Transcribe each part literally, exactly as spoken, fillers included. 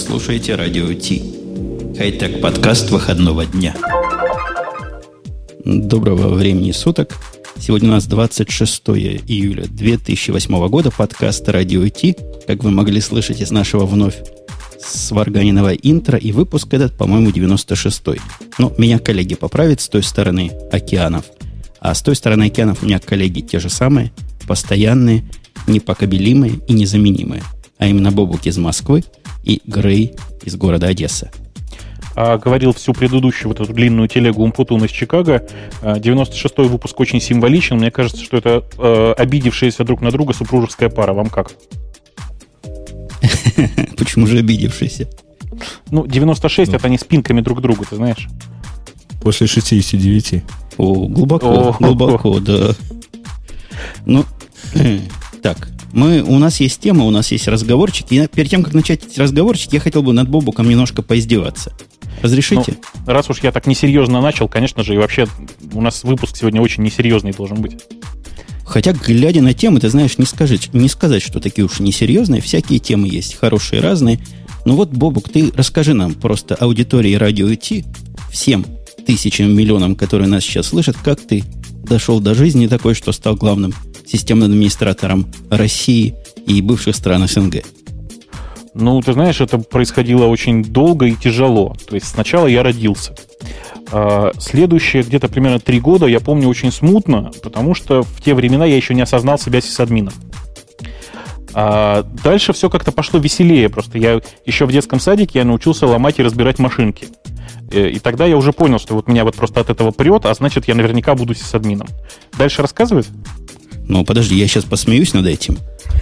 слушаете Радио Ти. Хай-тек подкаст выходного дня. Доброго времени суток. Сегодня у нас двадцать шестое июля две тысячи восьмого года, подкаст Радио Ти. Как вы могли слышать из нашего вновь сварганенного интро, и выпуск этот, по-моему, девяносто шестой. Но меня коллеги поправят с той стороны океанов. А с той стороны океанов у меня коллеги те же самые, постоянные, непокабелимые и незаменимые. А именно Бобук из Москвы и Грей из города Одесса. А говорил всю предыдущую вот эту длинную телегу Умпутун из Чикаго. девяносто шестой выпуск очень символичен. Мне кажется, что это э, обидевшаяся друг на друга супружеская пара. Вам как? Почему же обидевшаяся? Ну, девяносто шесть это они спинками друг к другу, ты знаешь. После шестидесяти девяти. О, глубоко, глубоко, да. Ну, так, мы, у нас есть тема, у нас есть разговорчик. И перед тем, как начать эти разговорчики, я хотел бы над Бобуком немножко поиздеваться. Разрешите? Ну, раз уж я так несерьезно начал, конечно же, и вообще у нас выпуск сегодня очень несерьезный должен быть. Хотя, глядя на темы, ты знаешь, не, скажи, не сказать, что такие уж несерьезные. Всякие темы есть, хорошие, разные. Ну вот, Бобук, ты расскажи нам просто аудитории Радио Ти, всем тысячам, миллионам, которые нас сейчас слышат, как ты дошел до жизни такой, что стал главным системным администратором России и бывших стран СНГ. Ну, ты знаешь, это происходило очень долго и тяжело. То есть сначала я родился. А следующие где-то примерно три года я помню очень смутно, потому что в те времена я еще не осознал себя сисадмином. А дальше все как-то пошло веселее. Просто я еще в детском садике я научился ломать и разбирать машинки. И тогда я уже понял, что вот меня вот просто от этого прет, а значит, я наверняка буду сисадмином. Дальше рассказывать? Ну, подожди, я сейчас посмеюсь над этим.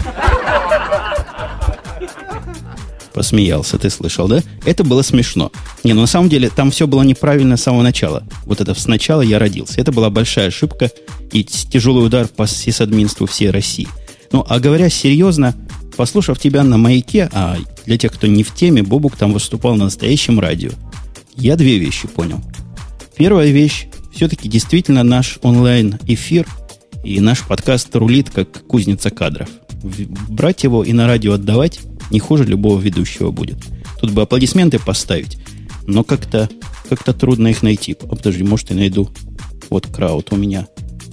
Посмеялся, ты слышал, да? Это было смешно. Не, ну на самом деле там все было неправильно с самого начала. Вот это сначала я родился. Это была большая ошибка и тяжелый удар по сисадминству всей России. Ну, а говоря серьезно, послушав тебя на Маяке, а для тех, кто не в теме, Бобук там выступал на настоящем радио, я две вещи понял. Первая вещь, все-таки действительно наш онлайн-эфир и наш подкаст рулит как кузница кадров. Брать его и на радио отдавать не хуже любого ведущего будет. Тут бы аплодисменты поставить, но как-то, как-то трудно их найти. А, подожди, может, я найду. Вот крауд у меня.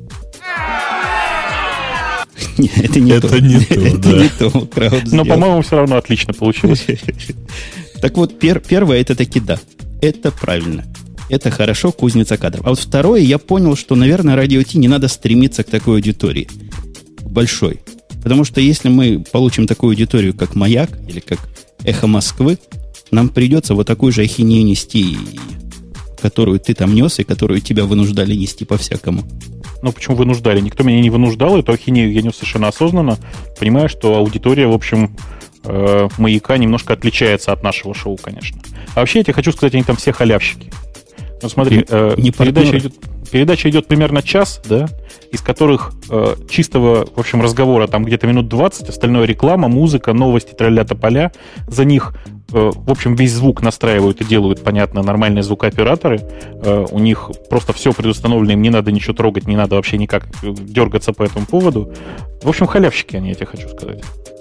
Нет, это не то. Это не то, Это не то, крауд сделал. Но, по-моему, все равно отлично получилось. Так вот, первое, это таки да. Это правильно. Это хорошо, кузница кадров. А вот второе, я понял, что, наверное, Радио Ти не надо стремиться к такой аудитории. Большой. Потому что если мы получим такую аудиторию, как «Маяк» или как «Эхо Москвы», нам придется вот такую же ахинею нести, которую ты там нес и которую тебя вынуждали нести по-всякому. Ну, почему вынуждали? Никто меня не вынуждал, эту ахинею я нес совершенно осознанно, понимая, что аудитория, в общем, э, «Маяка» немножко отличается от нашего шоу, конечно. А вообще, я тебе хочу сказать, они там все халявщики. Ну, смотри, э, не передача, идет, передача идет примерно час, да, из которых э, чистого, в общем, разговора там где-то минут двадцать, остальное реклама, музыка, новости, тролля тополя. За них, э, в общем, весь звук настраивают и делают, понятно, нормальные звукооператоры. Э, у них просто все предустановлено, им не надо ничего трогать, не надо вообще никак дергаться по этому поводу. В общем, халявщики они, я тебе хочу сказать.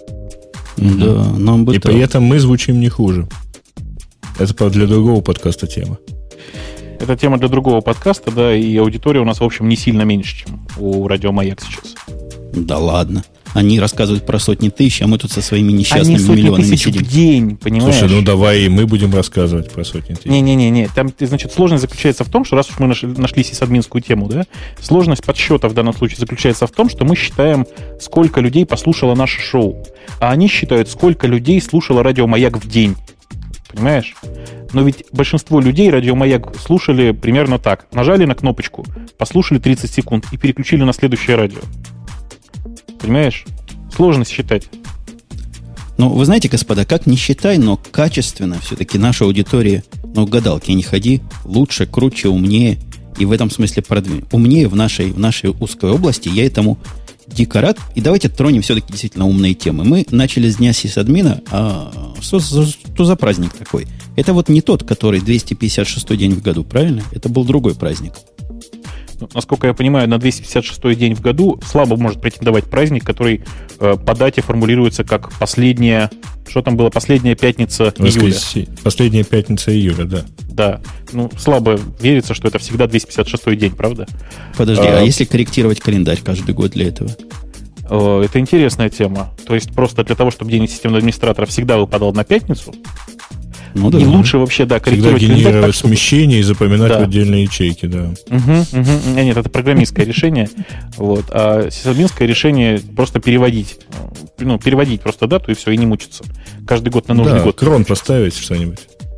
Да, нам бы И так. при этом мы звучим не хуже. Это, правда, для другого подкаста тема. Это тема для другого подкаста, да, и аудитория у нас, в общем, не сильно меньше, чем у Радио Маяк сейчас. Да ладно. Они рассказывают про сотни тысяч, а мы тут со своими несчастными Они сотни миллионами тысяч сидим. в день, понимаешь? Слушай, ну давай и мы будем рассказывать про сотни тысяч. Не-не-не, там, значит, сложность заключается в том, что раз уж мы нашли, нашли сисадминскую тему, да, сложность подсчета в данном случае заключается в том, что мы считаем, сколько людей послушало наше шоу, а они считают, сколько людей слушало Радио Маяк в день. Понимаешь? Но ведь большинство людей Радио Маяк слушали примерно так. Нажали на кнопочку, послушали тридцать секунд и переключили на следующее радио. Понимаешь? Сложно считать. Ну, вы знаете, господа, как ни считай, но качественно все-таки наша аудитория, ну, гадалки не ходи, лучше, круче, умнее и в этом смысле продвинуть. Умнее в нашей, в нашей узкой области, я этому дико рад. И давайте тронем все-таки действительно умные темы. Мы начали с дня сисадмина, а что за, что за праздник такой? Это вот не тот, который двести пятьдесят шестой день в году, правильно? Это был другой праздник. насколько я понимаю, на двести пятьдесят шестой день в году слабо может претендовать праздник, который э, по дате формулируется как последняя, что там было, последняя пятница июля. Последняя пятница июля, да. Да. Ну, слабо верится, что это всегда двести пятьдесят шестой день, правда? Подожди, а, а если корректировать календарь каждый год для этого? Э, это интересная тема. То есть просто для того, чтобы день системного администратора всегда выпадал на пятницу, ну, да, и да. лучше вообще, да, корректировать всегда генерировать так, чтобы... смещение и запоминать да. в отдельные ячейки, да. Угу, угу. Нет, это программистское решение. Вот. А сисадминское решение просто переводить. Ну, переводить просто дату и все, и не мучиться. Каждый год на нужный да, год. Крон поставить что-нибудь.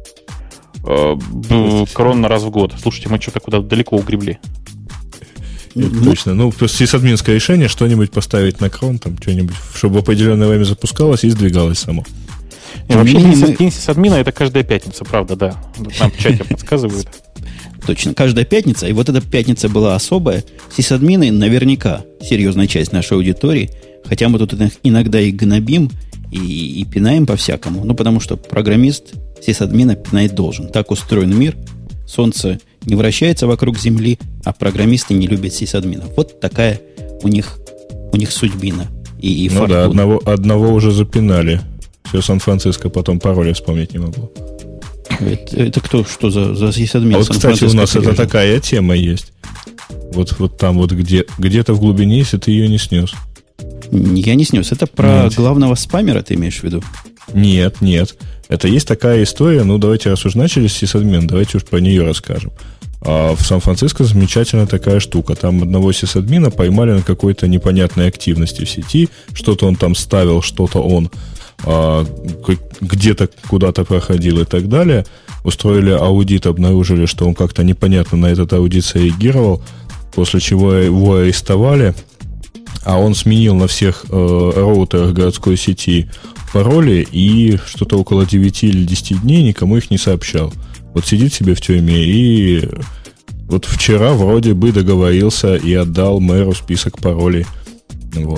Крон на раз в год. Слушайте, мы что-то куда-то далеко угребли. Это ну, точно. Ну, просто сисадминское решение, что-нибудь поставить на крон, там, что-нибудь, чтобы в определенное время запускалось и сдвигалось само. Не, вообще, день, мы... день сисадмина это каждая пятница, правда, да. Нам в чате подсказывают. Точно, каждая пятница. И вот эта пятница была особая. Сисадмины наверняка серьезная часть нашей аудитории. Хотя мы тут иногда и гнобим, и, и пинаем по-всякому. Ну, потому что программист сисадмина пинать должен. Так устроен мир. Солнце не вращается вокруг Земли, а программисты не любят сисадминов. Вот такая у них, у них судьбина. И, и ну фортуна. Да, одного, одного уже запинали. Все, Сан-Франциско потом пароли вспомнить не могу. Это, это кто, что за, за сисадмин? А вот, кстати, у нас это такая тема есть. Вот, вот там вот где, где-то в глубине, если ты ее не снес. Я не снес. Это про нет. главного спамера ты имеешь в виду? Нет, нет. Это есть такая история. Ну, давайте, раз уж начали с сисадмин, давайте уж про нее расскажем. А в Сан-Франциско замечательная такая штука. Там одного сисадмина поймали на какой-то непонятной активности в сети. Что-то он там ставил, что-то он а, где-то куда-то проходил и так далее. Устроили аудит, обнаружили, что он как-то непонятно на этот аудит среагировал, после чего его арестовали. А он сменил на всех э, роутерах городской сети пароли и что-то около девяти или десяти дней никому их не сообщал. Вот сидит себе в тюрьме и вот вчера вроде бы договорился и отдал мэру список паролей. Вот.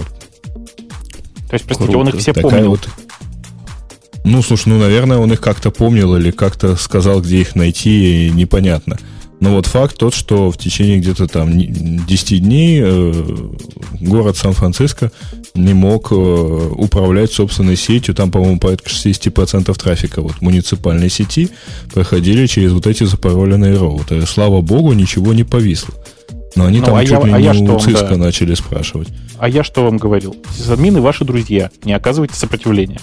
То есть, простите, Круто. Он их все Такая помнил? Вот... Ну, слушай, ну, наверное, он их как-то помнил или как-то сказал, где их найти, непонятно. Но вот факт тот, что в течение где-то там десяти дней э, город Сан-Франциско не мог э, управлять собственной сетью. Там, по-моему, порядка шестьдесят процентов трафика вот, муниципальной сети проходили через вот эти запароленные роутеры. Слава богу, ничего не повисло. Но они ну, там а чуть я, ли а не я у что ЦИСКа вам, да. начали спрашивать. А я что вам говорил? Сисадмины ваши друзья. Не оказывайте сопротивления.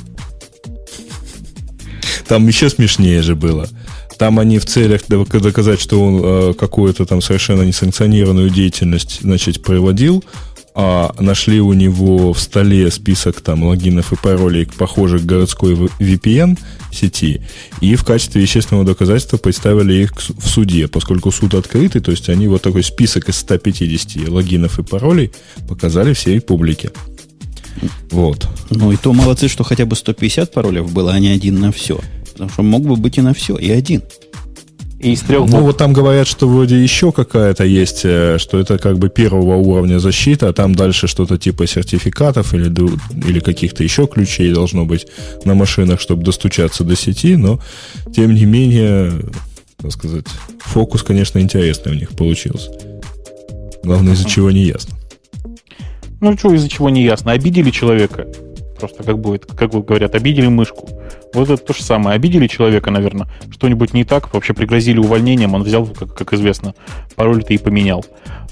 Там еще смешнее же было. Там они в целях доказать, что он э, какую-то там совершенно несанкционированную деятельность, значит, проводил, а нашли у него в столе список там логинов и паролей, похожих к городской ви пи эн сети, и в качестве вещественного доказательства представили их в суде, поскольку суд открытый, то есть они вот такой список из ста пятидесяти логинов и паролей показали всей публике. Вот. Ну и то молодцы, что хотя бы сто пятьдесят паролев было, а не один на все. Потому что мог бы быть и на все, и один. И из трех... Ну, вот там говорят, что вроде еще какая-то есть, что это как бы первого уровня защиты, а там дальше что-то типа сертификатов или, или каких-то еще ключей должно быть на машинах, чтобы достучаться до сети, но, тем не менее, так сказать, фокус, конечно, интересный у них получился. Главное, из-за чего не ясно. Ну, что из-за чего не ясно? Обидели человека. Просто как будет, как говорят, обидели мышку. Вот это то же самое. Обидели человека, наверное, что-нибудь не так, вообще пригрозили увольнением, он взял, как, как известно, пароль-то и поменял.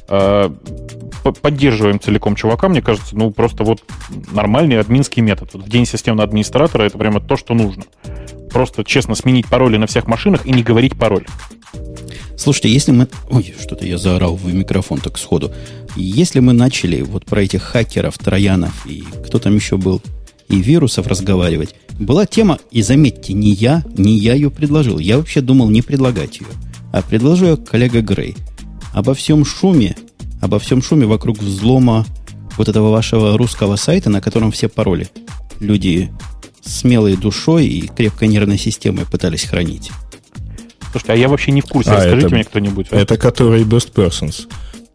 Поддерживаем целиком чувака, мне кажется, ну, просто вот нормальный админский метод. Вот в день системного администратора это прямо то, что нужно. Просто честно сменить пароли на всех машинах и не говорить пароль. Слушайте, если мы... Ой, что-то я заорал в микрофон так сходу. Если мы начали вот про этих хакеров, троянов и кто там еще был, и вирусов разговаривать, была тема, и заметьте, не я, не я ее предложил. Я вообще думал не предлагать ее. А предложу ее коллега Грей. Обо всем шуме, обо всем шуме вокруг взлома вот этого вашего русского сайта, на котором все пароли люди смелой душой и крепкой нервной системой пытались хранить. Слушайте, а я вообще не в курсе. А, Расскажите это, мне кто-нибудь. Это который Best Persons.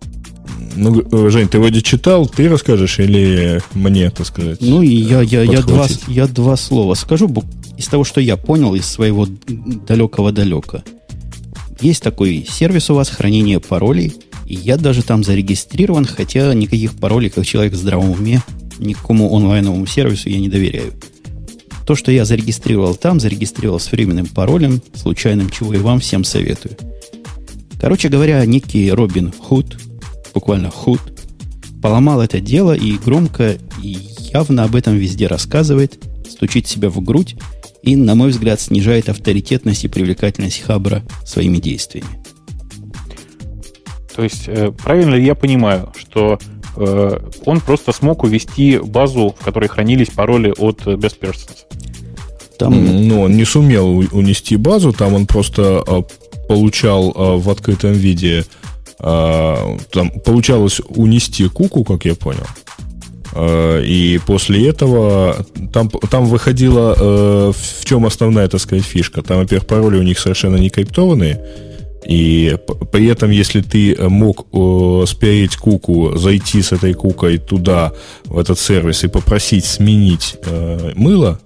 Ну, Жень, ты вроде читал, ты расскажешь или мне, так сказать? Ну, и я, я, я, два, я два слова скажу из того, что я понял из своего далекого-далека. Есть такой сервис у вас хранения паролей, И я даже там зарегистрирован, хотя никаких паролей, как человек в здравом уме, никакому онлайновому сервису я не доверяю. То, что я зарегистрировал там, зарегистрировал с временным паролем, случайным, чего и вам всем советую. Короче говоря, некий Робин Худ, буквально Худ, поломал это дело и громко и явно об этом везде рассказывает, стучит себя в грудь и, на мой взгляд, снижает авторитетность и привлекательность Хабра своими действиями. То есть, э, правильно ли я понимаю, что э, он просто смог увести базу, в которой хранились пароли от Best Persons? Там... Ну, он не сумел унести базу, там он просто а, получал а, в открытом виде, а, там получалось унести куку, как я понял. А, и после этого там, там выходила, а, в чем основная, так сказать, фишка. Там, во-первых, пароли у них совершенно не криптованные. И при этом, если ты мог э, спереть куку, зайти с этой кукой туда, в этот сервис, и попросить сменить э, мыло,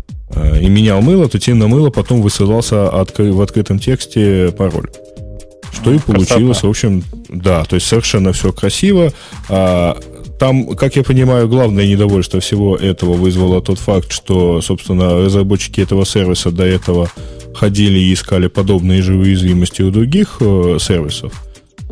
и менял мыло, то тебе на мыло потом высылался откры- в открытом тексте пароль. Что и получилось, красота. В общем, да, то есть совершенно все красиво. А, там, как я понимаю, главное недовольство всего этого вызвало тот факт, что, собственно, разработчики этого сервиса до этого ходили и искали подобные же уязвимости у других э, сервисов.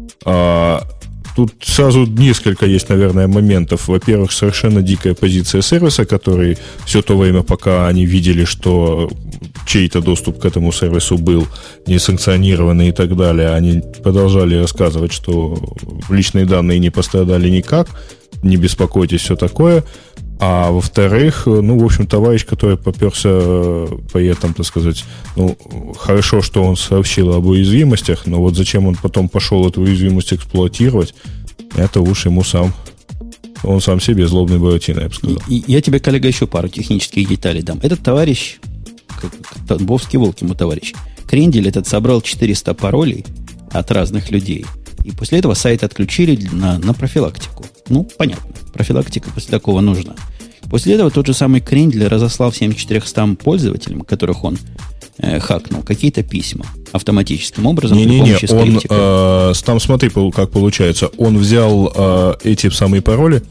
А, Тут сразу несколько есть, наверное, моментов. Во-первых, совершенно дикая позиция сервиса, который все то время, пока они видели, что чей-то доступ к этому сервису был несанкционированный и так далее, они продолжали рассказывать, что личные данные не пострадали никак, не беспокойтесь, все такое. А во-вторых, ну, в общем, товарищ, который поперся при этом, так сказать, ну, хорошо, что он сообщил об уязвимостях, но вот зачем он потом пошел эту уязвимость эксплуатировать, это уж ему сам, он сам себе злобный буратино, я бы сказал. И, и я тебе, коллега, еще пару технических деталей дам. Этот товарищ, как Тамбовский волк ему товарищ, Крендель этот собрал четыреста паролей от разных людей. И после этого сайт отключили на, на профилактику. Ну, понятно, профилактика после такого нужна. После этого тот же самый Крендель разослал всем четырехстам пользователям, которых он э, хакнул, какие-то письма автоматическим образом при помощи скриптика. Он, э, там смотри, как получается. Он взял э, эти самые пароли,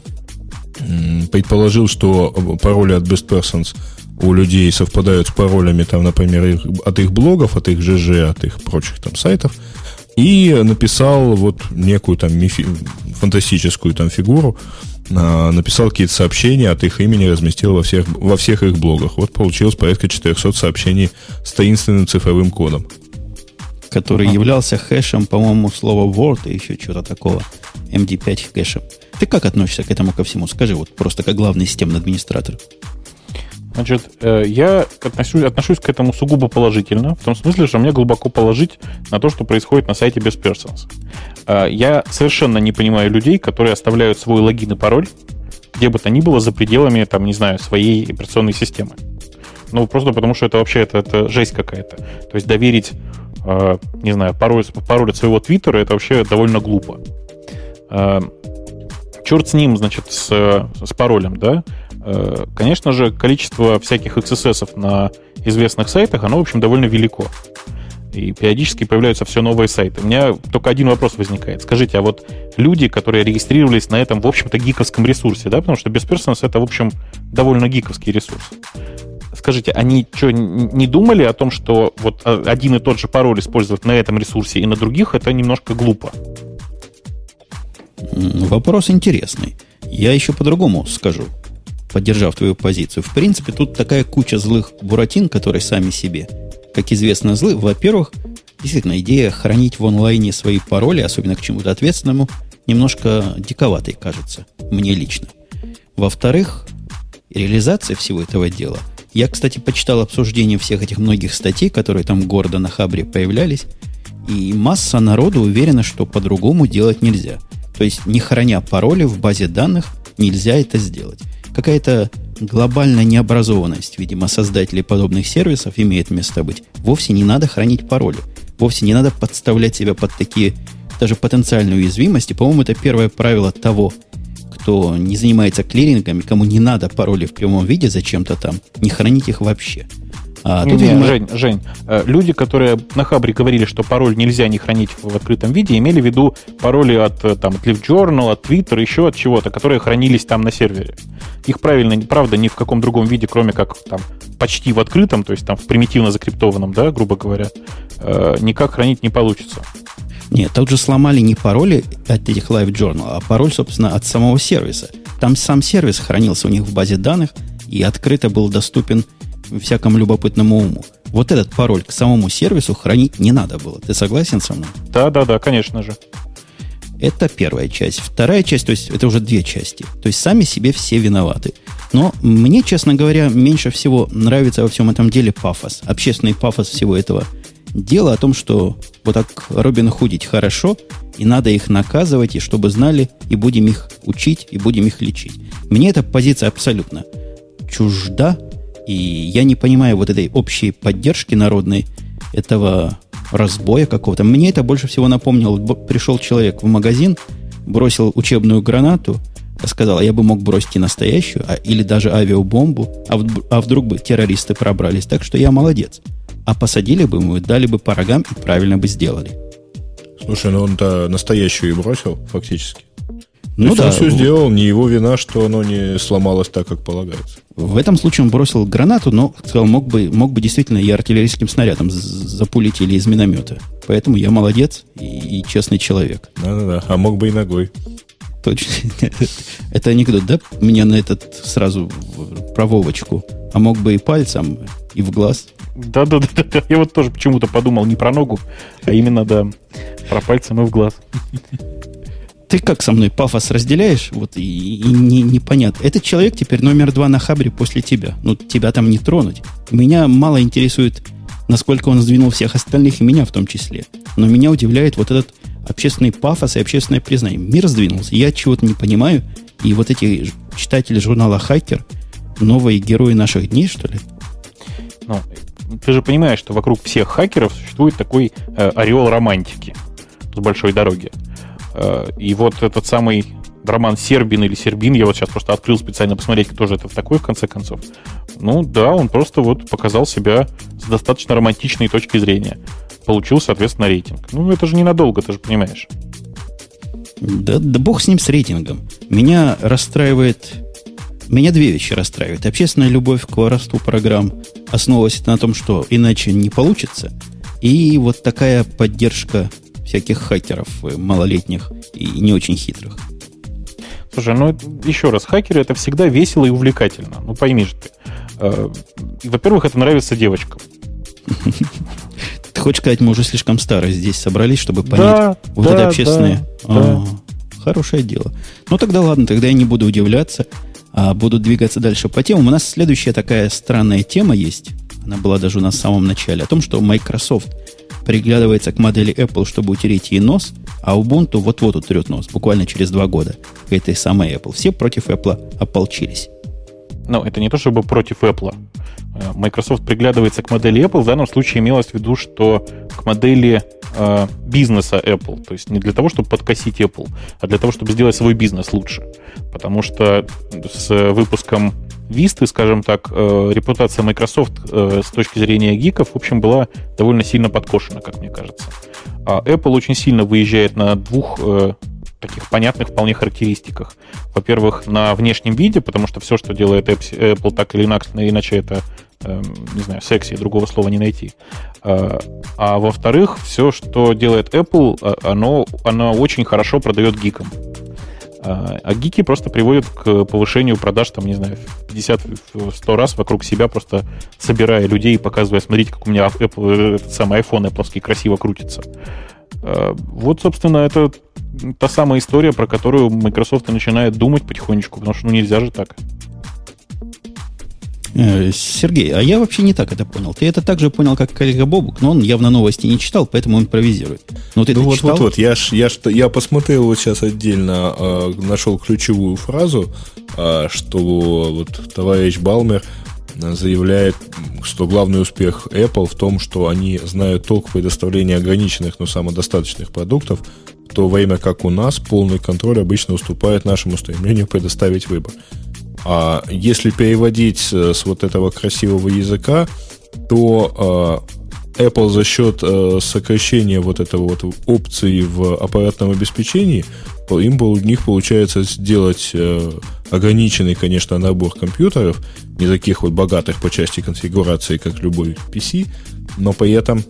э, предположил, что пароли от Best Persons у людей совпадают с паролями, там, например, их, от их блогов, от их ЖЖ, от их прочих там сайтов. И написал вот некую там мифи, фантастическую там фигуру, а, написал какие-то сообщения от их имени, разместил во всех, во всех их блогах. Вот получилось порядка четыреста сообщений с таинственным цифровым кодом. Который ага. являлся хэшем, по-моему, слова Word и еще чего-то такого, эм ди пять хэшем. Ты как относишься к этому ко всему? Скажи, вот просто как главный системный администратор. Значит, я отношусь, отношусь к этому сугубо положительно, в том смысле, что мне глубоко положить на то, что происходит на сайте Best Persons. Я совершенно не понимаю людей, которые оставляют свой логин и пароль, где бы то ни было, за пределами, там, не знаю, своей операционной системы. Ну, просто потому, что это вообще это, это жесть какая-то. То есть доверить, не знаю, пароль, пароль от своего твиттера, это вообще довольно глупо. Черт с ним, значит, с, с паролем, да? Конечно же, количество всяких икс эс эсов на известных сайтах, оно, в общем, довольно велико. И периодически появляются все новые сайты. У меня только один вопрос возникает. Скажите, а вот люди, которые регистрировались на этом, в общем-то, гиковском ресурсе, да, потому что Best Persons — это, в общем, довольно гиковский ресурс. Скажите, они что, не думали о том, что вот один и тот же пароль использовать на этом ресурсе и на других — это немножко глупо? Вопрос интересный. Я еще по-другому скажу, поддержав твою позицию. В принципе, тут такая куча злых буратин, которые сами себе, как известно, злы. Во-первых, действительно, идея хранить в онлайне свои пароли, особенно к чему-то ответственному, немножко диковатой кажется, мне лично. Во-вторых, реализация всего этого дела. Я, кстати, почитал обсуждение всех этих многих статей, которые там гордо на Хабре появлялись, и масса народу уверена, что по-другому делать нельзя. То есть, не храня пароли в базе данных, нельзя это сделать. Какая-то глобальная необразованность, видимо, создателей подобных сервисов имеет место быть. Вовсе не надо хранить пароли. Вовсе не надо подставлять себя под такие даже потенциальные уязвимости. По-моему, это первое правило того, кто не занимается клирингами, кому не надо пароли в прямом виде зачем-то там, не хранить их вообще. А тут, не, видимо... Жень, Жень, люди, которые на Хабре говорили, что пароль нельзя не хранить в открытом виде, имели в виду пароли от, там, от LiveJournal, от Twitter, еще от чего-то, которые хранились там на сервере. Их правильно, правда, ни в каком другом виде, кроме как там почти в открытом, то есть там в примитивно закриптованном, да, грубо говоря, никак хранить не получится. Нет, тут же сломали не пароли от этих LiveJournal, а пароль, собственно, от самого сервиса. Там сам сервис хранился у них в базе данных и открыто был доступен всякому любопытному уму. Вот этот пароль к самому сервису хранить не надо было. Ты согласен со мной? Да, да, да, конечно же. Это первая часть. Вторая часть, то есть это уже две части. То есть сами себе все виноваты. Но мне, честно говоря, меньше всего нравится во всем этом деле пафос. Общественный пафос всего этого дела о том, что вот так Робин Худить хорошо, и надо их наказывать, и чтобы знали, и будем их учить, и будем их лечить. Мне эта позиция абсолютно чужда. И я не понимаю вот этой общей поддержки народной, этого разбоя какого-то. Мне это больше всего напомнило. Пришел человек в магазин, бросил учебную гранату, сказал, а я бы мог бросить и настоящую, а, или даже авиабомбу, а, в, а вдруг бы террористы пробрались. Так что я молодец. А посадили бы ему, дали бы по рогам и правильно бы сделали. Слушай, ну он-то настоящую и бросил, фактически. Ну То да. Он все сделал, не его вина, что оно не сломалось так, как полагается. В этом случае он бросил гранату, но сказал, мог бы, мог бы действительно и артиллерийским снарядом запулить или из миномета. Поэтому я молодец и, и честный человек. Да-да-да, а мог бы и ногой. Точно. Это анекдот, да? Меня на этот сразу про Вовочку. А мог бы и пальцем, и в глаз. Да-да-да. Я вот тоже почему-то подумал не про ногу, а именно, да, про пальцем и в глаз. Ты как со мной пафос разделяешь? Вот и, и не, непонятно. Этот человек теперь номер два на Хабре после тебя. Ну, тебя там не тронуть. Меня мало интересует, насколько он сдвинул всех остальных, и меня в том числе. Но меня удивляет вот этот общественный пафос и общественное признание. Мир сдвинулся. Я чего-то не понимаю. И вот эти читатели журнала «Хакер» новые герои наших дней, что ли? Ну, ты же понимаешь, что вокруг всех хакеров существует такой э, ореол романтики с большой дороги. И вот этот самый роман Сербин или Сербин, я вот сейчас просто открыл специально посмотреть, кто же это такой, в конце концов. Ну да, он просто вот показал себя с достаточно романтичной точки зрения. Получил, соответственно, рейтинг. Ну, это же ненадолго, ты же понимаешь. Да, да бог с ним, с рейтингом. Меня расстраивает... Меня две вещи расстраивают. Общественная любовь к воровству программ основывалась на том, что иначе не получится. И вот такая поддержка всяких хакеров малолетних и не очень хитрых. Слушай, ну еще раз, хакеры — это всегда весело и увлекательно. Ну пойми же ты. Во-первых, это нравится девочкам. Ты хочешь сказать, мы уже слишком старые здесь собрались, чтобы понять да, вот да, это общественное... Да, да. Хорошее дело. Ну тогда ладно, тогда я не буду удивляться, а буду двигаться дальше по темам. У нас следующая такая странная тема есть. Она была даже у нас в самом начале. О том, что Microsoft приглядывается к модели Apple, чтобы утереть ей нос, а Ubuntu вот-вот утрет нос, буквально через два года, к этой самой Apple. Все против Apple ополчились. Ну, это не то, чтобы против Apple. Microsoft приглядывается к модели Apple. В данном случае имелось в виду, что к модели э, бизнеса Apple. То есть не для того, чтобы подкосить Apple, а для того, чтобы сделать свой бизнес лучше. Потому что с выпуском Vista, скажем так, э, репутация Microsoft э, с точки зрения гиков, в общем, была довольно сильно подкошена, как мне кажется. А Apple очень сильно выезжает на двух э, таких понятных вполне характеристиках. Во-первых, на внешнем виде, потому что все, что делает Apple, так или иначе, это, э, не знаю, секси, другого слова не найти. А, а во-вторых, все, что делает Apple, оно, оно очень хорошо продает гикам. А гики просто приводят к повышению продаж, там, не знаю, в пятьдесят-сто раз вокруг себя, просто собирая людей и показывая, смотрите, как у меня Apple, этот самый iPhone Apple красиво крутится. Вот, собственно, это та самая история, про которую Microsoft начинает думать потихонечку, потому что ну нельзя же так. Сергей, а я вообще не так это понял. Ты это так же понял, как коллега Бобук, но он явно новости не читал, поэтому он импровизирует. Но ты ну это вот, читал? вот, вот. Я, ж, я, ж, я посмотрел вот сейчас отдельно, э, нашел ключевую фразу, э, что вот товарищ Балмер заявляет, что главный успех Apple в том, что они знают толк в предоставлении ограниченных, но самодостаточных продуктов, в то время как у нас полный контроль обычно уступает нашему стремлению предоставить выбор. А если переводить с вот этого красивого языка, то Apple за счет сокращения вот этого вот опции в аппаратном обеспечении, им у них получается сделать ограниченный, конечно, набор компьютеров, не таких вот богатых по части конфигурации, как любой пи си, но при этом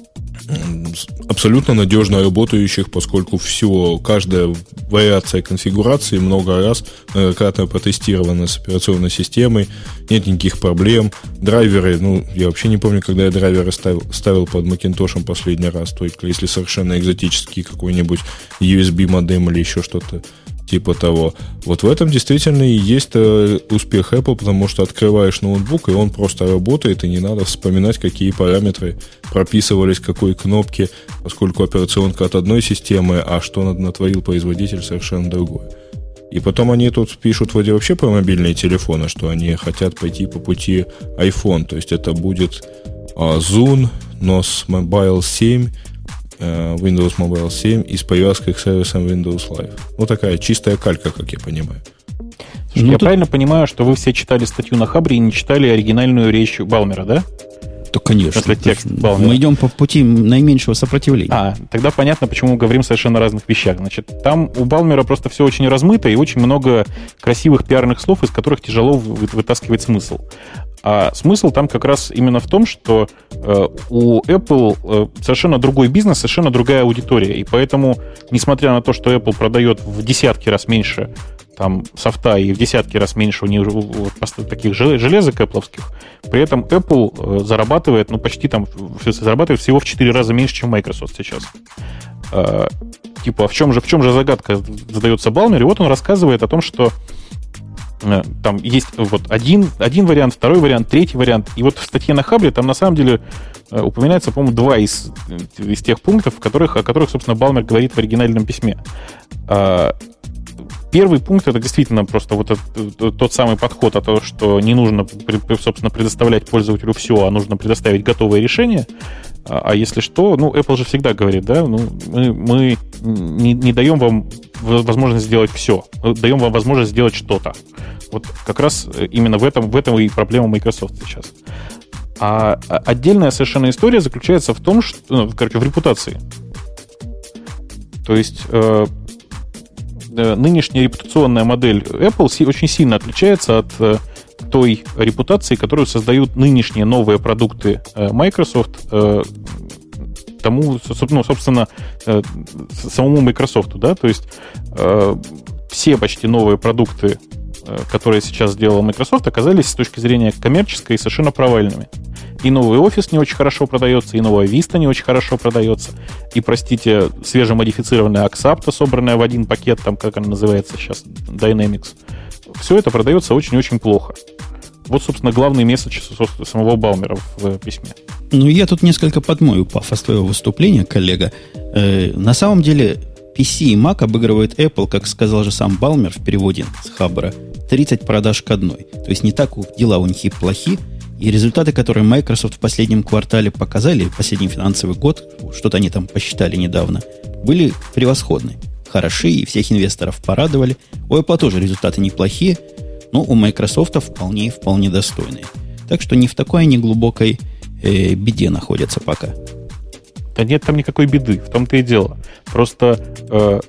абсолютно надежно работающих, поскольку все, каждая вариация конфигурации много раз многократно протестирована с операционной системой, нет никаких проблем. Драйверы, ну, я вообще не помню, когда я драйверы ставил, ставил под Macintosh последний раз, только если совершенно экзотический какой-нибудь ю эс би модем или еще что-то типа того. Вот в этом действительно и есть успех Apple, потому что открываешь ноутбук, и он просто работает, и не надо вспоминать, какие параметры прописывались, какой кнопки, поскольку операционка от одной системы, а что натворил производитель, совершенно другое. И потом они тут пишут вроде вообще про мобильные телефоны, что они хотят пойти по пути iPhone, то есть это будет а, Zune, но с Mobile семь, Windows Mobile семь и с привязкой к сервисам Windows Live. Ну, такая чистая калька, как я понимаю. Слушай, ну, я тут... правильно понимаю, что вы все читали статью на Хабре и не читали оригинальную речь Балмера, да? Да, конечно. Это текст Балмера. Мы идем по пути наименьшего сопротивления. А, тогда понятно, почему мы говорим совершенно о разных вещах. Значит, там у Балмера просто все очень размыто и очень много красивых пиарных слов, из которых тяжело вытаскивать смысл. А смысл там как раз именно в том, что э, у Apple э, совершенно другой бизнес, совершенно другая аудитория. И поэтому, несмотря на то, что Apple продает в десятки раз меньше там, софта и в десятки раз меньше у них таких железок Apple'овских, при этом Apple зарабатывает, ну, почти там, зарабатывает всего в четыре раза меньше, чем Microsoft сейчас. Э, типа, а в чем же, в чем же загадка задается Балмер? И вот он рассказывает о том, что там есть вот один, один вариант, второй вариант, третий вариант. И вот в статье на Хабре там на самом деле упоминается, по-моему, два из, из тех пунктов, в которых, о которых, собственно, Балмер говорит в оригинальном письме. Первый пункт — это действительно просто вот этот, тот самый подход о том, что не нужно, собственно, предоставлять пользователю все, а нужно предоставить готовое решение. А если что, ну, Apple же всегда говорит, да, ну, мы, мы не, не даем вам возможность сделать все, мы даем вам возможность сделать что-то. Вот как раз именно в этом, в этом и проблема Microsoft сейчас. А отдельная совершенно история заключается в том, что, ну, короче, в репутации. То есть э, нынешняя репутационная модель Apple очень сильно отличается от э, той репутации, которую создают нынешние новые продукты э, Microsoft э, тому, ну, собственно, э, самому Microsoft, да, то есть э, все почти новые продукты, э, которые сейчас сделала Microsoft, оказались с точки зрения коммерческой совершенно провальными. И новый Office не очень хорошо продается, и новая Vista не очень хорошо продается, и, простите, свежемодифицированная Axapta, собранная в один пакет, там, как она называется сейчас, Dynamics, все это продается очень-очень плохо. Вот, собственно, главный месседж самого Балмера в письме. Ну, я тут несколько подмою пафос твоего выступления, коллега. Э, на самом деле, пи си и Mac обыгрывают Apple, как сказал же сам Балмер в переводе с Хабра, тридцать продаж к одной. То есть не так дела у них и плохи, и результаты, которые Microsoft в последнем квартале показали, последний финансовый год, что-то они там посчитали недавно, были превосходны, хороши, и всех инвесторов порадовали. У Apple тоже результаты неплохие, но у Microsoft вполне и вполне достойные. Так что не в такой они глубокой э, беде находятся пока. Да нет там никакой беды, в том-то и дело. Просто э,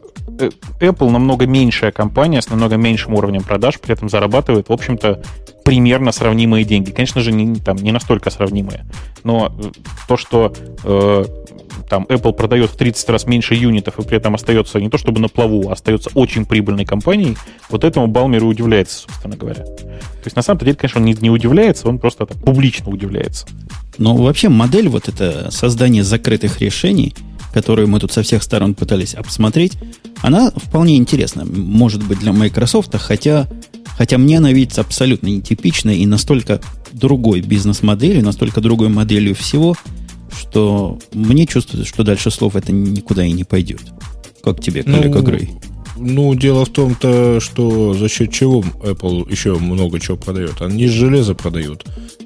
Apple намного меньшая компания с намного меньшим уровнем продаж, при этом зарабатывает, в общем-то, примерно сравнимые деньги. Конечно же, не, там, не настолько сравнимые. Но то, что э, там Apple продает в тридцать раз меньше юнитов и при этом остается не то чтобы на плаву, а остается очень прибыльной компанией, вот этому Балмер и удивляется, собственно говоря. То есть, на самом деле, конечно, он не, не удивляется, он просто так публично удивляется. Но вообще модель вот это создание закрытых решений, которую мы тут со всех сторон пытались обсмотреть, она вполне интересна. Может быть, для Microsoft, хотя, хотя мне она видится абсолютно нетипичной и настолько другой бизнес-моделью, настолько другой моделью всего, что мне чувствуется, что дальше слов это никуда и не пойдет. Как тебе, коллега ну, Грей? Ну, дело в том-то, что за счет чего Apple еще много чего продает. Они железо продают,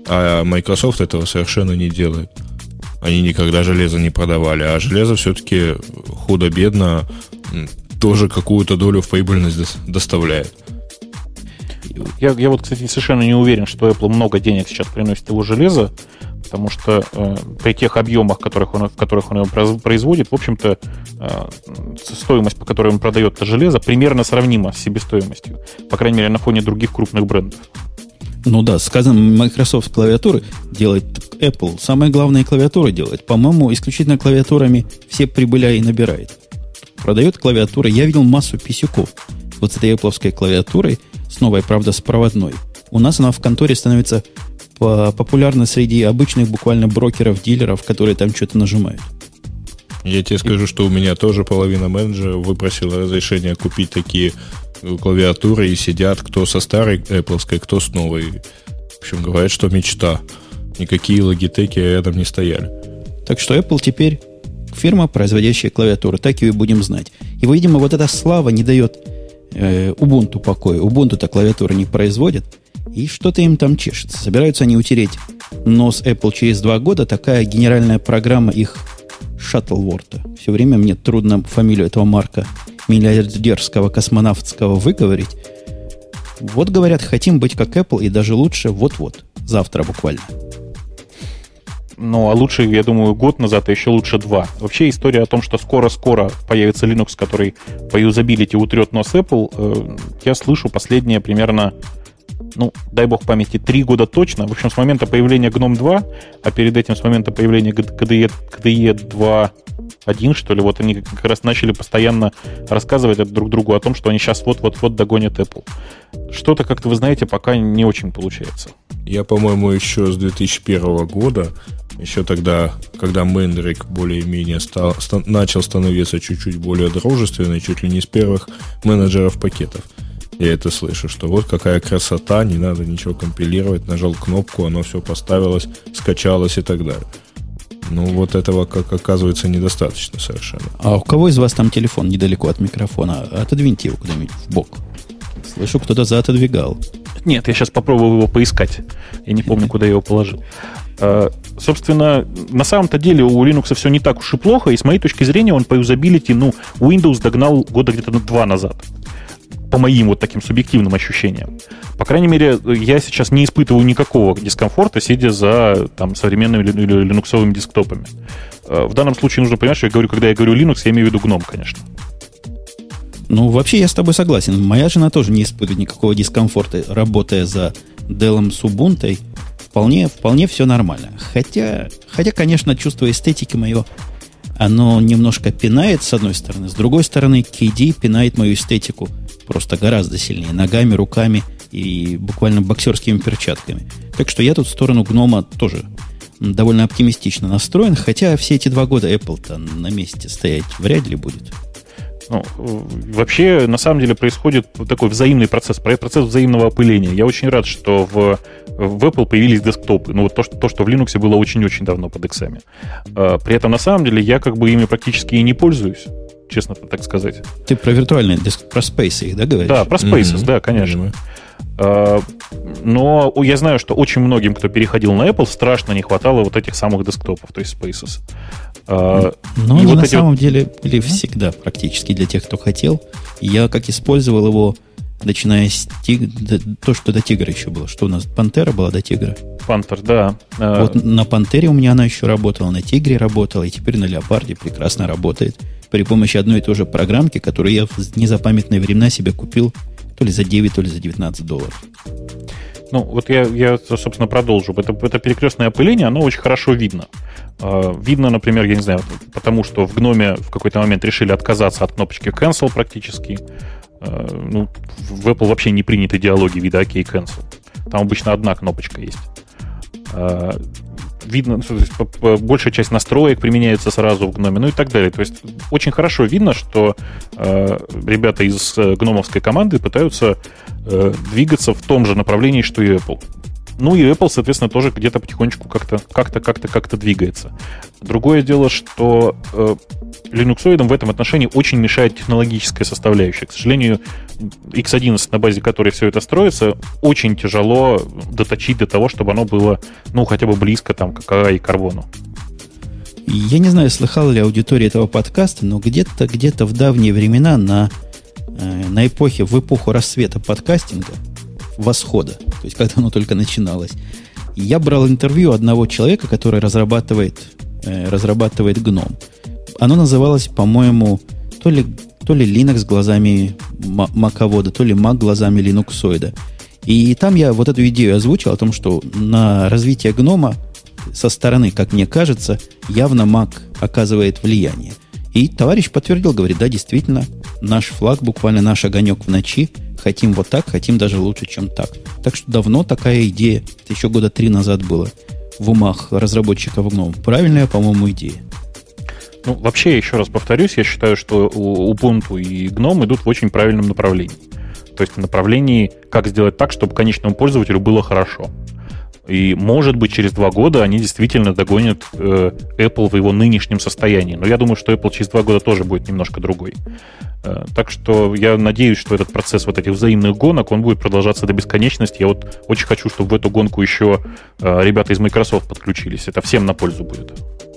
а Microsoft этого совершенно не делает. Они никогда железо не продавали, а железо все-таки худо-бедно тоже какую-то долю в прибыльность доставляет. Я, я вот, кстати, совершенно не уверен, что Apple много денег сейчас приносит его железо, потому что э, при тех объемах, которых он, в которых он его производит, в общем-то, э, стоимость, по которой он продает это железо, примерно сравнима с себестоимостью. По крайней мере, на фоне других крупных брендов. Ну да, сказано, Microsoft клавиатуры делает, Apple самые главные клавиатуры делает. По-моему, исключительно клавиатурами все прибыля и набирает. Продает клавиатуры. Я видел массу писюков вот с этой Apple-овской клавиатурой, с новой, правда, с проводной. У нас она в конторе становится популярна среди обычных буквально брокеров, дилеров, которые там что-то нажимают. Я тебе скажу, что у меня тоже половина менеджеров выпросила разрешение купить такие клавиатуры, и сидят кто со старой Apple-овской, кто с новой. В общем, говорят, что мечта. Никакие Logitech рядом не стояли. Так что Apple теперь фирма, производящая клавиатуру. Так ее и будем знать. И, видимо, вот эта слава не дает э, Ubuntu покоя. Ubuntu-то клавиатуры не производит. И что-то им там чешется. Собираются они утереть нос Apple через два года. Такая генеральная программа их Shuttleworth. Все время мне трудно фамилию этого Марка миллиардерского космонавтского выговорить. Вот, говорят, хотим быть как Apple и даже лучше вот-вот. Завтра буквально. Ну, а лучше, я думаю, год назад, а еще лучше два. Вообще история о том, что скоро-скоро появится Linux, который по юзабилити утрет нос Apple, э, я слышу последние примерно, ну, дай бог памяти, три года точно. В общем, с момента появления гном два, а перед этим с момента появления кей ди и два один, что ли, вот они как раз начали постоянно рассказывать друг другу о том, что они сейчас вот-вот-вот догонят Apple. Что-то, как-то, вы знаете, пока не очень получается. Я, по-моему, еще с две тысячи первого года, еще тогда, когда Mandrake более-менее стал, ста, начал становиться чуть-чуть более дружественной, чуть ли не с первых менеджеров пакетов, я это слышу, что вот какая красота, не надо ничего компилировать, нажал кнопку, оно все поставилось, скачалось и так далее. Ну, вот этого, как оказывается, недостаточно совершенно. А у кого из вас там телефон недалеко от микрофона? Отодвиньте его куда-нибудь в бок. Слышу, кто-то заотодвигал. Нет, я сейчас попробую его поискать. Я не помню, куда я его положил. А, собственно, на самом-то деле у Linux все не так уж и плохо, и с моей точки зрения он по юзабилити, ну, Windows догнал года где-то два назад. По моим вот таким субъективным ощущениям. По крайней мере, я сейчас не испытываю никакого дискомфорта, сидя за там, современными линуксовыми десктопами. В данном случае нужно понимать, что я говорю, когда я говорю Linux, я имею в виду гном, конечно. Ну, вообще, я с тобой согласен. Моя жена тоже не испытывает никакого дискомфорта, работая за Dell'ом с Ubuntu. Вполне, вполне все нормально. Хотя, хотя, конечно, чувство эстетики мое, оно немножко пинает, с одной стороны. С другой стороны, кей ди пинает мою эстетику просто гораздо сильнее. Ногами, руками и буквально боксерскими перчатками. Так что я тут в сторону гнома тоже довольно оптимистично настроен. Хотя все эти два года Apple-то на месте стоять вряд ли будет. Ну, вообще, на самом деле, происходит такой взаимный процесс, процесс взаимного опыления. Я очень рад, что в, в Apple появились десктопы. Ну, вот то, что, то, что в Linux было очень-очень давно под иксами. При этом, на самом деле, я как бы ими практически и не пользуюсь, честно так сказать. Ты про виртуальные деск, про Spaces их, да, говоришь? Да, про Spaces, mm-hmm. да, конечно. Mm-hmm. Но я знаю, что очень многим, кто переходил на Apple, страшно не хватало вот этих самых десктопов, то есть Spaces. Но они вот на самом вот... деле были всегда практически для тех, кто хотел. Я как использовал его, начиная с тиг... то, что до Тигра еще было. Что у нас, Пантера была до Тигра? Пантер, да. Вот на Пантере у меня она еще работала, на Тигре работала, и теперь на Леопарде прекрасно работает. При помощи одной и той же программки, которую я в незапамятные времена себе купил то ли за девять, то ли за девятнадцать долларов. Ну, вот я, я собственно, продолжу. Это, это перекрестное опыление, оно очень хорошо видно. Видно, например, я не знаю, потому что в гноме в какой-то момент решили отказаться от кнопочки cancel практически. Ну, в Apple вообще не приняты диалоги вида OK cancel. Там обычно одна кнопочка есть. Видно, то есть, большая часть настроек применяется сразу в гноме, ну и так далее. То есть очень хорошо видно, что э, ребята из э, гномовской команды пытаются э, двигаться в том же направлении, что и Apple. Ну и Apple, соответственно, тоже где-то потихонечку как-то, как-то, как-то, как-то двигается. Другое дело, что э, линуксоидам в этом отношении очень мешает технологическая составляющая. К сожалению, икс одиннадцать, на базе которой все это строится, очень тяжело доточить до того, чтобы оно было, ну, хотя бы близко там, к эй ай и Карбону. Я не знаю, слыхала ли аудитория этого подкаста, но где-то, где-то в давние времена, на, э, на эпохе, в эпоху рассвета подкастинга, восхода, то есть когда оно только начиналось. Я брал интервью одного человека, который разрабатывает, э, разрабатывает гном. Оно называлось, по-моему, то ли, то ли Linux глазами маковода, то ли Mac глазами линуксоида. И там я вот эту идею озвучил о том, что на развитие гнома со стороны, как мне кажется, явно Mac оказывает влияние. И товарищ подтвердил, говорит, да, действительно, наш флаг, буквально наш огонек в ночи, хотим вот так, хотим даже лучше, чем так. Так что давно такая идея, это еще года три назад было, в умах разработчиков гном. Правильная, по-моему, идея. Ну, вообще, я еще раз повторюсь, я считаю, что Ubuntu и гном идут в очень правильном направлении. То есть в направлении, как сделать так, чтобы конечному пользователю было хорошо. И, может быть, через два года они действительно догонят э, Apple в его нынешнем состоянии. Но я думаю, что Apple через два года тоже будет немножко другой. Э, так что я надеюсь, что этот процесс вот этих взаимных гонок, он будет продолжаться до бесконечности. Я вот очень хочу, чтобы в эту гонку еще э, ребята из Microsoft подключились. Это всем на пользу будет.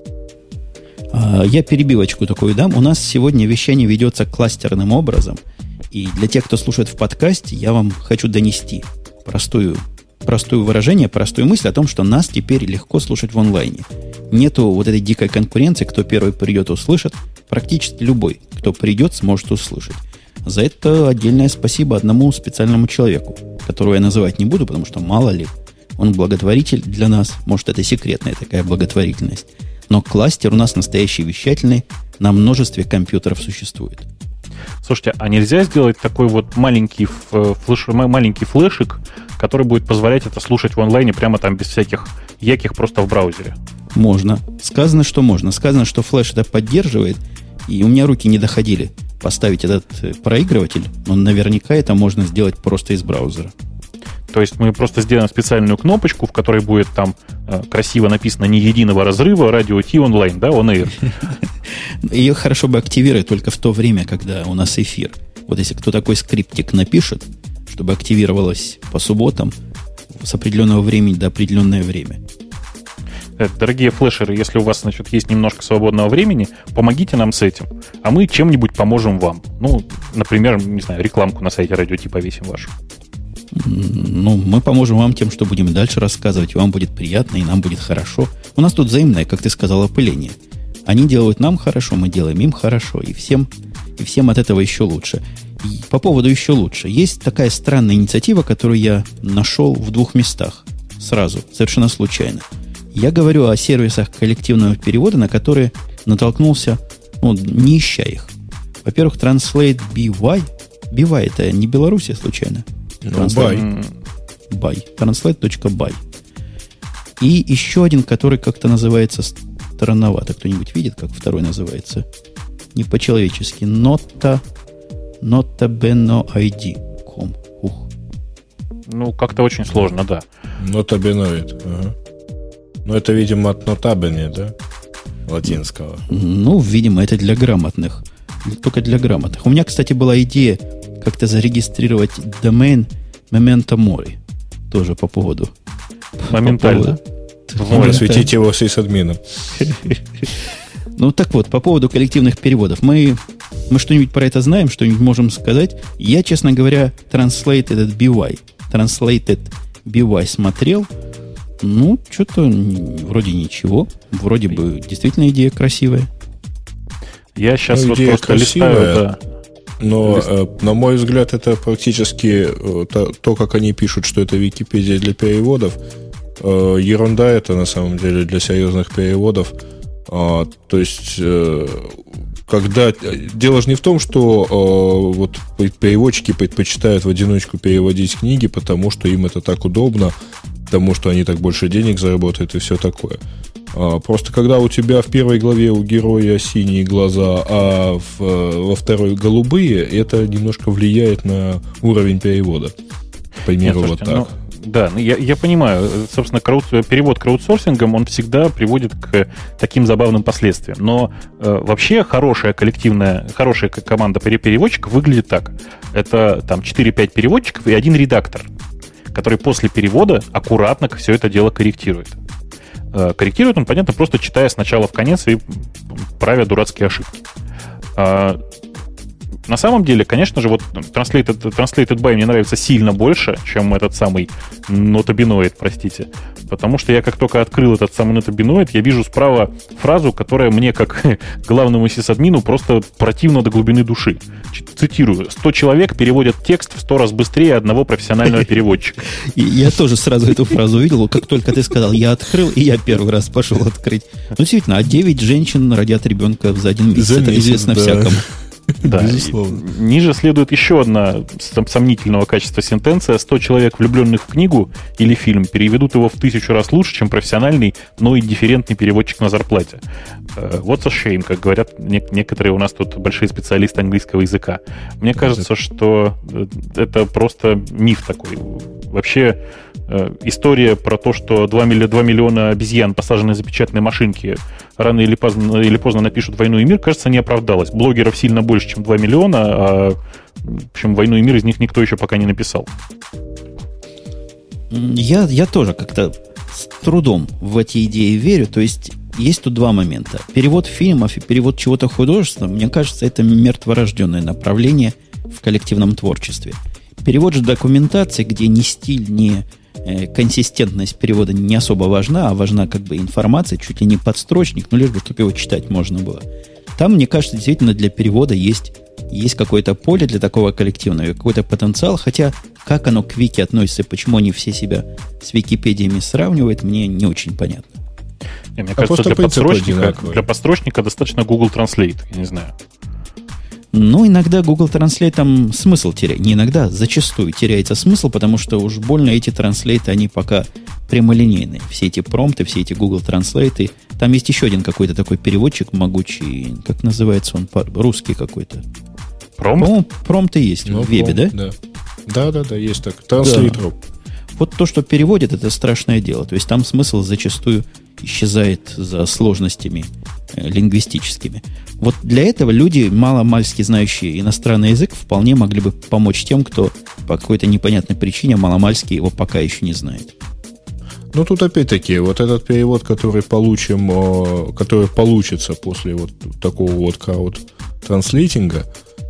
Я перебивочку такую дам. У нас сегодня вещание ведется кластерным образом. И для тех, кто слушает в подкасте, я вам хочу донести простую Простое выражение, простую мысль о том, что нас теперь легко слушать в онлайне. Нету вот этой дикой конкуренции, кто первый придет, услышит. Практически любой, кто придет, сможет услышать. За это отдельное спасибо одному специальному человеку, которого я называть не буду, потому что мало ли, он благотворитель для нас. Может, это секретная такая благотворительность. Но кластер у нас настоящий вещательный, на множестве компьютеров существует. Слушайте, а нельзя сделать такой вот маленький, флеш, маленький флешик, который будет позволять это слушать в онлайне прямо там без всяких яких, просто в браузере? Можно. Сказано, что можно. Сказано, что флеш это поддерживает, и у меня руки не доходили поставить этот проигрыватель, но наверняка это можно сделать просто из браузера. То есть мы просто сделаем специальную кнопочку, в которой будет там э, красиво написано «Ни единого разрыва, радио Ти онлайн», да, on air. Ее хорошо бы активировать только в то время, когда у нас эфир. Вот если кто такой скриптик напишет, чтобы активировалось по субботам с определенного времени до определенное время. Дорогие флешеры, если у вас, значит, есть немножко свободного времени, помогите нам с этим, а мы чем-нибудь поможем вам. Ну, например, не знаю, рекламку на сайте радио Ти повесим вашу. Ну, мы поможем вам тем, что будем дальше рассказывать, и вам будет приятно, и нам будет хорошо. У нас тут взаимное, как ты сказал, опыление. Они делают нам хорошо, мы делаем им хорошо, и всем, и всем от этого еще лучше. И по поводу еще лучше. Есть такая странная инициатива, которую я нашел в двух местах сразу, совершенно случайно. Я говорю о сервисах коллективного перевода, на которые натолкнулся, ну, не ища их. Во-первых, Translate би вай. би вай это не Белоруссия случайно? Translate. By. Translate.by. И еще один, который как-то называется странновато. Кто-нибудь видит, как второй называется? Не по-человечески. Nota, Notabene ай ди точка ком. Ух. Ну, как-то очень сложно, да. Notabenoid. Ага. Ну, это, видимо, от notabene, да? Латинского. Ну, видимо, это для грамотных. Только для грамотных. У меня, кстати, была идея как-то зарегистрировать домен Memento Mori. Тоже по поводу. Моментально. Осветить его сисадмином. Ну, так вот, по поводу коллективных переводов. Мы, мы что-нибудь про это знаем, что-нибудь можем сказать. Я, честно говоря, Translated би вай. Translated би вай смотрел. Ну, что-то вроде ничего. Вроде бы действительно идея красивая. Я сейчас ну, вот просто красивая, листаю, да. Но, э, на мой взгляд, это практически э, то, то, как они пишут, что это Википедия для переводов. Э, ерунда это, на самом деле, для серьезных переводов. А, то есть, э, когда... Дело же не в том, что э, вот переводчики предпочитают в одиночку переводить книги, потому что им это так удобно, потому что они так больше денег заработают и все такое. А, просто когда у тебя в первой главе у героя синие глаза, а в, во второй голубые, это немножко влияет на уровень перевода. К примеру, Нет, вот слушайте, так. Ну, да, я, я понимаю. Собственно, краудс, перевод краудсорсингом, он всегда приводит к таким забавным последствиям. Но э, вообще хорошая коллективная, хорошая команда переводчиков выглядит так. Это там четыре-пять переводчиков и один редактор, который после перевода аккуратно все это дело корректирует. Корректирует он, понятно, просто читая сначала в конец и правя дурацкие ошибки. на самом деле, конечно же, вот Translated, Translated by мне нравится сильно больше, чем этот самый нотобиноид, простите. Потому что я как только открыл этот самый нотобиноид, я вижу справа фразу, которая мне, как главному сисадмину, просто противна до глубины души. Цитирую. сто человек переводят текст в сто раз быстрее одного профессионального переводчика. Я тоже сразу эту фразу увидел, как только ты сказал, я открыл, и я первый раз пошел открыть. Ну, действительно, а девять женщин родят ребенка за один месяц. За это месяц, известно да. всякому. Да, безусловно. Ниже следует еще одна сомнительного качества сентенция. сто человек, влюбленных в книгу или фильм, переведут его в тысячу раз лучше, чем профессиональный, но и дифферентный переводчик на зарплате. What's a shame, как говорят некоторые у нас тут большие специалисты английского языка. Мне кажется, что это просто миф такой. Вообще, история про то, что два миллиона обезьян, посаженные за печатные машинки, рано или поздно, или поздно напишут «Войну и мир», кажется, не оправдалась. Блогеров сильно больше, чем два миллиона, а в общем, «Войну и мир» из них никто еще пока не написал. Я, я тоже как-то с трудом в эти идеи верю. То есть, есть тут два момента. Перевод фильмов и перевод чего-то художественного, мне кажется, это мертворожденное направление в коллективном творчестве. Перевод же документации, где ни стиль, ни э, консистентность перевода не особо важна, а важна как бы информация, чуть ли не подстрочник, ну лишь бы, чтобы его читать можно было. Там, мне кажется, действительно для перевода есть, есть какое-то поле для такого коллективного, какой-то потенциал, хотя как оно к Вики относится, почему они все себя с Википедиями сравнивают, мне не очень понятно. Не, мне а кажется, для подстрочника, для подстрочника достаточно Google Translate, я не знаю. Ну, иногда Google Translate там смысл теряет. Не иногда, зачастую теряется смысл, потому что уж больно эти транслейты, они пока прямолинейные. Все эти промпты, все эти Google Translate. Там есть еще один какой-то такой переводчик могучий. Как называется он? Русский какой-то. Промпт? По-моему, промпты есть ну, в вебе, промпт, да? Да. Да, да, да, есть так. Translate.ru. Да. Вот то, что переводит, это страшное дело. То есть там смысл зачастую исчезает за сложностями э, лингвистическими. Вот для этого люди, маломальски знающие иностранный язык, вполне могли бы помочь тем, кто по какой-то непонятной причине маломальски его пока еще не знает. Ну, тут опять-таки, вот этот перевод, который получим, который получится после вот такого вот крауд-транслейтинга,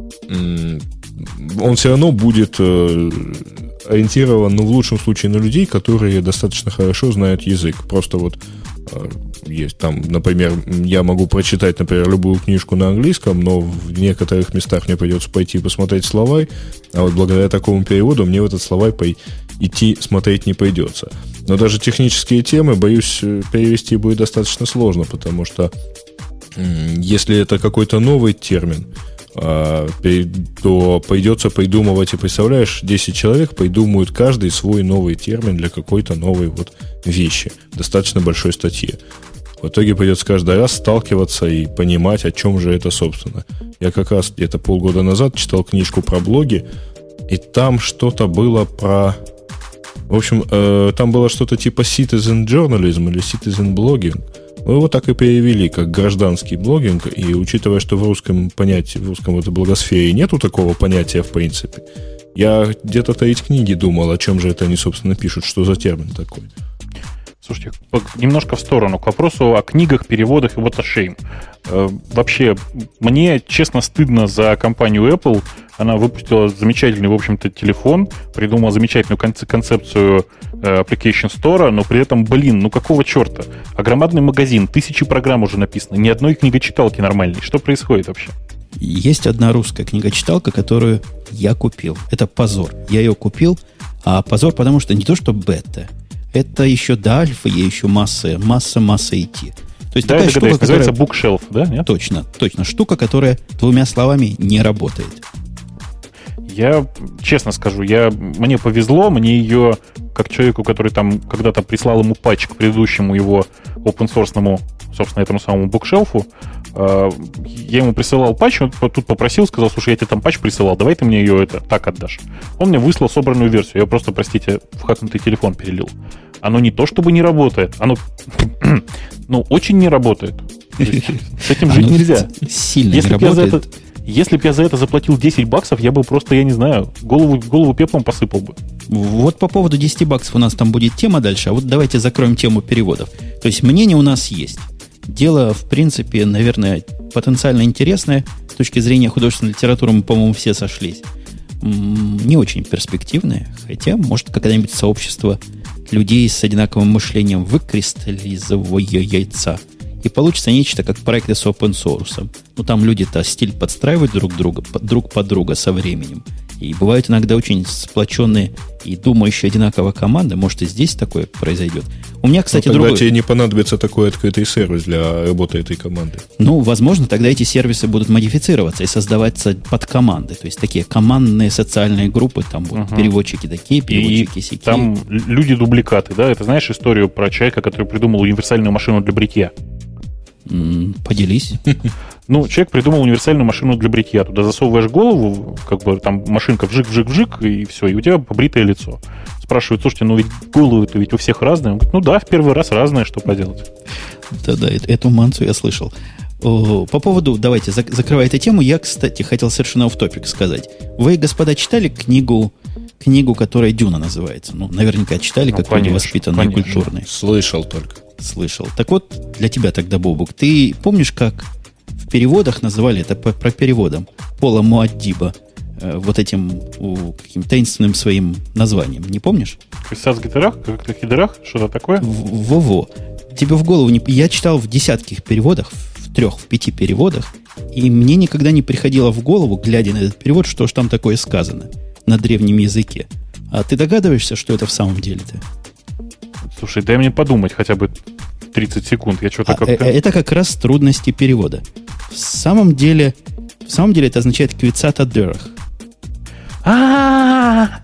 он все равно будет ориентирован, ну, в лучшем случае, на людей, которые достаточно хорошо знают язык. Просто вот есть там, например, я могу прочитать, например, любую книжку на английском, но в некоторых местах мне придется пойти посмотреть словарь, а вот благодаря такому переводу мне в этот словарь идти смотреть не придется. Но даже технические темы, боюсь, перевести будет достаточно сложно, потому что если это какой-то новый термин, то придется придумывать, и представляешь, десять человек придумают каждый свой новый термин для какой-то новой вот вещи, достаточно большой статьи. В итоге придется каждый раз сталкиваться и понимать, о чем же это, собственно. Я как раз где-то полгода назад читал книжку про блоги, и там что-то было про... В общем, э, там было что-то типа citizen journalism или citizen blogging. Мы его так и перевели, как гражданский блогинг, и учитывая, что в русском понятии, в русском вот блогосфере нету такого понятия в принципе, я где-то треть книги думал, о чем же это они, собственно, пишут, что за термин такой. Слушайте, немножко в сторону, к вопросу о книгах, переводах и what a shame. Э, вообще, мне, честно, стыдно за компанию Apple. Она выпустила замечательный, в общем-то, телефон, придумала замечательную концепцию Application Store, но при этом, блин, ну какого черта? Огромный магазин, тысячи программ уже написано, ни одной книгочиталки нормальной. Что происходит вообще? Есть одна русская книгочиталка, которую я купил. Это позор. Я ее купил, а позор потому, что не то, что бета, это еще до альфа, ей еще масса, масса, масса идти. То есть да, такая это штука, которая... называется Bookshelf, да? Нет? Точно, точно. Штука, которая двумя словами не работает. Я честно скажу, я, мне повезло, мне ее, как человеку, который там когда-то прислал ему патч к предыдущему его open-source, собственно, этому самому букшелфу, э, я ему присылал патч, он тут попросил, сказал, слушай, я тебе там патч присылал, давай ты мне ее это так отдашь. Он мне выслал собранную версию, я просто, простите, в хакнутый телефон перелил. Оно не то чтобы не работает, оно ну, очень не работает. С этим жить нельзя. Сильно не работает. Если бы я за это заплатил десять баксов, я бы просто, я не знаю, голову, голову пеплом посыпал бы. Вот по поводу десяти баксов у нас там будет тема дальше, а вот давайте закроем тему переводов. То есть мнение у нас есть. Дело, в принципе, наверное, потенциально интересное. С точки зрения художественной литературы мы, по-моему, все сошлись. Не очень перспективное, хотя, может, когда-нибудь сообщество людей с одинаковым мышлением выкристаллизовое яйца, и получится нечто, как проекты с open source. Ну, там люди-то стиль подстраивают друг друга, друг под друга со временем. И бывают иногда очень сплоченные и думающие одинаково команды. Может, и здесь такое произойдет. У меня, кстати, ну, тогда другой... тебе не понадобится такой открытый сервис для работы этой команды. Ну, возможно, тогда эти сервисы будут модифицироваться и создаваться под команды. То есть такие командные социальные группы, там будут uh-huh. переводчики такие, переводчики сякие. Там люди-дубликаты, да? Это знаешь историю про человека, который придумал универсальную машину для бритья? Поделись. Ну, человек придумал универсальную машину для бритья. Туда засовываешь голову, как бы там машинка вжик-вжик-вжик, и все, и у тебя побритое лицо. Спрашивают, слушайте, ну ведь головы-то ведь у всех разные. Он говорит, ну да, в первый раз разное, что поделать. Да-да, эту мансу я слышал. По поводу, давайте, закрывая эту тему, я, кстати, хотел совершенно офф-топик сказать. Вы, господа, читали книгу, книгу, которая «Дюна» называется? Ну, наверняка читали, ну, как люди воспитанные и культурные. Слышал только. Слышал. Так вот, для тебя тогда, Бобук, ты помнишь, как в переводах называли это по, про переводом Пола Муаддиба э, вот этим у, каким таинственным своим названием? Не помнишь? Кристалл Гитерах, как-то Хидерах, что-то такое? Во-во. Тебе в голову не... Я читал в десятких переводах, в трех, в пяти переводах, и мне никогда не приходило в голову, глядя на этот перевод, что ж там такое сказано на древнем языке. А ты догадываешься, что это в самом деле-то? Слушай, дай мне подумать хотя бы тридцать секунд. Я что-то а, как-то... Это как раз трудности перевода. В самом деле, в самом деле это означает «квицата дерах». А-а-а!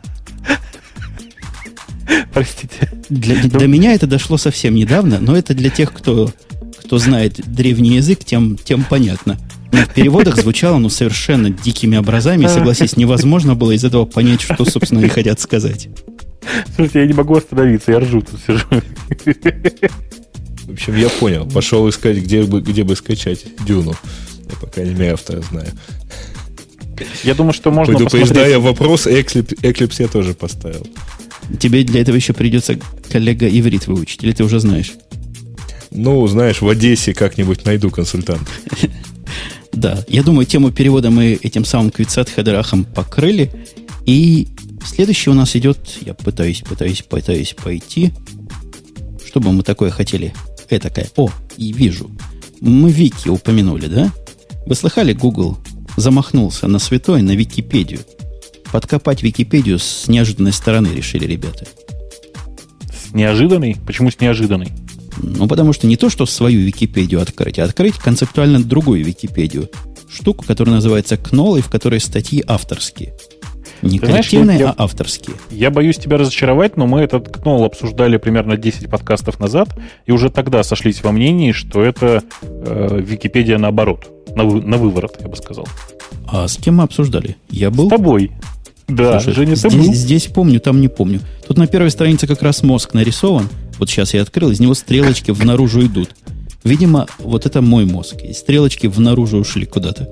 Простите. Для, до меня это дошло совсем недавно, но это для тех, кто, кто знает древний язык, тем, тем понятно. Но в переводах звучало ну, совершенно дикими образами, и, согласись, невозможно было из этого понять, что, собственно, они хотят сказать. Слушайте, я не могу остановиться, я ржу тут сижу. В общем, я понял. Пошел искать, где бы, где бы скачать Дюну. Я, по крайней мере, автора знаю. Я думаю, что можно Предупреждая посмотреть... вопрос, Eclipse я тоже поставил. Тебе для этого еще придется, коллега, иврит выучить, или ты уже знаешь? Ну, знаешь, в Одессе как-нибудь найду консультанта. Да, я думаю, тему перевода мы этим самым квицат хедрахом покрыли. И следующий у нас идет, я пытаюсь, пытаюсь, пытаюсь пойти. Что бы мы такое хотели? Этакое. О, и вижу. Мы Вики упомянули, да? Вы слыхали, Google замахнулся на святой, на Википедию. Подкопать Википедию с неожиданной стороны решили ребята. С неожиданной? Почему с неожиданной? Ну, потому что не то, что свою Википедию открыть, а открыть концептуально другую Википедию. Штуку, которая называется кнол, и в которой статьи авторские. Не Ты коллективные, знаешь, я, а авторские. Я боюсь тебя разочаровать, но мы этот кнол обсуждали примерно десять подкастов назад, и уже тогда сошлись во мнении, что это э, Википедия наоборот. На, вы, на выворот, я бы сказал. А с кем мы обсуждали? Я был? С тобой. Да, Слушай, Женя, ты здесь, был. здесь помню, там не помню. Тут на первой странице как раз мозг нарисован. Вот сейчас я открыл, из него стрелочки внаружи идут. Видимо, вот это мой мозг. И стрелочки внаружи ушли куда-то.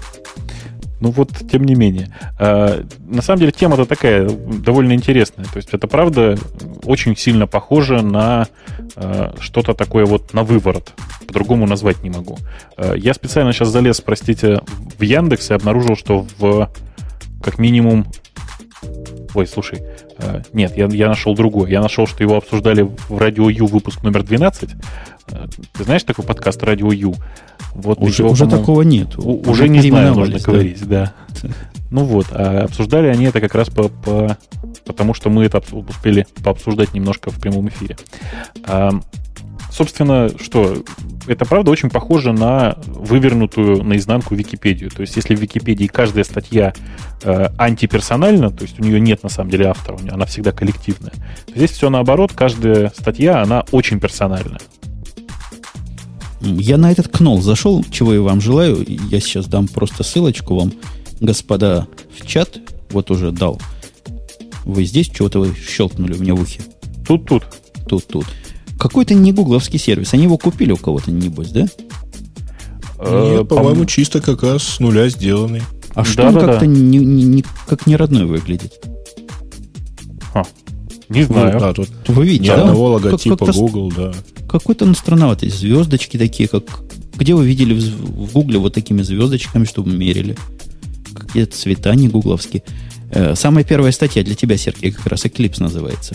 Ну вот, тем не менее. А, на самом деле, тема-то такая довольно интересная. То есть, это правда очень сильно похоже на а, что-то такое вот на выворот. По-другому назвать не могу. А, я специально сейчас залез, простите, в Яндекс и обнаружил, что в как минимум... Ой, слушай, а, нет, я, я нашел другое. Я нашел, что его обсуждали в Радио Ю выпуск номер двенадцать. А, ты знаешь такой подкаст Радио Ю? Вот уже его, уже такого нет. У, уже не знаю, нужно да. говорить, да. Ну вот, а обсуждали они это как раз по, по, потому, что мы это успели пообсуждать немножко в прямом эфире. А, собственно, что, это правда очень похоже на вывернутую наизнанку Википедию. То есть, если в Википедии каждая статья э, антиперсональна, то есть у нее нет на самом деле автора, она всегда коллективная, то здесь все наоборот, каждая статья, она очень персональная. Я на этот кнол зашел, чего я вам желаю. Я сейчас дам просто ссылочку вам, господа, в чат. Вот уже дал. Вы здесь? Чего-то вы щелкнули у меня в ухе. Тут-тут. Тут-тут. Какой-то не гугловский сервис. Они его купили у кого-то, небось, да? Нет, по-моему, чисто как раз с нуля сделанный. А что он как-то не, не, не, как не родной выглядит? А, Не знаю. Ну, да, тут вы видите, ни да? одного логотипа как, Google, да. Какой-то он странноватый. Звездочки такие, как... Где вы видели в, в Гугле вот такими звездочками, чтобы мерили? Какие-то цвета не гугловские. Э, самая первая статья для тебя, Сергей, как раз Eclipse называется.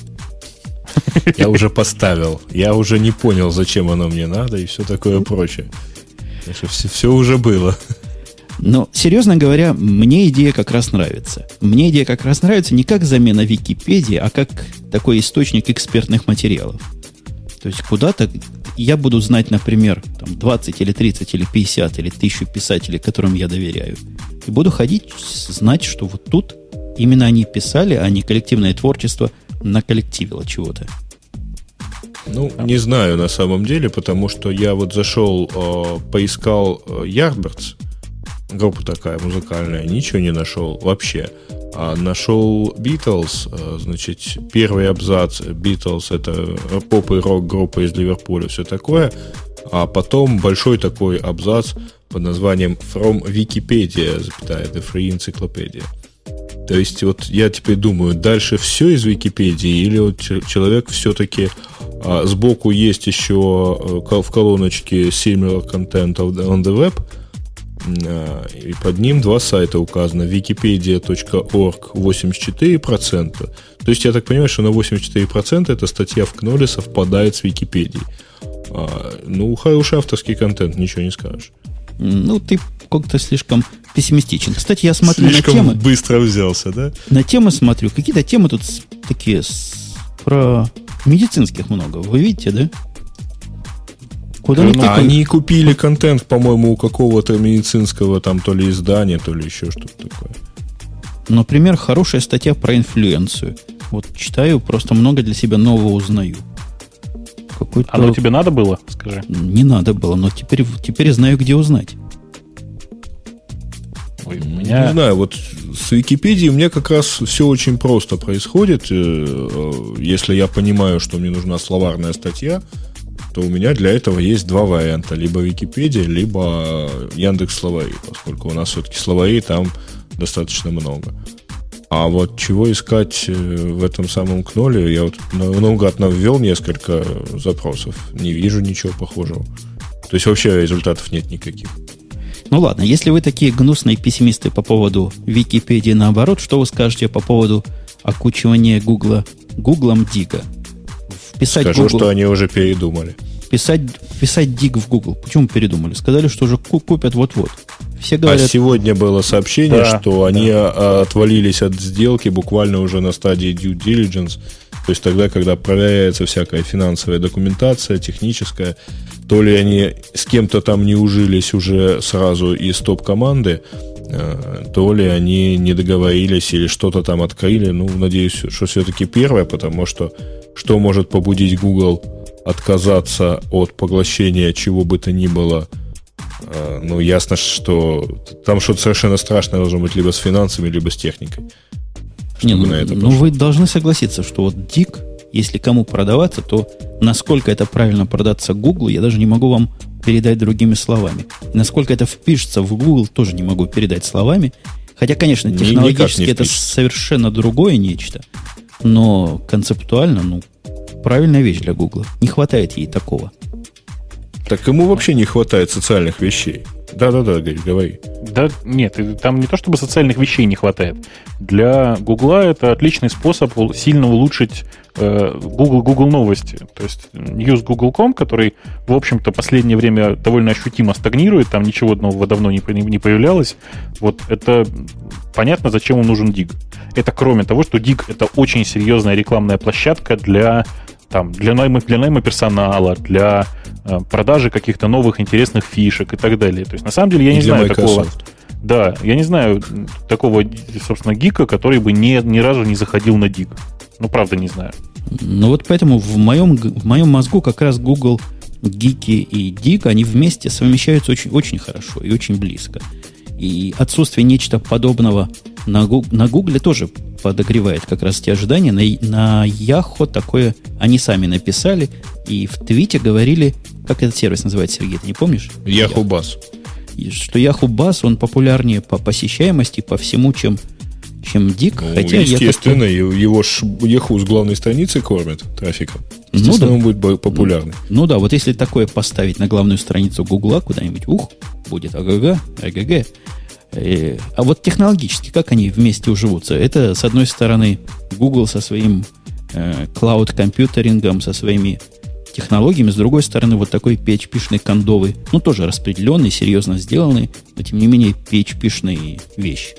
Я уже поставил. Я уже не понял, зачем оно мне надо и все такое прочее. Все, все уже было. Но, серьезно говоря, мне идея как раз нравится. Мне идея как раз нравится не как замена Википедии, а как такой источник экспертных материалов. То есть куда-то я буду знать, например, там двадцать или тридцать или пятьдесят или тысячу писателей, которым я доверяю. И буду ходить, знать, что вот тут именно они писали, а не коллективное творчество наколлективило чего-то. Ну, не знаю на самом деле, потому что я вот зашел, э, поискал э, Yardbirds, группа такая музыкальная, ничего не нашел вообще. А нашел Beatles, э, значит, первый абзац Beatles — это поп и рок группа из Ливерпуля, все такое. А потом большой такой абзац под названием From Wikipedia, запятая, The Free Encyclopedia. То есть вот я теперь думаю, дальше все из Википедии, или вот человек все-таки а, сбоку есть еще а, в колоночке Similar Content on the Web, а, и под ним два сайта указано: wikipedia точка org восемьдесят четыре процента. То есть я так понимаю, что на восемьдесят четыре процента эта статья в Кноле совпадает с Википедией. А, ну, хороший авторский контент, ничего не скажешь. Ну, ты как-то слишком пессимистичен. Кстати, я смотрю слишком на темы. Быстро взялся, да? На темы смотрю. Какие-то темы тут такие с, про медицинских много. Вы видите, да? Куда ну, ни тыкай. Они купили контент, по-моему, у какого-то медицинского там то ли издания, то ли еще что-то такое. Например, хорошая статья про инфлюенцию. Вот читаю, просто много для себя нового узнаю. Какой-то... Оно тебе надо было, скажи? Не надо было, но теперь, теперь знаю, где узнать. Ой, у меня... Не знаю, вот с Википедией у меня как раз все очень просто происходит. Если я понимаю, что мне нужна словарная статья, то у меня для этого есть два варианта. Либо Википедия, либо Яндекс.Словари, поскольку у нас все-таки словарей там достаточно много. А вот чего искать в этом самом Кноле, я вот наугад ввел несколько запросов, не вижу ничего похожего. То есть вообще результатов нет никаких. Ну ладно, если вы такие гнусные пессимисты по поводу Википедии, наоборот, что вы скажете по поводу окучивания Гугла Гуглом Дига? Вписать Скажу, Google, что они уже передумали. Писать, писать Диг в Google. Почему передумали? Сказали, что уже купят вот-вот. Все говорят... А сегодня было сообщение, да, что да. они отвалились от сделки буквально уже на стадии due diligence. То есть тогда, когда проверяется всякая финансовая документация, техническая, то ли они с кем-то там не ужились уже сразу из топ-команды, то ли они не договорились или что-то там открыли. Ну, надеюсь, что все-таки первое, потому что что может побудить Google отказаться от поглощения чего бы то ни было? Ну, ясно, что там что-то совершенно страшное должно быть либо с финансами, либо с техникой. Не, ну, ну вы должны согласиться, что вот Dig, если кому продаваться, то насколько это правильно продаться Google, я даже не могу вам передать другими словами. Насколько это впишется в Google, тоже не могу передать словами. Хотя, конечно, технологически это совершенно другое нечто. Но концептуально, ну, правильная вещь для Google. Не хватает ей такого. Так ему вообще не хватает социальных вещей. Да-да-да, говори. Да нет, там не то чтобы социальных вещей не хватает. Для Гугла это отличный способ сильно улучшить э, Google, Google новости. То есть News Google точка ком, который, в общем-то, последнее время довольно ощутимо стагнирует, там ничего нового давно не, не появлялось. Вот это понятно, зачем ему нужен Dig. Это кроме того, что Dig — это очень серьезная рекламная площадка для... Там, для найма, для найма персонала, для э, продажи каких-то новых интересных фишек и так далее. То есть, на самом деле, я не знаю такого... Да, я не знаю такого, собственно, гика, который бы ни, ни разу не заходил на Dig. Ну, правда, не знаю. Ну, вот поэтому в моем, в моем мозгу как раз Google, гики и Dig, они вместе совмещаются очень, очень хорошо и очень близко. И отсутствие нечто подобного на, Гуг, на Гугле тоже подогревает как раз те ожидания. На, на Yahoo такое они сами написали и в твите говорили, как этот сервис называется, Сергей, ты не помнишь? Yahoo Buzz. Что Yahoo Buzz, он популярнее по посещаемости, по всему, чем, чем Дик. Ну, хотя естественно, я как-то... его ж Yahoo с главной страницы кормит трафиком. Естественно, ну, да. Он будет популярный. Ну, ну да, вот если такое поставить на главную страницу Гугла куда-нибудь, ух, будет ага-га, ага-га. Э, а вот технологически, как они вместе уживутся? Это, с одной стороны, Google со своим э, клауд-компьютерингом, со своими технологиями, с другой стороны, вот такой пи эйч пи-шный кондовый, ну, тоже распределенный, серьезно сделанный, но, тем не менее, пи эйч пи-шные вещи.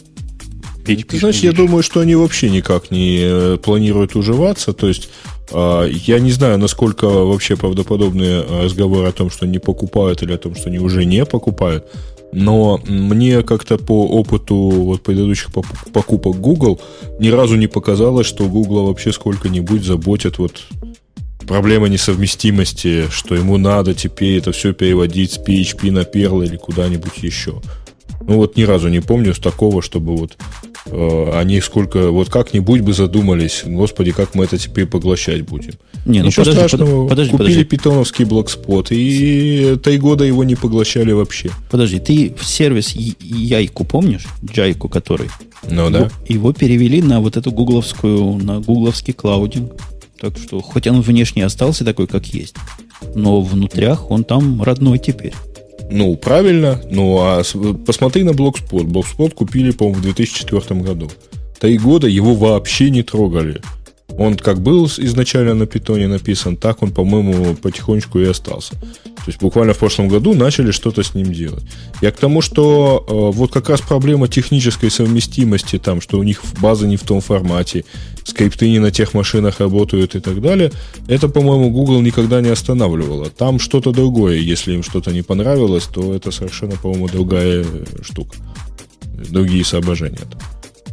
Ты знаешь, я думаю, что они вообще никак не планируют уживаться. То есть, э, я не знаю, насколько вообще правдоподобные разговоры о том, что они покупают, или о том, что они уже не покупают. Но мне как-то по опыту вот предыдущих покупок Google ни разу не показалось, что Google вообще сколько-нибудь заботит вот проблема несовместимости, что ему надо теперь это все переводить с пи эйч пи на Perl или куда-нибудь еще. Ну вот ни разу не помню с такого, чтобы вот э, они сколько, вот как-нибудь бы задумались, господи, как мы это теперь поглощать будем. Не, ну ничего подожди, страшного, подожди, купили подожди. питоновский блокспот, и три года его не поглощали вообще. Подожди, ты сервис Яйку помнишь? Джайку, который? Ну его, да. Его перевели на вот эту гугловскую, на гугловский клаудинг. Так что, хоть он внешне остался такой, как есть, но внутрях он там родной теперь. Ну, правильно. Ну, а посмотри на Блокспот. Блокспот купили, по-моему, в две тысячи четвёртом году. Три года его вообще не трогали. Он как был изначально на питоне написан, так он, по-моему, потихонечку и остался. То есть буквально в прошлом году начали что-то с ним делать. Я к тому, что э, вот как раз проблема технической совместимости, там, что у них база не в том формате, скрипты не на тех машинах работают и так далее, это, по-моему, Google никогда не останавливало. Там что-то другое. Если им что-то не понравилось, то это совершенно, по-моему, другая штука. Другие соображения там.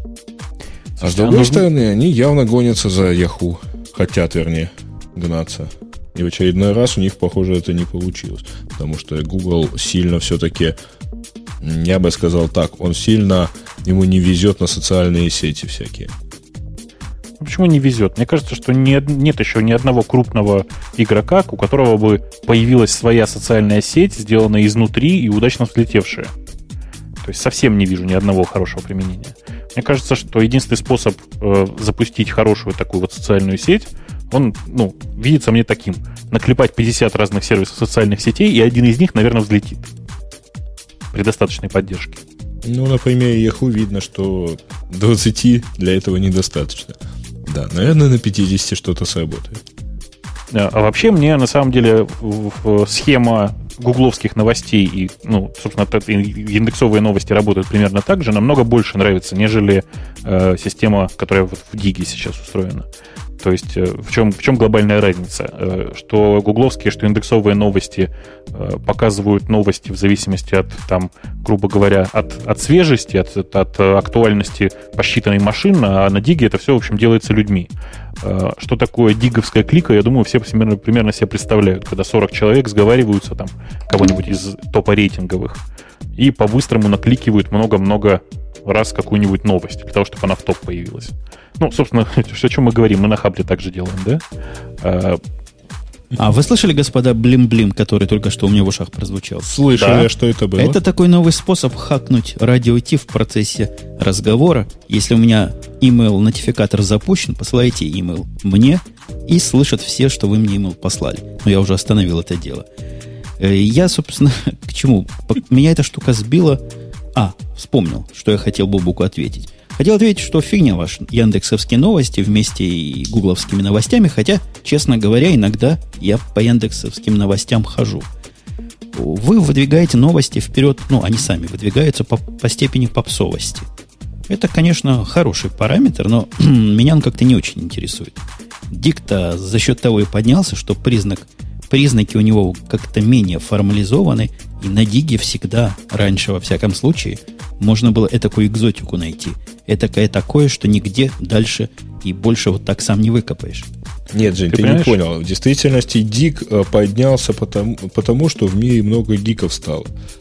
А с другой нужно... стороны, они явно гонятся за Yahoo. Хотят, вернее, гнаться. И в очередной раз у них, похоже, это не получилось. Потому что Google сильно все-таки, я бы сказал так, он сильно, ему не везет на социальные сети всякие. Почему не везет? Мне кажется, что нет, нет еще ни одного крупного игрока, у которого бы появилась своя социальная сеть, сделанная изнутри и удачно взлетевшая. То есть совсем не вижу ни одного хорошего применения. Мне кажется, что единственный способ э, запустить хорошую такую вот социальную сеть, он, ну, видится мне таким. Наклепать пятьдесят разных сервисов социальных сетей, и один из них, наверное, взлетит. При достаточной поддержке. Ну, на примере Yahoo видно, что двадцати для этого недостаточно. Да, наверное, на пятидесяти что-то сработает. А вообще мне, на самом деле, схема гугловских новостей и, ну, собственно, индексовые новости работают примерно так же, намного больше нравится, нежели э, система, которая вот в Диге сейчас устроена. То есть в чем, в чем глобальная разница? Что гугловские, что индексовые новости показывают новости в зависимости от, там, грубо говоря, от, от свежести, от, от актуальности посчитанной машины, а на Диге это все, в общем, делается людьми. Что такое диговская клика, я думаю, все примерно, примерно себе представляют, когда сорок человек сговариваются, там, кого-нибудь из топа рейтинговых, и по-быстрому накликивают много-много раз какую-нибудь новость, для того, чтобы она в топ появилась. Ну, собственно, о чем мы говорим, мы на Хабре также делаем, да? А, а вы слышали, господа, блим-блим, который только что у меня в ушах прозвучал? Слышали, да. Что это было? Это такой новый способ хакнуть радио Ти в процессе разговора. Если у меня email-нотификатор запущен, посылайте email мне, и слышат все, что вы мне email послали. Но я уже остановил это дело. Я, собственно, к чему? Меня эта штука сбила. А, вспомнил, что я хотел Бобуку ответить. Хотел ответить, что фигня ваши яндексовские новости вместе и гугловскими новостями, хотя, честно говоря, иногда я по яндексовским новостям хожу. Вы выдвигаете новости вперед, ну, они сами выдвигаются по, по степени попсовости. Это, конечно, хороший параметр, но меня он как-то не очень интересует. Дик-то за счет того и поднялся, что признак, признаки у него как-то менее формализованы, и на Диге всегда, раньше во всяком случае, можно было этакую экзотику найти. Этакое такое, что нигде дальше и больше вот так сам не выкопаешь. Нет, Жень, ты, ты не понял. В действительности Дик поднялся потому, потому, что в мире много гиков стало.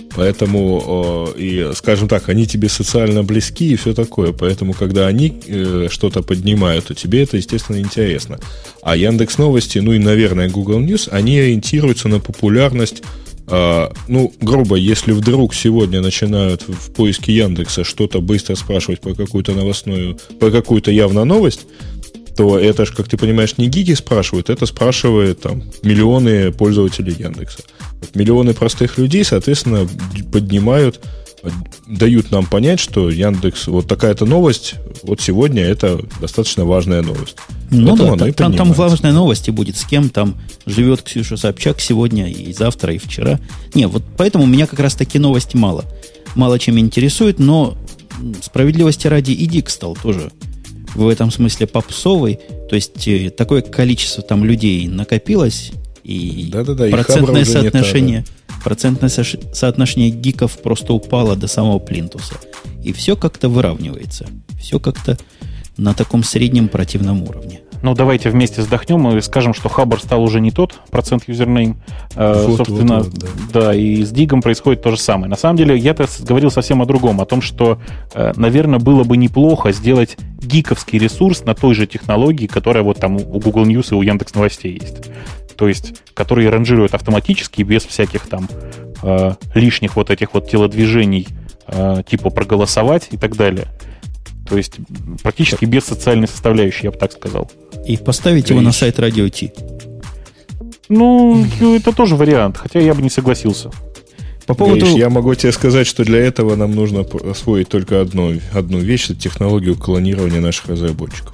Поэтому, и, скажем так, они тебе социально близки и все такое. Поэтому, когда они что-то поднимают, то тебе это, естественно, интересно. А Яндекс.Новости, ну и, наверное, Google News, они ориентируются на популярность А, ну, грубо, если вдруг сегодня начинают в поиске Яндекса что-то быстро спрашивать про какую-то новостную, про какую-то явно новость, то это же, как ты понимаешь, не гики спрашивают, это спрашивают там миллионы пользователей Яндекса. Вот миллионы простых людей, соответственно, поднимают, дают нам понять, что Яндекс, вот такая-то новость, вот сегодня это достаточно важная новость. Ну да, там, там, там важная новость и будет, с кем там живет Ксюша Собчак сегодня и завтра, и вчера. Не, вот поэтому у меня как раз таки новости мало. Мало чем интересует, но справедливости ради и Дик стал тоже в этом смысле попсовый. То есть э, такое количество там людей накопилось, и да-да-да, процентное и соотношение, та, да. процентное со- соотношение гиков просто упало до самого плинтуса. И все как-то выравнивается. Все как-то на таком среднем противном уровне. Ну, давайте вместе вздохнем и скажем, что Хабр стал уже не тот процент юзернейм. Вот, собственно, вот, вот, да. да, и с Дигом происходит то же самое. На самом деле, я-то говорил совсем о другом, о том, что, наверное, было бы неплохо сделать гиковский ресурс на той же технологии, которая вот там у Google News и у Яндекс.Новостей есть. То есть, которые ранжируют автоматически, без всяких там э, лишних вот этих вот телодвижений, э, типа проголосовать и так далее. То есть практически без социальной составляющей, я бы так сказал. И поставить его на сайт Радио Ти. Ну, это тоже вариант, хотя я бы не согласился. По поводу... Гриш, я могу тебе сказать, что для этого нам нужно освоить только одну, одну вещь, это технологию клонирования наших разработчиков.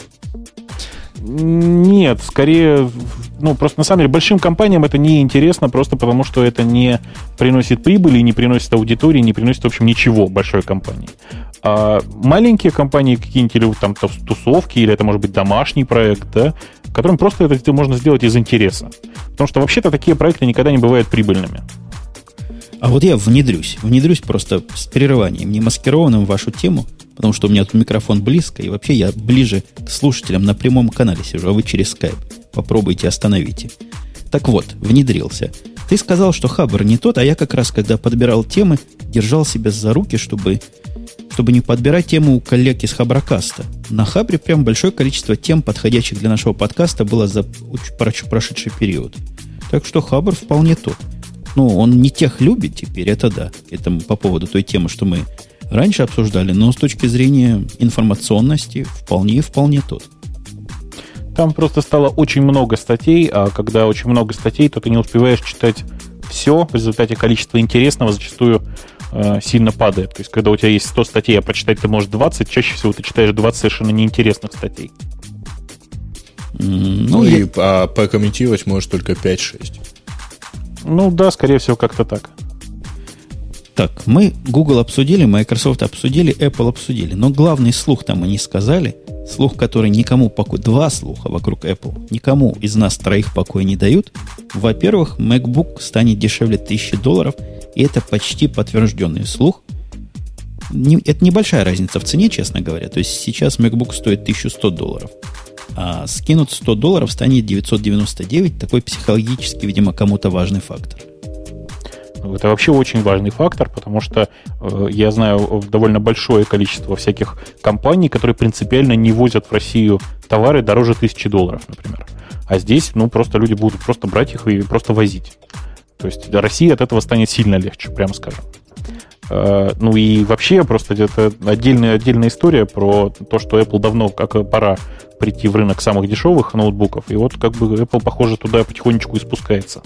Нет, скорее, ну, просто на самом деле большим компаниям это не интересно, просто потому что это не приносит прибыли, не приносит аудитории, не приносит, в общем, ничего большой компании. А маленькие компании, какие-нибудь или там тусовки, или это может быть домашний проект, да, которым просто это можно сделать из интереса. Потому что вообще-то такие проекты никогда не бывают прибыльными. А вот я внедрюсь, внедрюсь просто с прерыванием, не маскированным в вашу тему, потому что у меня тут микрофон близко, и вообще я ближе к слушателям на прямом канале сижу, а вы через скайп. Попробуйте, остановите. Так вот, внедрился. Ты сказал, что Хабр не тот, а я как раз, когда подбирал темы, держал себя за руки, чтобы, чтобы не подбирать тему у коллег из Хаброкаста. На Хабре прям большое количество тем, подходящих для нашего подкаста, было за прошедший период. Так что Хабр вполне тот. Ну, он не тех любит теперь, это да. Это по поводу той темы, что мы раньше обсуждали, но с точки зрения информационности вполне и вполне тот. Там просто стало очень много статей, а когда очень много статей, то ты не успеваешь читать все. В результате количество интересного зачастую э, сильно падает. То есть, когда у тебя есть сто статей, а прочитать ты можешь двадцать, чаще всего ты читаешь двадцать совершенно неинтересных статей. Mm, ну, и я... а прокомментировать можешь только пять-шесть. Ну да, скорее всего, как-то так. Так, мы Google обсудили, Microsoft обсудили, Apple обсудили. Но главный слух там они сказали, слух, который никому покоя... Два слуха вокруг Apple. Никому из нас троих покоя не дают. Во-первых, MacBook станет дешевле тысячи долларов, и это почти подтвержденный слух. Не, это небольшая разница в цене, честно говоря. То есть сейчас MacBook стоит тысяча сто долларов. А скинут сто долларов станет девятьсот девяносто девять. Такой психологически, видимо, кому-то важный фактор. Это вообще очень важный фактор, потому что э, я знаю довольно большое количество всяких компаний, которые принципиально не возят в Россию товары дороже тысячи долларов, например. А здесь, ну, просто люди будут просто брать их и просто возить. То есть для России от этого станет сильно легче, прямо скажем. Э, ну и вообще просто это отдельная, отдельная история про то, что Apple давно, как пора прийти в рынок самых дешевых ноутбуков, и вот как бы Apple, похоже, туда потихонечку и спускается.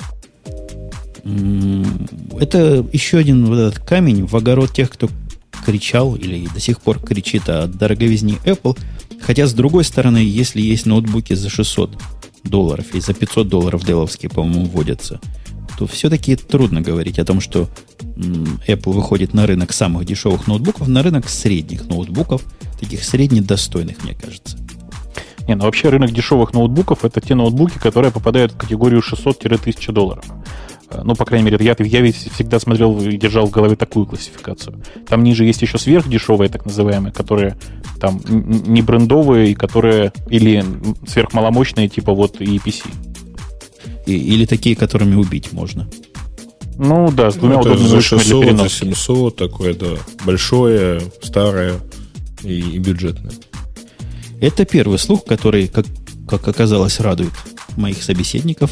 Это еще один вот этот камень в огород тех, кто кричал или до сих пор кричит о дороговизне Apple. Хотя, с другой стороны, если есть ноутбуки за шестьсот долларов и за пятьсот долларов деловские, по-моему, вводятся, то все-таки трудно говорить о том, что Apple выходит на рынок самых дешевых ноутбуков, на рынок средних ноутбуков, таких среднедостойных, мне кажется. Не, ну вообще рынок дешевых ноутбуков — это те ноутбуки, которые попадают в категорию шестьсот-тысяча долларов. Ну, по крайней мере, я, я ведь всегда смотрел и держал в голове такую классификацию. Там ниже есть еще сверхдешевые, так называемые, которые там не брендовые, и которые или сверхмаломощные, типа вот и пи си. И, или такие, которыми убить можно. Ну да, с двумя ну, удобными ручками для переноски. За семьсот такое, да. Большое, старое и, и бюджетное. Это первый слух, который, как, как оказалось, радует моих собеседников.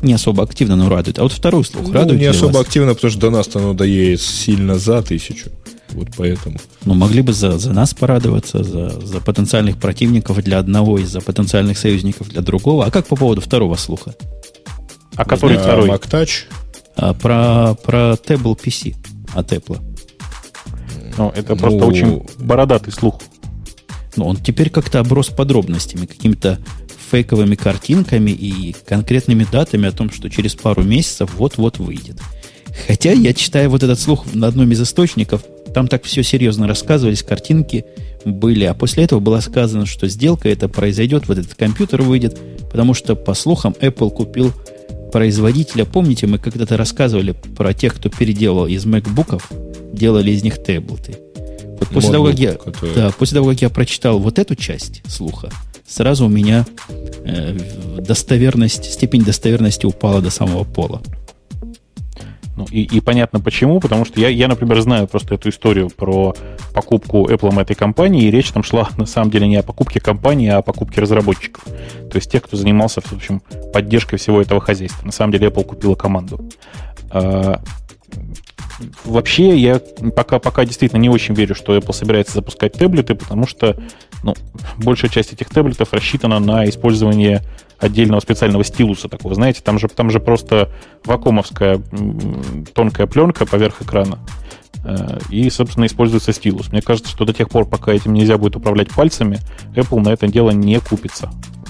не особо активно, но радует. А вот второй слух ну, радует не ли особо вас? активно, потому что до нас-то оно доедет сильно за тысячу. Вот поэтому. Ну, могли бы за, за нас порадоваться, за, за потенциальных противников для одного и за потенциальных союзников для другого. А как по поводу второго слуха? А который второй? MacTouch? А, про, про Table пи си от Apple. Ну, это Ну, просто очень бородатый слух. Но он теперь как-то оброс подробностями, какими-то фейковыми картинками и конкретными датами о том, что через пару месяцев вот-вот выйдет. Хотя я читаю вот этот слух на одном из источников, там так все серьезно рассказывались, картинки были, а после этого было сказано, что сделка эта произойдет, вот этот компьютер выйдет, потому что, по слухам, Apple купил производителя. Помните, мы когда-то рассказывали про тех, кто переделал из макбуков, делали из них таблеты. Вот после того, как я, который... да, после того, как я прочитал вот эту часть слуха, сразу у меня э, достоверность, степень достоверности упала до самого пола. Ну, и, и понятно почему, потому что я, я, например, знаю просто эту историю про покупку Apple этой компании, и речь там шла на самом деле не о покупке компании, а о покупке разработчиков. То есть тех, кто занимался, в общем, поддержкой всего этого хозяйства. На самом деле Apple купила команду. А, вообще, я пока, пока действительно не очень верю, что Apple собирается запускать таблеты, потому что ну, большая часть этих таблетов рассчитана на использование отдельного специального стилуса такого. Знаете, там же, там же просто вакуумовская тонкая пленка поверх экрана. И, собственно, используется стилус. Мне кажется, что до тех пор, пока этим нельзя будет управлять пальцами, Apple на это дело не купится.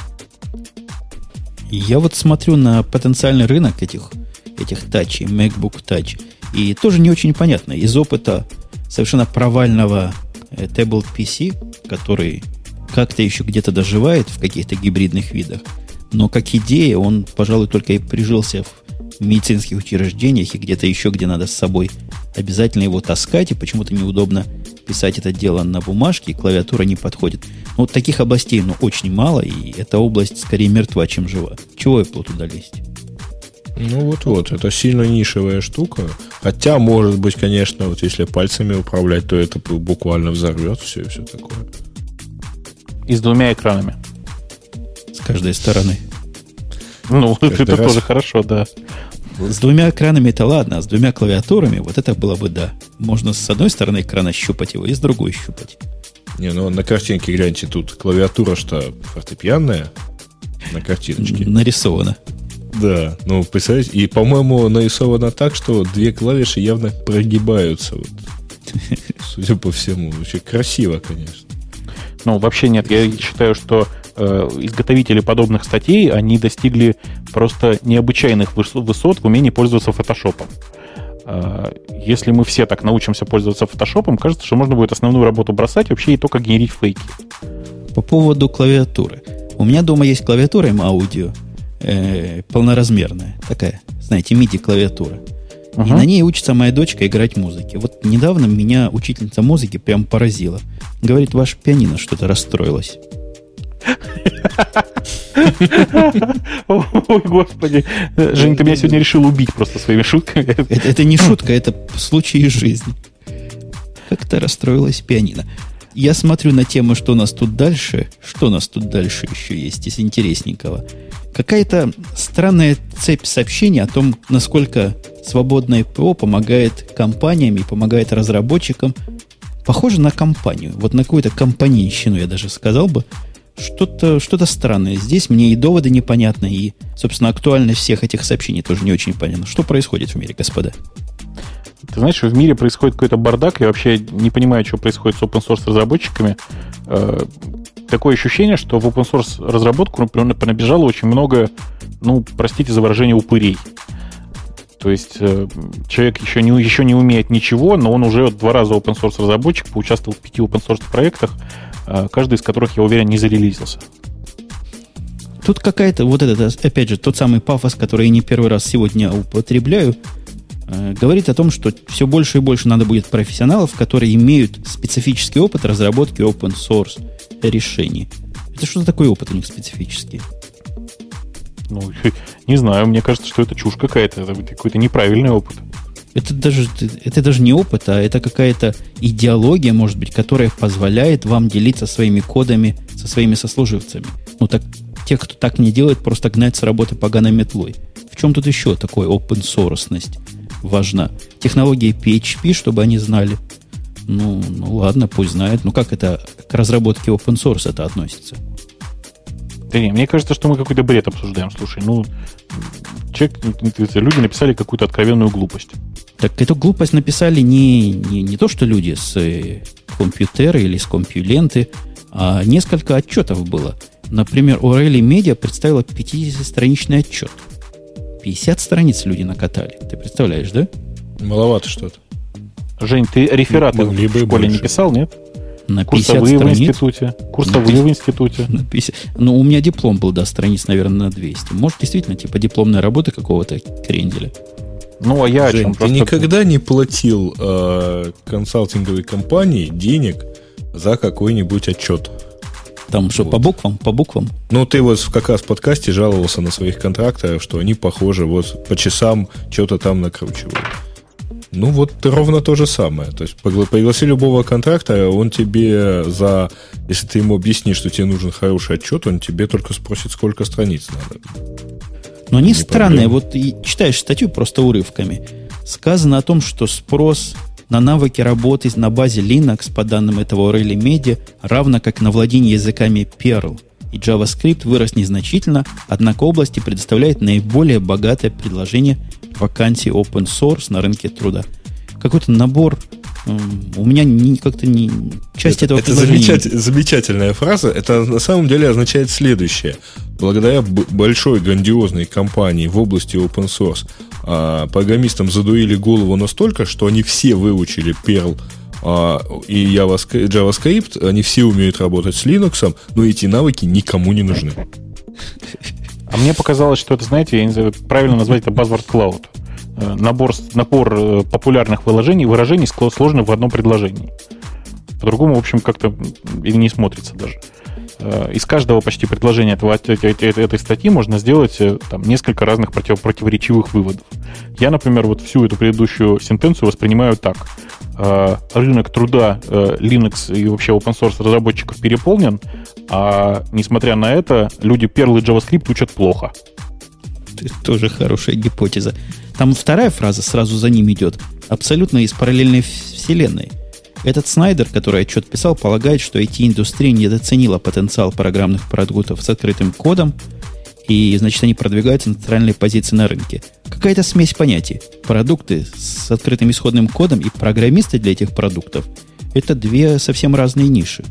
Я вот смотрю на потенциальный рынок этих, этих Touch, MacBook Touch, и тоже не очень понятно. Из опыта совершенно провального Table пи си, который как-то еще где-то доживает в каких-то гибридных видах, но как идея он, пожалуй, только и прижился в медицинских учреждениях и где-то еще, где надо с собой обязательно его таскать, и почему-то неудобно писать это дело на бумажке, и клавиатура не подходит. Но вот таких областей, ну, очень мало, и эта область скорее мертва, чем жива. Чего Apple туда лезть? Ну вот-вот, это сильно нишевая штука. Хотя, может быть, конечно, вот если пальцами управлять, то это буквально взорвет все и все такое. И с двумя экранами. С каждой стороны. Ну, Каждый это раз. тоже хорошо, да. С двумя экранами это ладно, а с двумя клавиатурами вот это было бы да. Можно с одной стороны экрана щупать его и с другой щупать. Не, ну на картинке гляньте, тут клавиатура что, фортепианная на картиночке. Нарисовано. Да, ну представляете, и, по-моему, нарисовано так, что две клавиши явно прогибаются. Вот. Судя по всему, очень красиво, конечно. Ну, вообще нет. Я считаю, что э, изготовители подобных статей, они достигли просто необычайных выс- высот в умении пользоваться фотошопом. Э, если мы все так научимся пользоваться фотошопом, кажется, что можно будет основную работу бросать вообще и только генерить фейки. По поводу клавиатуры. У меня дома есть клавиатура им аудио, э, полноразмерная, такая, знаете, миди-клавиатура. Uh-huh. И на ней учится моя дочка играть музыки. Вот недавно меня учительница музыки прям поразила. Говорит, ваше пианино что-то расстроилось. Ой, господи. Жень, ты меня сегодня решил убить просто своими шутками. Это, это не шутка, это случай из жизни. Как-то расстроилась пианино. Я смотрю на тему, что у нас тут дальше. Что у нас тут дальше еще есть из интересненького? Какая-то странная цепь сообщений о том, насколько свободное ПО помогает компаниям и помогает разработчикам. Похоже на компанию. Вот на какую-то компанейщину, я даже сказал бы. Что-то, что-то странное. Здесь мне и доводы непонятны, и, собственно, актуальность всех этих сообщений тоже не очень понятна. Что происходит в мире, господа? Ты знаешь, в мире происходит какой-то бардак. Я вообще не понимаю, что происходит с open-source разработчиками. Такое ощущение, что в open-source разработку понабежало очень много, ну, простите за выражение, упырей. То есть э, человек еще не, еще не умеет ничего, но он уже два раза open-source разработчик, поучаствовал в пяти open-source проектах, э, каждый из которых, я уверен, не зарелизился. Тут какая-то, вот этот, опять же, тот самый пафос, который я не первый раз сегодня употребляю, э, говорит о том, что все больше и больше надо будет профессионалов, которые имеют специфический опыт разработки open-source решений. Это что за такой опыт у них специфический? Ну, не знаю, мне кажется, что это чушь какая-то, это какой-то неправильный опыт. Это даже, это даже не опыт, а это какая-то идеология, может быть, которая позволяет вам делиться своими кодами со своими сослуживцами. Ну, так те, кто так не делает, просто гнать с работы поганой метлой. В чем тут еще такой open-sourceность важна? Технология пи эйч пи, чтобы они знали. Ну, ну ладно, пусть знают. Ну как это к разработке open source это относится? Да не, мне кажется, что мы какой-то бред обсуждаем. Слушай, ну, человек, люди написали какую-то откровенную глупость. Так эту глупость написали не, не, не то, что люди с компьютера или с компьюленты, а несколько отчетов было. Например, O'Reilly Media представила пятидесятистраничный отчет. пятьдесят страниц люди накатали. Ты представляешь, да? Маловато что-то. Жень, ты рефераты в школе больше не писал, нет? На пятьдесят Курсовые страниц. в институте. Курсовые в институте. На пятьдесят. Ну, у меня диплом был, да, страниц, наверное, на двести. Может, действительно, типа дипломная работа какого-то кренделя. Ну, а я Жень, о чем? ты Просто... никогда не платил э, консалтинговой компании денег за какой-нибудь отчет? Там что, Вот. по буквам? По буквам? Ну, ты вот как раз в подкасте жаловался на своих контракторов, что они, похоже, вот по часам что-то там накручивают. Ну, вот ровно то же самое. То есть пригласи любого контрактора, он тебе за... Если ты ему объяснишь, что тебе нужен хороший отчет, он тебе только спросит, сколько страниц надо. Но они Не странные. проблема. Вот и читаешь статью просто урывками. Сказано о том, что спрос на навыки работы на базе Linux, по данным этого O'Reilly Media, равно как на владение языками Perl и JavaScript, вырос незначительно, однако области предоставляет наиболее богатое предложение вакансий open source на рынке труда. Какой-то набор м, у меня не, как-то не... Часть это, этого это предложения... замечатель- замечательная фраза. Это на самом деле означает следующее. Благодаря б- большой грандиозной компании в области open source а, программистам задуили голову настолько, что они все выучили Perl а, и JavaScript, они все умеют работать с Linux, но эти навыки никому не нужны. А мне показалось, что это, знаете, я не знаю, правильно назвать это buzzword cloud. Набор, набор популярных выражений, выражений сложных в одном предложении. По-другому, в общем, как-то и не смотрится даже. Из каждого почти предложения этого, этой статьи можно сделать там, несколько разных против, противоречивых выводов. Я, например, вот всю эту предыдущую сентенцию воспринимаю так. Рынок труда Linux и вообще open source разработчиков переполнен, а несмотря на это, люди Perl и JavaScript учат плохо. Это тоже хорошая гипотеза. Там вторая фраза сразу за ним идет. Абсолютно из параллельной вселенной. Этот Снайдер, который отчет писал, полагает, что ай ти-индустрия недооценила потенциал программных продуктов с открытым кодом, и, значит, они продвигаются на центральной позиции на рынке. Какая-то смесь понятий. Продукты с открытым исходным кодом и программисты для этих продуктов – это две совсем разные ниши.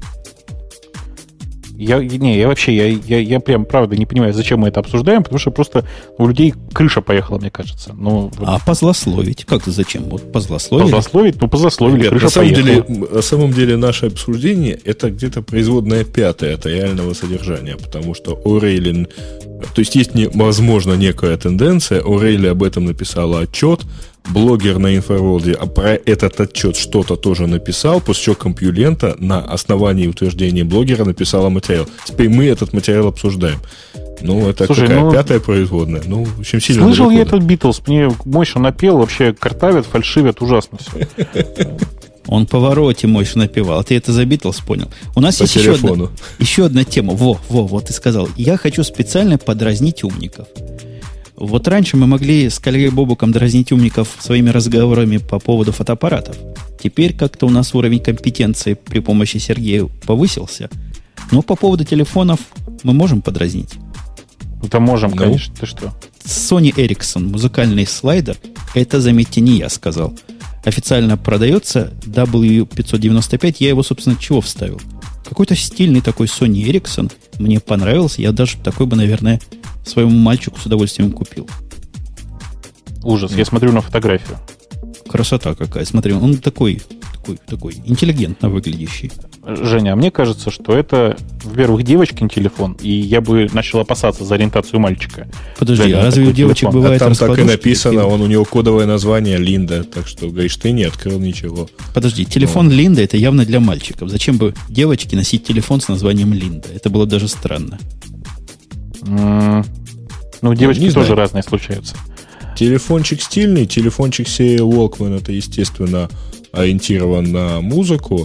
Я, не, я вообще, я, я, я прям, правда, не понимаю, зачем мы это обсуждаем, потому что просто у людей крыша поехала, мне кажется. Ну, а позлословить? Как-то зачем? Вот позлословили? Позлословить? Ну, позлословили, Ребят, крыша на самом поехала. Деле, на самом деле наше обсуждение это где-то производная пятая от реального содержания, потому что O'Reilly, то есть есть, не, возможно, некая тенденция, O'Reilly об этом написала отчет, блогер на Инфоворлде а про этот отчет что-то тоже написал, после чего Компьюлента на основании утверждения блогера написала материал. Теперь мы этот материал обсуждаем. Ну, это Слушай, какая? Ну, пятая производная. Ну, в общем, сильно слышал я далеко, этот Битлз, мне мощно напел, вообще картавят, фальшивят, ужасно все. Он по вороте мощно напевал. Ты это за Битлз понял? У нас По есть еще одна, еще одна тема. Во, во, вот ты сказал. Я хочу специально подразнить умников. Вот раньше мы могли с коллегой Бобуком дразнить умников своими разговорами по поводу фотоаппаратов. Теперь как-то у нас уровень компетенции при помощи Сергея повысился. Но по поводу телефонов мы можем подразнить. Это можем, ну, конечно. Ты что? Sony Ericsson, музыкальный слайдер, это, заметьте, не я сказал. Официально продается дабл ю пятьсот девяносто пять. Я его, собственно, чего вставил? Какой-то стильный такой Sony Ericsson. Мне понравился. Я даже такой бы, наверное, своему мальчику с удовольствием купил. Ужас. Я смотрю на фотографию. Красота какая. Смотри, он такой, такой, такой интеллигентно выглядящий. Женя, а мне кажется, что это, во-первых, девочкин телефон, и я бы начал опасаться за ориентацию мальчика. Подожди, Глядя а на разве у такой девочек телефон. бывает А там так и раскладушки? написано, он, у него кодовое название Линда, так что, говоришь, ты не открыл ничего. Подожди, телефон Линда это явно для мальчиков. Зачем бы девочке носить телефон с названием Линда? Это было даже странно. М-м- ну, девочки не тоже знаю. разные случаются. Телефончик стильный, телефончик серии Walkman, это, естественно, ориентирован на музыку.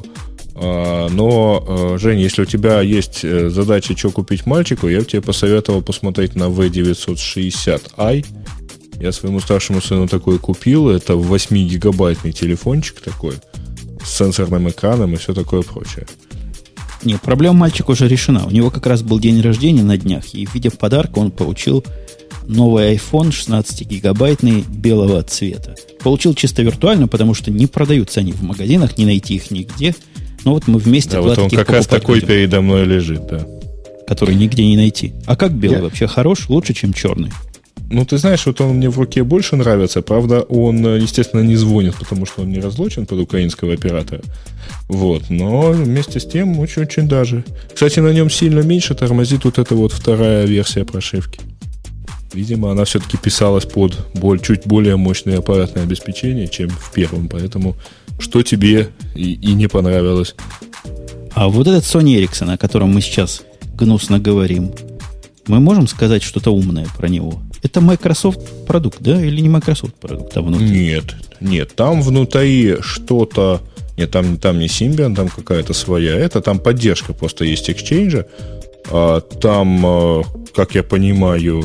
Но, Жень, если у тебя есть задача, что купить мальчику, я бы тебе посоветовал посмотреть на ви девятьсот шестьдесят ай. Я своему старшему сыну такой купил. Это восьмигигабайтный телефончик такой с сенсорным экраном и все такое прочее. Нет, проблема мальчика уже решена. У него как раз был день рождения на днях, и в виде подарка он получил новый iPhone шестнадцатигигабайтный белого цвета. Получил чисто виртуально, потому что не продаются они в магазинах, не найти их нигде. Но вот мы вместе да, вот он как раз такой будем, передо мной лежит, да. Который нигде не найти. А как белый Я... вообще хорош? Лучше, чем черный. Ну, ты знаешь, вот он мне в руке больше нравится. Правда, он, естественно, не звонит, потому что он не разлочен под украинского оператора. Вот. Но вместе с тем очень-очень даже. Кстати, на нем сильно меньше тормозит вот эта вот вторая версия прошивки. Видимо, она все-таки писалась под боль, чуть более мощное аппаратное обеспечение, чем в первом. Поэтому что тебе и, и не понравилось? А вот этот Sony Ericsson, о котором мы сейчас гнусно говорим, мы можем сказать что-то умное про него? Это Microsoft продукт, да? Или не Microsoft продукт, а внутри? Нет, нет, там внутри что-то... Нет, там, там не Symbian, там какая-то своя. Это там поддержка просто есть Exchange. А, там, как я понимаю,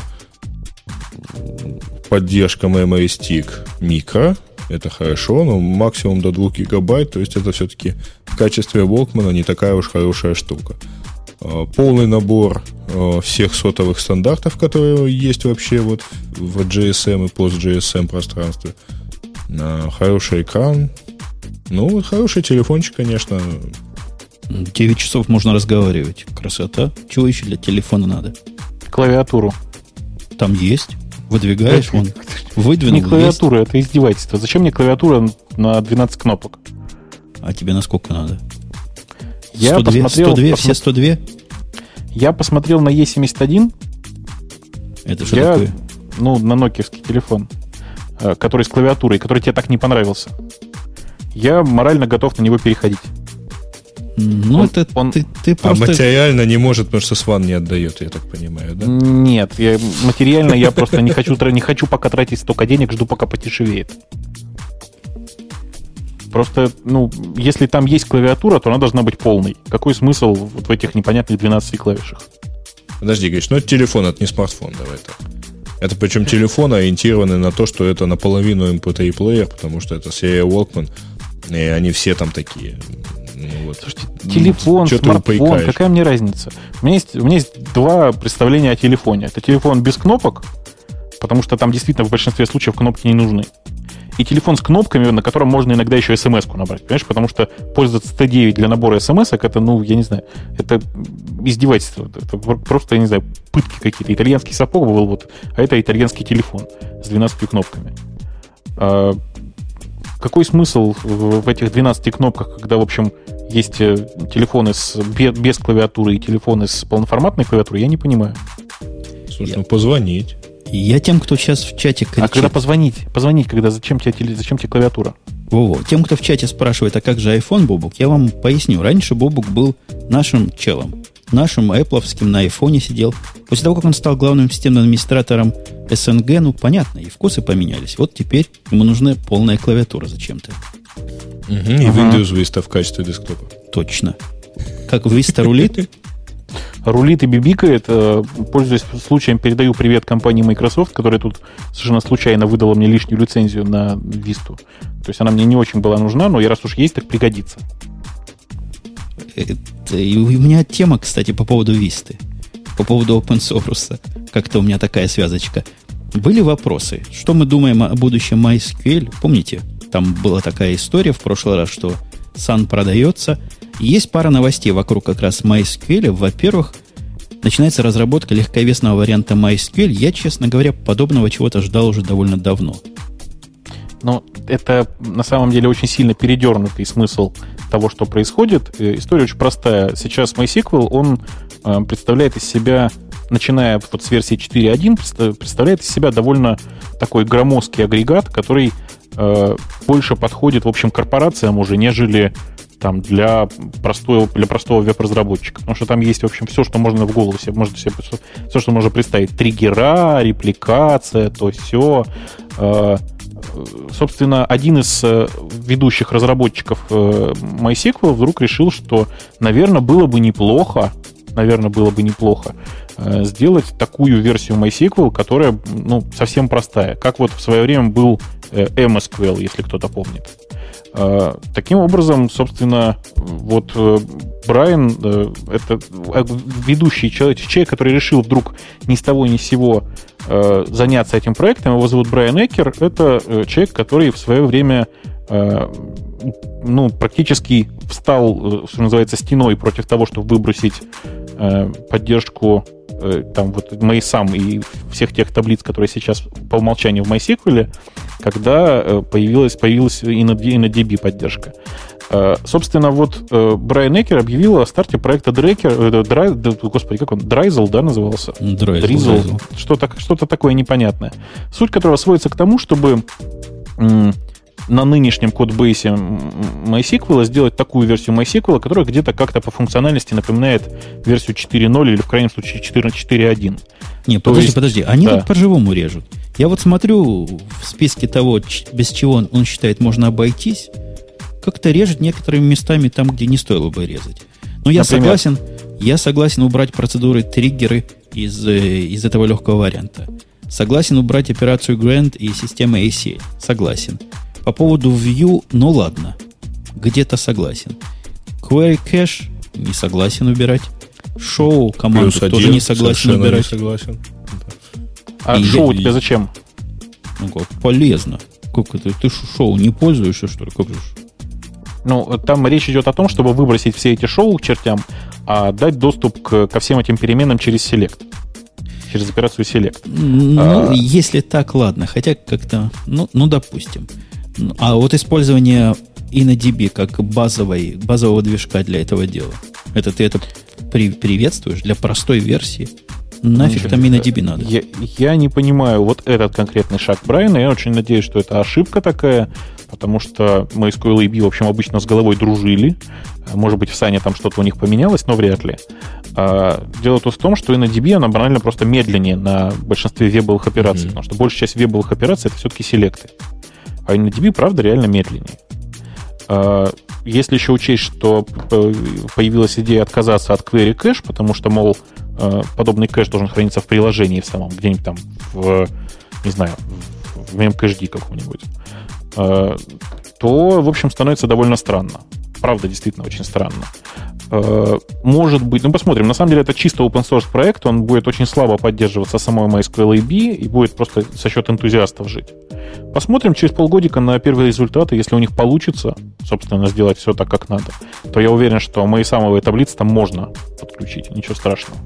поддержка Memory Stick микро. Это хорошо, но максимум до двух гигабайт. То есть это все-таки в качестве Walkman не такая уж хорошая штука. Полный набор всех сотовых стандартов, которые есть вообще вот в джи эс эм и пост-джи эс эм пространстве. Хороший экран. Ну, хороший телефончик, конечно. девять часов можно разговаривать. Красота. Чего еще для телефона надо? Клавиатуру. Там есть. Выдвигаешь, вон. Выдвинул. Не клавиатура, есть. Это издевательство. Зачем мне клавиатура на двенадцать кнопок? А тебе на сколько надо? Я сто два, посмотрел, сто два, посмо... все сто два? Я посмотрел на и семьдесят один. Это что я, такое? Ну, на нокиевский телефон, который с клавиатурой, который тебе так не понравился. Я морально готов на него переходить. Ну, он, это он... ты, ты просто... А материально не может, потому что Сван не отдает, я так понимаю, да? Нет, я, материально я просто не хочу, не хочу пока тратить столько денег, жду, пока подешевеет. Просто, ну, если там есть клавиатура, то она должна быть полной. Какой смысл вот в этих непонятных двенадцати клавишах? Подожди, Гриш, ну это телефон, это не смартфон, давай так. Это причем телефон, ориентированный на то, что это наполовину эм пи три плеер, потому что это серия Walkman, и они все там такие. Ну, вот. Слушайте, телефон, что смартфон, какая мне разница? У меня, есть, у меня есть два представления о телефоне. Это телефон без кнопок, потому что там действительно в большинстве случаев кнопки не нужны. И телефон с кнопками, на котором можно иногда еще смс-ку набрать, понимаешь? Потому что пользоваться ти девять для набора смс-ок, это, ну, я не знаю, это издевательство. Это просто, я не знаю, пытки какие-то. Итальянский сапог был, вот, а это итальянский телефон с двенадцатью кнопками. А какой смысл в, в этих двенадцати кнопках, когда, в общем, есть телефоны с, без, без клавиатуры и телефоны с полноформатной клавиатурой, я не понимаю. Слушай, я... ну позвонить. Я тем, кто сейчас в чате кричит... А когда позвонить? Позвонить, когда зачем тебе, зачем тебе клавиатура? Во-во. Тем, кто в чате спрашивает, а как же iPhone, Бобук, я вам поясню. Раньше Бобук был нашим челом. Нашим Apple'овским, на айфоне сидел. После того, как он стал главным системным администратором эс эн гэ, ну, понятно, и вкусы поменялись. Вот теперь ему нужна полная клавиатура зачем-то. Угу, и ага. Windows Vista в качестве десктопа. Точно. Как Vista рулит? Рулит и бибикает. Пользуясь случаем, передаю привет компании Microsoft, которая тут совершенно случайно выдала мне лишнюю лицензию на Vista. То есть она мне не очень была нужна, но и раз уж есть, так пригодится. Это, и у меня тема, кстати, по поводу Vista. По поводу open source. Как-то у меня такая связочка. Были вопросы. Что мы думаем о будущем MySQL? Помните, там была такая история в прошлый раз, что Sun продается. Есть пара новостей вокруг как раз MySQL. Во-первых, начинается разработка легковесного варианта MySQL. Я, честно говоря, подобного чего-то ждал уже довольно давно. Но это на самом деле очень сильно передернутый смысл того, что происходит. История очень простая. Сейчас MySQL, он представляет из себя, начиная вот с версии четыре точка один, представляет из себя довольно такой громоздкий агрегат, который больше подходит, в общем, корпорациям уже, нежели там, для, простого, для простого веб-разработчика. Потому что там есть, в общем, все, что можно в голову себе, можно себе все, что можно представить. Триггера, репликация, то все. собственно, один из ведущих разработчиков MySQL вдруг решил, что, наверное, было бы неплохо, наверное, было бы неплохо сделать такую версию MySQL, которая, ну, совсем простая, как вот в свое время был эм эс кью эл, если кто-то помнит. Таким образом, собственно, вот Брайан, это ведущий человек, человек, который решил вдруг ни с того ни с сего заняться этим проектом. Его зовут Брайан Экер. Это человек, который в свое время, ну, практически встал, что называется, стеной против того, чтобы выбросить поддержку там вот MySam и всех тех таблиц, которые сейчас по умолчанию в MySQL, когда появилась, появилась и на DB поддержка. Собственно, вот Брайан Экер объявил о старте проекта Дрекер, Драй, господи, как он, Драйзл, да, назывался? Драйзл. Что-то, что-то такое непонятное. Суть которого сводится к тому, чтобы на нынешнем кодбейсе MySQL сделать такую версию MySQL, которая где-то как-то по функциональности напоминает версию четыре ноль или, в крайнем случае, четыре один. Не, подожди, есть, подожди. Они да. тут по-живому режут. Я вот смотрю в списке того, без чего он, он считает можно обойтись, как-то режет некоторыми местами там, где не стоило бы резать. Но я Например? согласен, я согласен убрать процедуры триггеры из, из этого легкого варианта. Согласен убрать операцию Grant и систему эй си эл. Согласен. По поводу View, ну ладно, где-то согласен. Query Cache не согласен убирать. Show команду Плюс тоже один, не согласен убирать. Не согласен. А шоу я, тебе зачем? Ну как, полезно. Как это? Ты шоу не пользуешься, что ли? Как же? Ну, там речь идет о том, чтобы выбросить все эти шоу к чертям, а дать доступ к, ко всем этим переменам через Select. Через операцию Select. Ну, а, если так, ладно. Хотя как-то, ну, ну допустим. А вот использование InnoDB как базовой, базового движка для этого дела, это ты это при, приветствуешь для простой версии? Нафиг ну, там InnoDB надо? Я, я не понимаю вот этот конкретный шаг Брайана. Я очень надеюсь, что это ошибка такая, потому что MySQL и B, в общем, обычно с головой дружили. Может быть, в Сане там что-то у них поменялось, но вряд ли. Дело тут в том, что InnoDB, она банально просто медленнее на большинстве вебовых операций, mm-hmm. потому что большая часть вебовых операций — это все-таки селекты. А InnoDB, правда, реально медленнее. Если еще учесть, что появилась идея отказаться от query cache, потому что, мол, подобный кэш должен храниться в приложении в самом, где-нибудь там в, не знаю, в memcached каком-нибудь, то, в общем, становится довольно странно. Правда, действительно очень странно. Может быть, ну посмотрим. На самом деле это чисто open source проект, он будет очень слабо поддерживаться самой MySQL эй би и будет просто за счет энтузиастов жить. Посмотрим через полгодика на первые результаты. Если у них получится, собственно, сделать все так, как надо, то я уверен, что мои самые таблицы там можно подключить. Ничего страшного.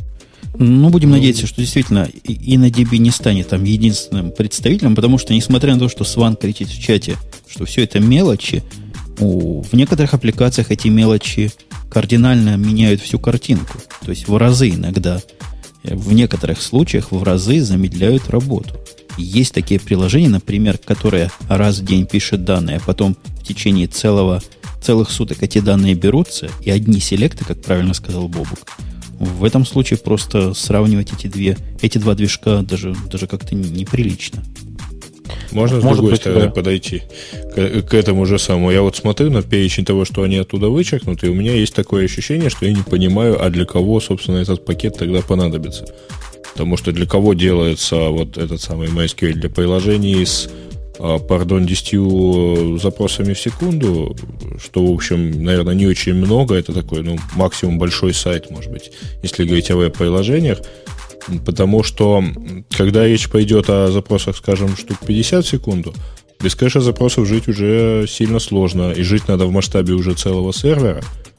Ну, будем ну, надеяться, что действительно InnoDB не станет там единственным представителем, потому что, несмотря на то, что Сван кричит в чате, что все это мелочи, в некоторых аппликациях эти мелочи кардинально меняют всю картинку. То есть в разы иногда, в некоторых случаях в разы замедляют работу. И есть такие приложения, например, которые раз в день пишут данные, а потом в течение целого, целых суток эти данные берутся, и одни селекты, как правильно сказал Бобук. В этом случае просто сравнивать эти, две, эти два движка даже, даже как-то неприлично. Можно с Может другой быть, стороны да. подойти к, к этому же самому. Я вот смотрю на перечень того, что они оттуда вычеркнуты, и у меня есть такое ощущение, что я не понимаю, а для кого, собственно, этот пакет тогда понадобится. Потому что для кого делается вот этот самый MySQL? Для приложений с, пардон, десятью запросами в секунду, что, в общем, наверное, не очень много. Это такой, ну, максимум большой сайт, может быть, если говорить о веб-приложениях. Потому что, когда речь пойдет о запросах, скажем, штук пятьдесят в секунду, без кэша запросов жить уже сильно сложно. И жить надо в масштабе уже целого сервера.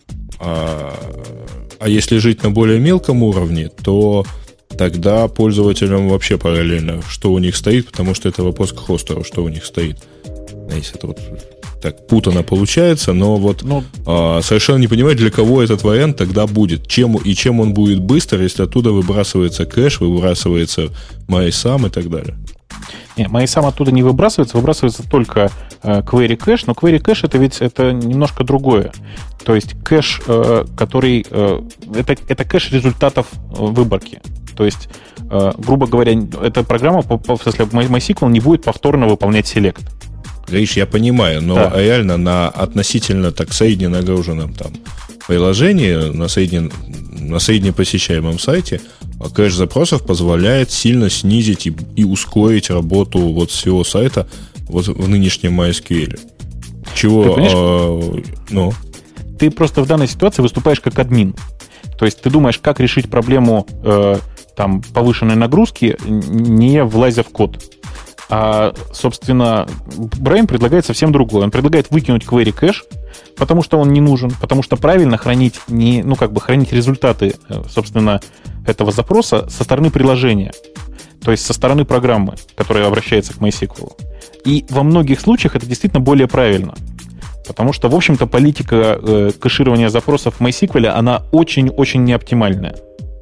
А, а если жить на более мелком уровне, то тогда пользователям вообще параллельно, что у них стоит, потому что это вопрос к хостеру, что у них стоит. Если это вот так путано получается, но вот но... а, совершенно не понимаю, для кого этот вариант тогда будет, чем, и чем он будет быстро, если оттуда выбрасывается кэш, выбрасывается MySam и так далее. Не, мои сам оттуда не выбрасывается, выбрасывается только э, query кэш, но query кэш это ведь это немножко другое. То есть кэш, э, который... Э, это, это кэш результатов э, выборки. То есть, э, грубо говоря, эта программа, по, по, в смысле, MySQL не будет повторно выполнять селект. Гриш, я понимаю, но да. реально на относительно так средне нагруженном там приложении, на средне, на средне посещаемом сайте, кэш запросов позволяет сильно снизить и, и ускорить работу вот всего сайта вот в нынешнем MySQL. Чего? Ты, а, ну? Ты просто в данной ситуации выступаешь как админ. То есть ты думаешь, как решить проблему э, там, повышенной нагрузки, не влазя в код. А, собственно, Brain предлагает совсем другое. Он предлагает выкинуть query кэш, потому что он не нужен, потому что правильно хранить, не, ну, как бы хранить результаты, собственно, этого запроса со стороны приложения, то есть со стороны программы, которая обращается к MySQL. И во многих случаях это действительно более правильно, потому что, в общем-то, политика э, кэширования запросов в MySQL, она очень-очень неоптимальная.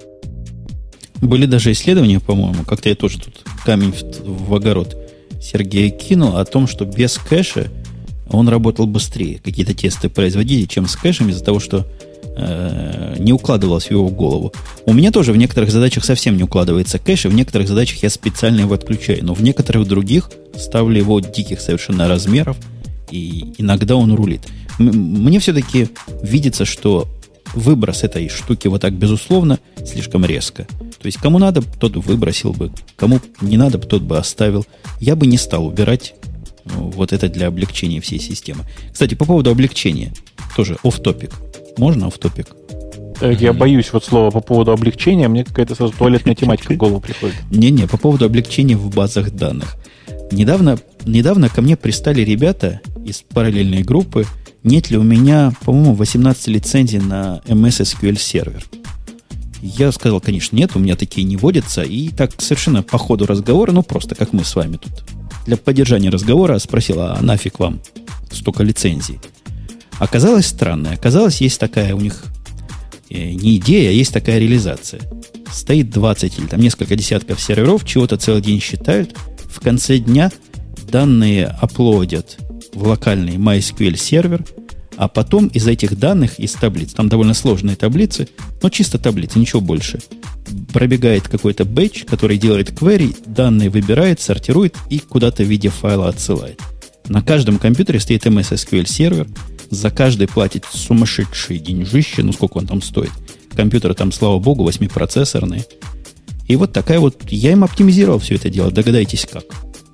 Были даже исследования, по-моему, как-то я тоже тут камень в, в огород Сергея кинул, о том, что без кэша он работал быстрее. Какие-то тесты производили, чем с кэшем, из-за того, что э, не укладывалось в его голову. У меня тоже в некоторых задачах совсем не укладывается кэш, и в некоторых задачах я специально его отключаю. Но в некоторых других ставлю его диких совершенно размеров, и иногда он рулит. М- мне все-таки видится, что выброс этой штуки вот так, безусловно, слишком резко. То есть, кому надо, тот выбросил бы. Кому не надо, тот бы оставил. Я бы не стал убирать вот это для облегчения всей системы. Кстати, по поводу облегчения. Тоже off-topic. Можно off-topic? Я боюсь вот слова по поводу облегчения. Мне какая-то сразу туалетная тематика в голову приходит. Не-не, по поводу облегчения в базах данных. Недавно, недавно ко мне пристали ребята из параллельной группы. Нет ли у меня, по-моему, восемнадцать лицензий на эм эс эс кью эль сервер? Я сказал, конечно, нет, у меня такие не водятся. И так совершенно по ходу разговора, ну просто как мы с вами тут, для поддержания разговора спросил, а нафиг вам столько лицензий? Оказалось странное. Оказалось, есть такая у них э, не идея, а есть такая реализация. Стоит двадцать или там несколько десятков серверов, чего-то целый день считают. В конце дня данные аплодят в локальный MySQL сервер, а потом из этих данных, из таблиц, там довольно сложные таблицы, но чисто таблицы, ничего больше, пробегает какой-то бэдж, который делает query, данные выбирает, сортирует и куда-то в виде файла отсылает. На каждом компьютере стоит эм эс эс кью эль сервер, за каждый платит сумасшедшие деньжища, ну сколько он там стоит. Компьютеры там, слава богу, восьмипроцессорные. И вот такая вот, я им оптимизировал все это дело, догадайтесь как.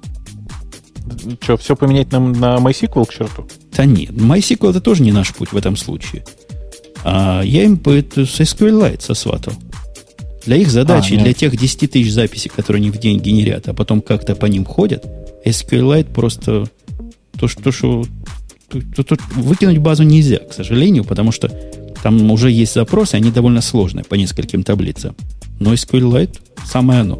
Что, все поменять на, на MySQL к черту? Да нет, MySQL это тоже не наш путь в этом случае. А я им это с эс кью эль Lite сосватал. Для их задачи, а, для тех десять тысяч записей, которые они в день генерят, а потом как-то по ним ходят, эс кью эль Lite просто то, что, то, что то, то, то, выкинуть базу нельзя, к сожалению, потому что там уже есть запросы, они довольно сложные по нескольким таблицам. Но эс кью эль Lite самое оно.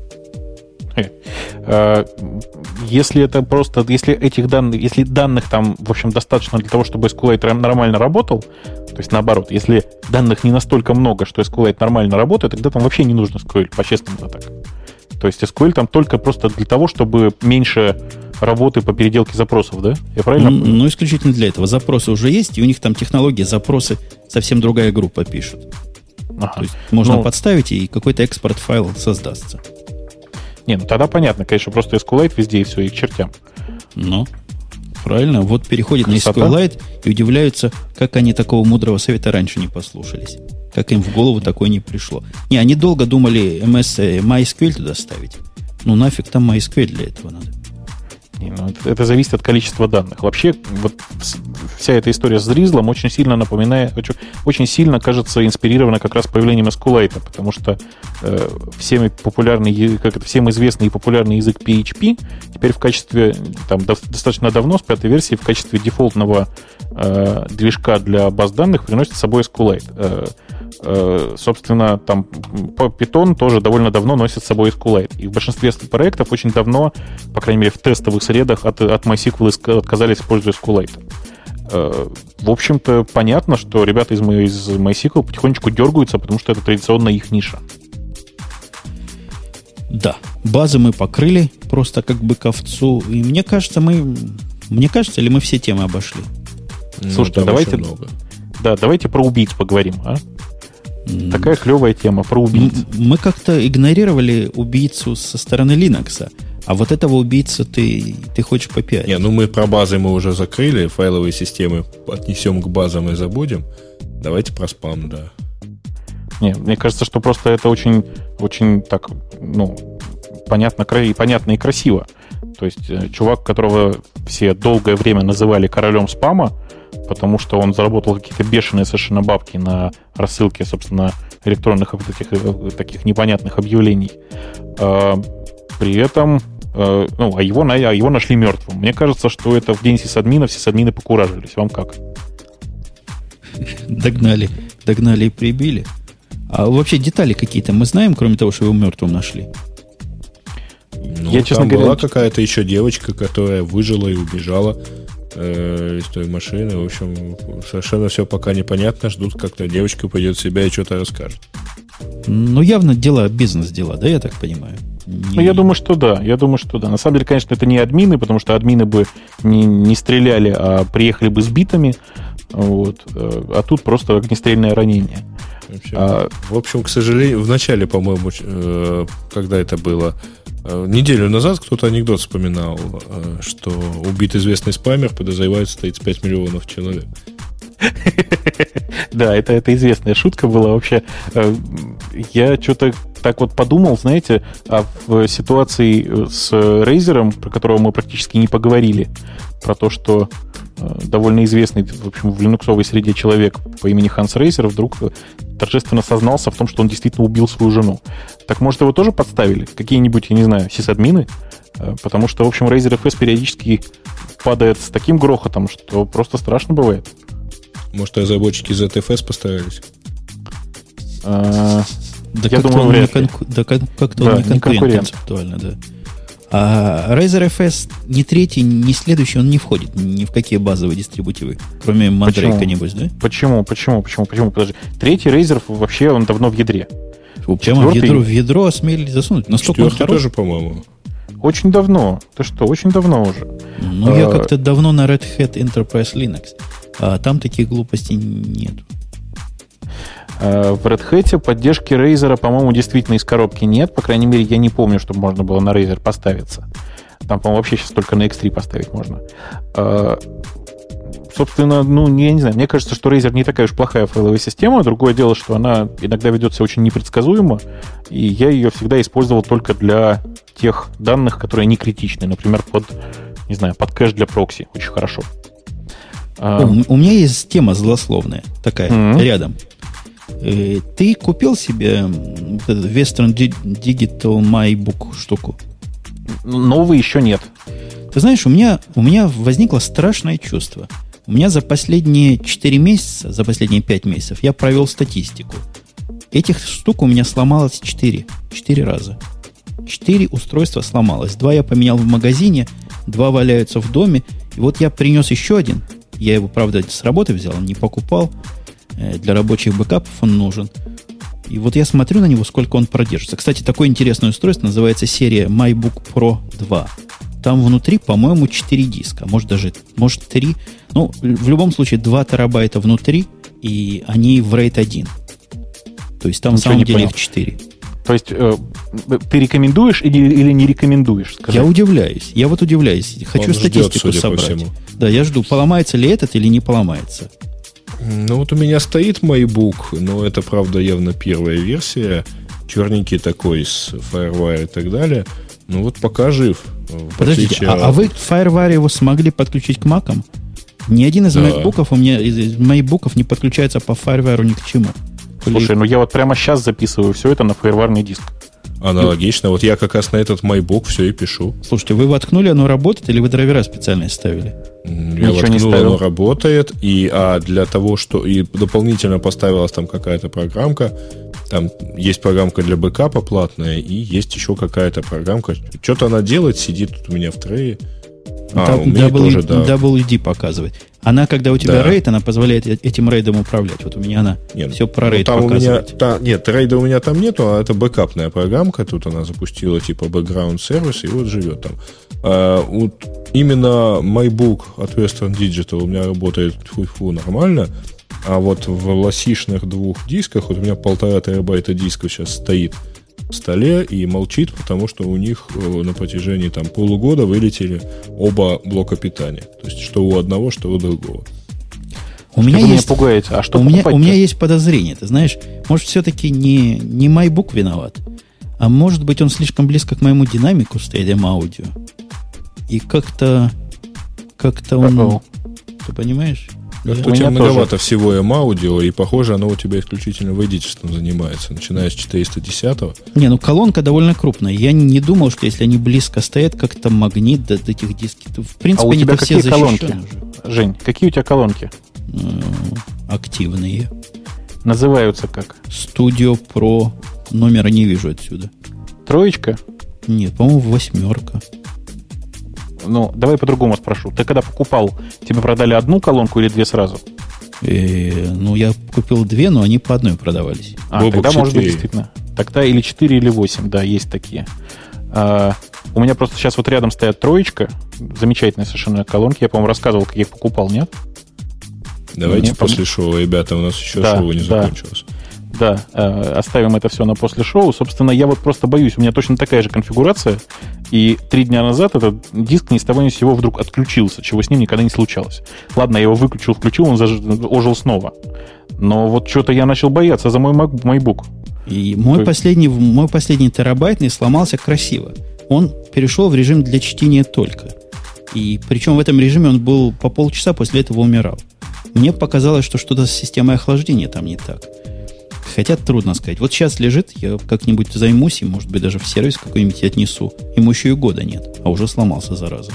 Если это просто, если этих данных, если данных там, в общем, достаточно для того, чтобы SQLite нормально работал, то есть наоборот, если данных не настолько много, что SQLite нормально работает, тогда там вообще не нужно эс кью эль, по-честному так. То есть эс кью эль там только просто для того, чтобы меньше работы по переделке запросов, да? Я правильно ну, понял? Ну, исключительно для этого. Запросы уже есть, и у них там технология запросы совсем другая группа пишет. Ага. То есть можно ну, подставить, и какой-то экспорт-файл создастся. Не, ну тогда понятно, конечно, просто SQLite везде и все, и к чертям. Ну, правильно. Вот переходят Красота. на SQLite и удивляются, как они такого мудрого совета раньше не послушались. Как им в голову такое не пришло. Не, они долго думали эм эс, MySQL туда ставить. Ну, нафиг там MySQL для этого надо. Не, ну, это, это зависит от количества данных. Вообще, вот вся эта история с Drizzle очень сильно напоминает, очень, очень сильно, кажется, инспирирована как раз появлением SQLite, потому что э, всеми популярный, как это, всем известный и популярный язык пи эйч пи теперь в качестве, там, до, достаточно давно, с пятой версии, в качестве дефолтного э, движка для баз данных приносит с собой SQLite. Э, э, собственно, там Python тоже довольно давно носит с собой SQLite. И в большинстве проектов очень давно, по крайней мере, в тестовых средах от, от MySQL отказались, используя SQLite. Э, в общем-то, понятно, что ребята из, из MySQL потихонечку дергаются, потому что это традиционно их ниша. Да, Базы мы покрыли просто как бы к овцу. И мне кажется, мы... Мне кажется, или мы все темы обошли? Ну, слушайте, давайте... Да, давайте про убийц поговорим, а? Mm. Такая клевая тема, про убийц. Мы как-то игнорировали убийцу со стороны Linux. А вот этого убийцу ты, ты хочешь попиарить. Не, ну мы про базы мы уже закрыли, файловые системы отнесем к базам и забудем. Давайте про спам, да. Не, мне кажется, что просто это очень, очень так, ну, понятно, понятно и красиво. То есть чувак, которого все долгое время называли королем спама, потому что он заработал какие-то бешеные совершенно бабки на рассылке, собственно, электронных таких, таких непонятных объявлений. При этом, ну, а его, а его нашли мертвым. Мне кажется, что это в день сисадминов сисадмины покуражились. Вам как? Догнали, догнали и прибили. А вообще детали какие-то мы знаем, кроме того, что его мертвым нашли? Ну, я, честно там говоря, была какая-то еще девочка, которая выжила и убежала э, из той машины. В общем, совершенно все пока непонятно. Ждут, когда девочка пойдет в себя и что-то расскажет. Ну, явно дела, бизнес-дела, да, я так понимаю? Не... Ну, я думаю, что да. Я думаю, что да. На самом деле, конечно, это не админы, потому что админы бы не, не стреляли, а приехали бы с битами. Вот. А тут просто огнестрельное ранение. Вообще, а... В общем, к сожалению, в начале, по-моему, когда это было, неделю назад кто-то анекдот вспоминал, что убит известный спамер, подозревается тридцать пять миллионов человек. Да, это, это известная шутка была вообще. Я что-то так вот подумал, знаете, а в ситуации с Razer, про которого мы практически не поговорили, про то, что довольно известный, в общем, в линуксовой среде человек по имени Ханс Рейзер вдруг торжественно сознался в том, что он действительно убил свою жену. Так, может, его тоже подставили? Какие-нибудь, я не знаю, сисадмины? Потому что, в общем, Razer эф эс периодически падает с таким грохотом, что просто страшно бывает. Может, разработчики зет эф эс постарались? А, да я думаю, вряд ли. Конку... Да как-то да, он не конкурент концептуально, да. А Razer эф эс ни третий, ни следующий, он не входит ни в какие базовые дистрибутивы, кроме Mandrake, небось, да? Почему? Почему? Почему? Почему? Подожди. Третий Razer вообще, он давно в ядре. Прямо в ядро, в ядро осмелились засунуть. Настолько он хорош. Тоже, по-моему. Очень давно. Ты что? Очень давно уже. Ну, а... я как-то давно на Red Hat Enterprise Linux. А там таких глупостей нет. В Red Hat поддержки Razer, по-моему, действительно из коробки нет. По крайней мере, я не помню, чтобы можно было на Razer поставиться. Там, по-моему, вообще сейчас только на икс три поставить можно. Собственно, ну, я не знаю, мне кажется, что Razer не такая уж плохая файловая система. Другое дело, что она иногда ведет себя очень непредсказуемо, и я ее всегда использовал только для тех данных, которые не критичны. Например, под, не знаю, под кэш для прокси. Очень хорошо. О, у меня есть тема злословная такая, mm-hmm. рядом. Ты купил себе Western Digital MyBook штуку? Новый еще нет. Ты знаешь, у меня, у меня возникло страшное чувство. У меня за последние четыре месяца, за последние пять месяцев я провел статистику. Этих штук у меня сломалось четыре. четыре раза. четыре устройства сломалось. Два я поменял в магазине, два валяются в доме. И вот я принес еще один. Я его, правда, с работы взял, не покупал. Для рабочих бэкапов он нужен. И вот я смотрю на него, сколько он продержится. Кстати, такое интересное устройство называется серия MyBook Pro два. Там внутри, по-моему, четыре диска. Может, даже, может, три. Ну, в любом случае, два терабайта внутри, и они в RAID один. То есть там Ничего на самом деле понял. Их четыре. То есть э, ты рекомендуешь или, или не рекомендуешь? Скажи. Я удивляюсь. Я вот удивляюсь. Хочу Он статистику ждет, собрать. Да, я жду, поломается ли этот или не поломается. Ну, вот у меня стоит MyBook, но это, правда, явно первая версия. Черненький такой, с FireWire и так далее. Ну, вот пока жив. Подождите, а, а вы в FireWire его смогли подключить к Mac'ам? Ни один из да. MacBook'ов у меня, из, из MacBook'ов не подключается по FireWire ни к чему. Слушай, Или... ну я вот прямо сейчас записываю все это на FireWire диск. Аналогично. Вот я как раз на этот MyBook все и пишу. Слушайте, вы воткнули, оно работает, или вы драйвера специально ставили? Я Ничего воткнул, не ставил. Оно работает. И, а для того, что... И дополнительно поставилась там какая-то программка. Там есть программка для бэкапа платная, и есть еще какая-то программка. Что-то она делает, сидит тут у меня в трее. А, w, у меня w, тоже, да. дабл ю ди показывает. Она, когда у тебя да. рейд, она позволяет этим рейдом управлять. Вот у меня она нет, все про рейд там показывает. У меня, та, нет, рейда у меня там нету, а это бэкапная программка. Тут она запустила типа бэкграунд сервис и вот живет там. А, вот именно MyBook от Western Digital у меня работает фу-фу нормально. А вот в лосишных двух дисках, вот у меня полтора терабайта дисков сейчас стоит в столе и молчит, потому что у них на протяжении там полугода вылетели оба блока питания. То есть что у одного, что у другого. У меня, меня есть, пугаете? А что у, меня, у меня есть подозрение. Ты знаешь, может, все-таки не, не MyBook виноват, а может быть, он слишком близко к моему динамику стоит, аудио. И как-то как-то он... Uh-oh. Ты понимаешь? Как-то у у тебя меня многовато тоже. всего эм-аудио, и, похоже, оно у тебя исключительно вредительством занимается, начиная с четыреста десятого. Не, ну колонка довольно крупная. Я не думал, что если они близко стоят, как-то магнит до, до этих дисков. В принципе, а у тебя они-то какие все колонки? защищены уже. Жень, какие у тебя колонки? Активные. Называются как? Studio Pro. Номера не вижу отсюда. Троечка? Нет, по-моему, восьмерка. Ну, давай по-другому спрошу. Ты когда покупал, тебе продали одну колонку или две сразу? Э, ну, я купил две, но они по одной продавались. А, Бобок тогда, может быть, четыре. действительно. Тогда или четыре, или восемь, да, есть такие. А, у меня просто сейчас вот рядом стоят троечка. Замечательные совершенно колонки. Я, по-моему, рассказывал, как я их покупал, нет? Давайте Мне после пом... шоу, ребята, у нас еще да, шоу не да. закончилось. Да, э, оставим это все на после шоу. Собственно, я вот просто боюсь, у меня точно такая же конфигурация, и три дня назад этот диск ни с того ни с сего вдруг отключился, чего с ним никогда не случалось. Ладно, я его выключил, включил, он заж... ожил снова. Но вот что-то я начал бояться за мой MacBook. И мой, Ой. последний, мой последний терабайтный сломался красиво. Он перешел в режим для чтения только. И причем в этом режиме он был по полчаса, после этого умирал. Мне показалось, что что-то с системой охлаждения там не так. Хотя трудно сказать. Вот сейчас лежит, я как-нибудь займусь, и, может быть, даже в сервис какой-нибудь отнесу. Ему еще и года нет, а уже сломался, зараза.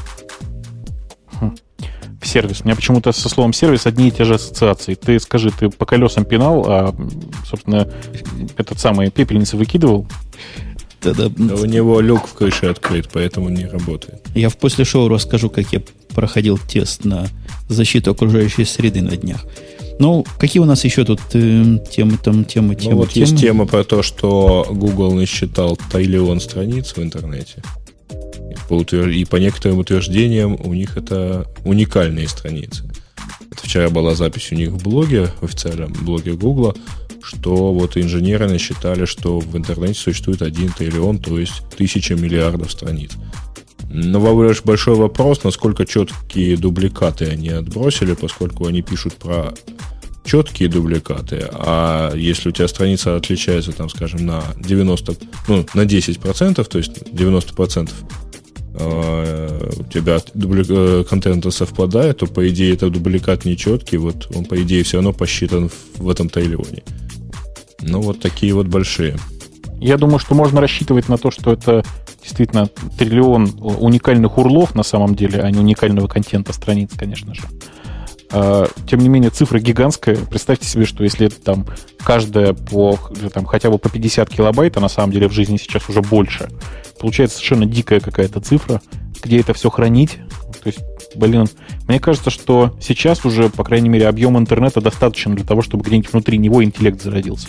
Хм. В сервис. У меня почему-то со словом сервис одни и те же ассоциации. Ты скажи, ты по колесам пинал, а, собственно, этот самый пепельницы выкидывал? Да-да. Да у него люк в крыше открыт, поэтому не работает. Я в после шоу расскажу, как я проходил тест на защиту окружающей среды на днях. Ну, какие у нас еще тут э, темы, там, темы, темы, Ну, вот темы? есть тема про то, что Google насчитал триллион страниц в интернете. И по, утвер... и по некоторым утверждениям у них это уникальные страницы. Это вчера была запись у них в блоге, в официальном блоге Google, что вот инженеры насчитали, что в интернете существует один триллион, то есть тысяча миллиардов страниц. Но большой вопрос, насколько четкие дубликаты они отбросили, поскольку они пишут про четкие дубликаты, а если у тебя страница отличается, там, скажем, на девяносто, ну, на десять процентов, то есть девяносто процентов э, у тебя дубли... э, контента совпадает, то, по идее, это дубликат нечеткий, вот он, по идее, все равно посчитан в, в этом триллионе. Ну, вот такие вот большие. Я думаю, что можно рассчитывать на то, что это действительно триллион уникальных урлов на самом деле, а не уникального контента страниц, конечно же. Тем не менее, цифра гигантская. Представьте себе, что если там каждая по там, хотя бы по пятьдесят килобайт, а на самом деле в жизни сейчас уже больше, получается совершенно дикая какая-то цифра, где это все хранить. То есть, блин, мне кажется, что сейчас уже, по крайней мере, объем интернета достаточно для того, чтобы где-нибудь внутри него интеллект зародился.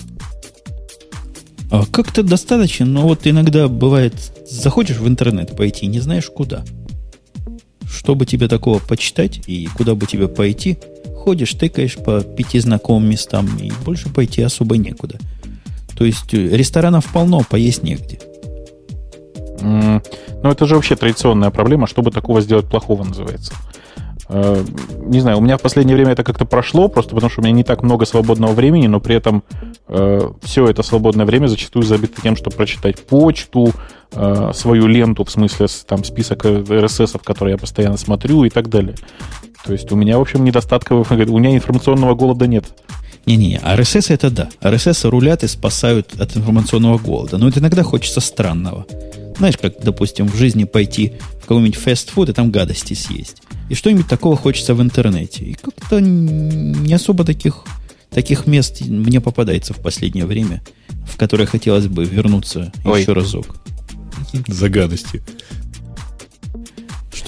А как-то достаточно, но вот иногда бывает, заходишь в интернет пойти, не знаешь куда. Чтобы тебе такого почитать и куда бы тебе пойти, ходишь, тыкаешь по пяти знакомым местам, и больше пойти особо некуда. То есть ресторанов полно, поесть негде. Mm, ну, это же вообще традиционная проблема. Чтобы такого сделать плохого, называется. Uh, не знаю, у меня в последнее время это как-то прошло, просто потому что у меня не так много свободного времени, но при этом uh, все это свободное время зачастую забито тем, чтобы прочитать почту, uh, свою ленту, в смысле там список эр эс эс, которые я постоянно смотрю и так далее. То есть у меня, в общем, недостатка, у меня информационного голода нет. Не-не, эр эс эс это да. эр эс эс рулят и спасают от информационного голода. Но это иногда хочется странного. Знаешь, как, допустим, в жизни пойти в какой-нибудь фастфуд и там гадости съесть. И что-нибудь такого хочется в интернете. И как-то не особо таких, таких мест мне попадается в последнее время, в которые хотелось бы вернуться Ой. еще разок. За гадостью. Что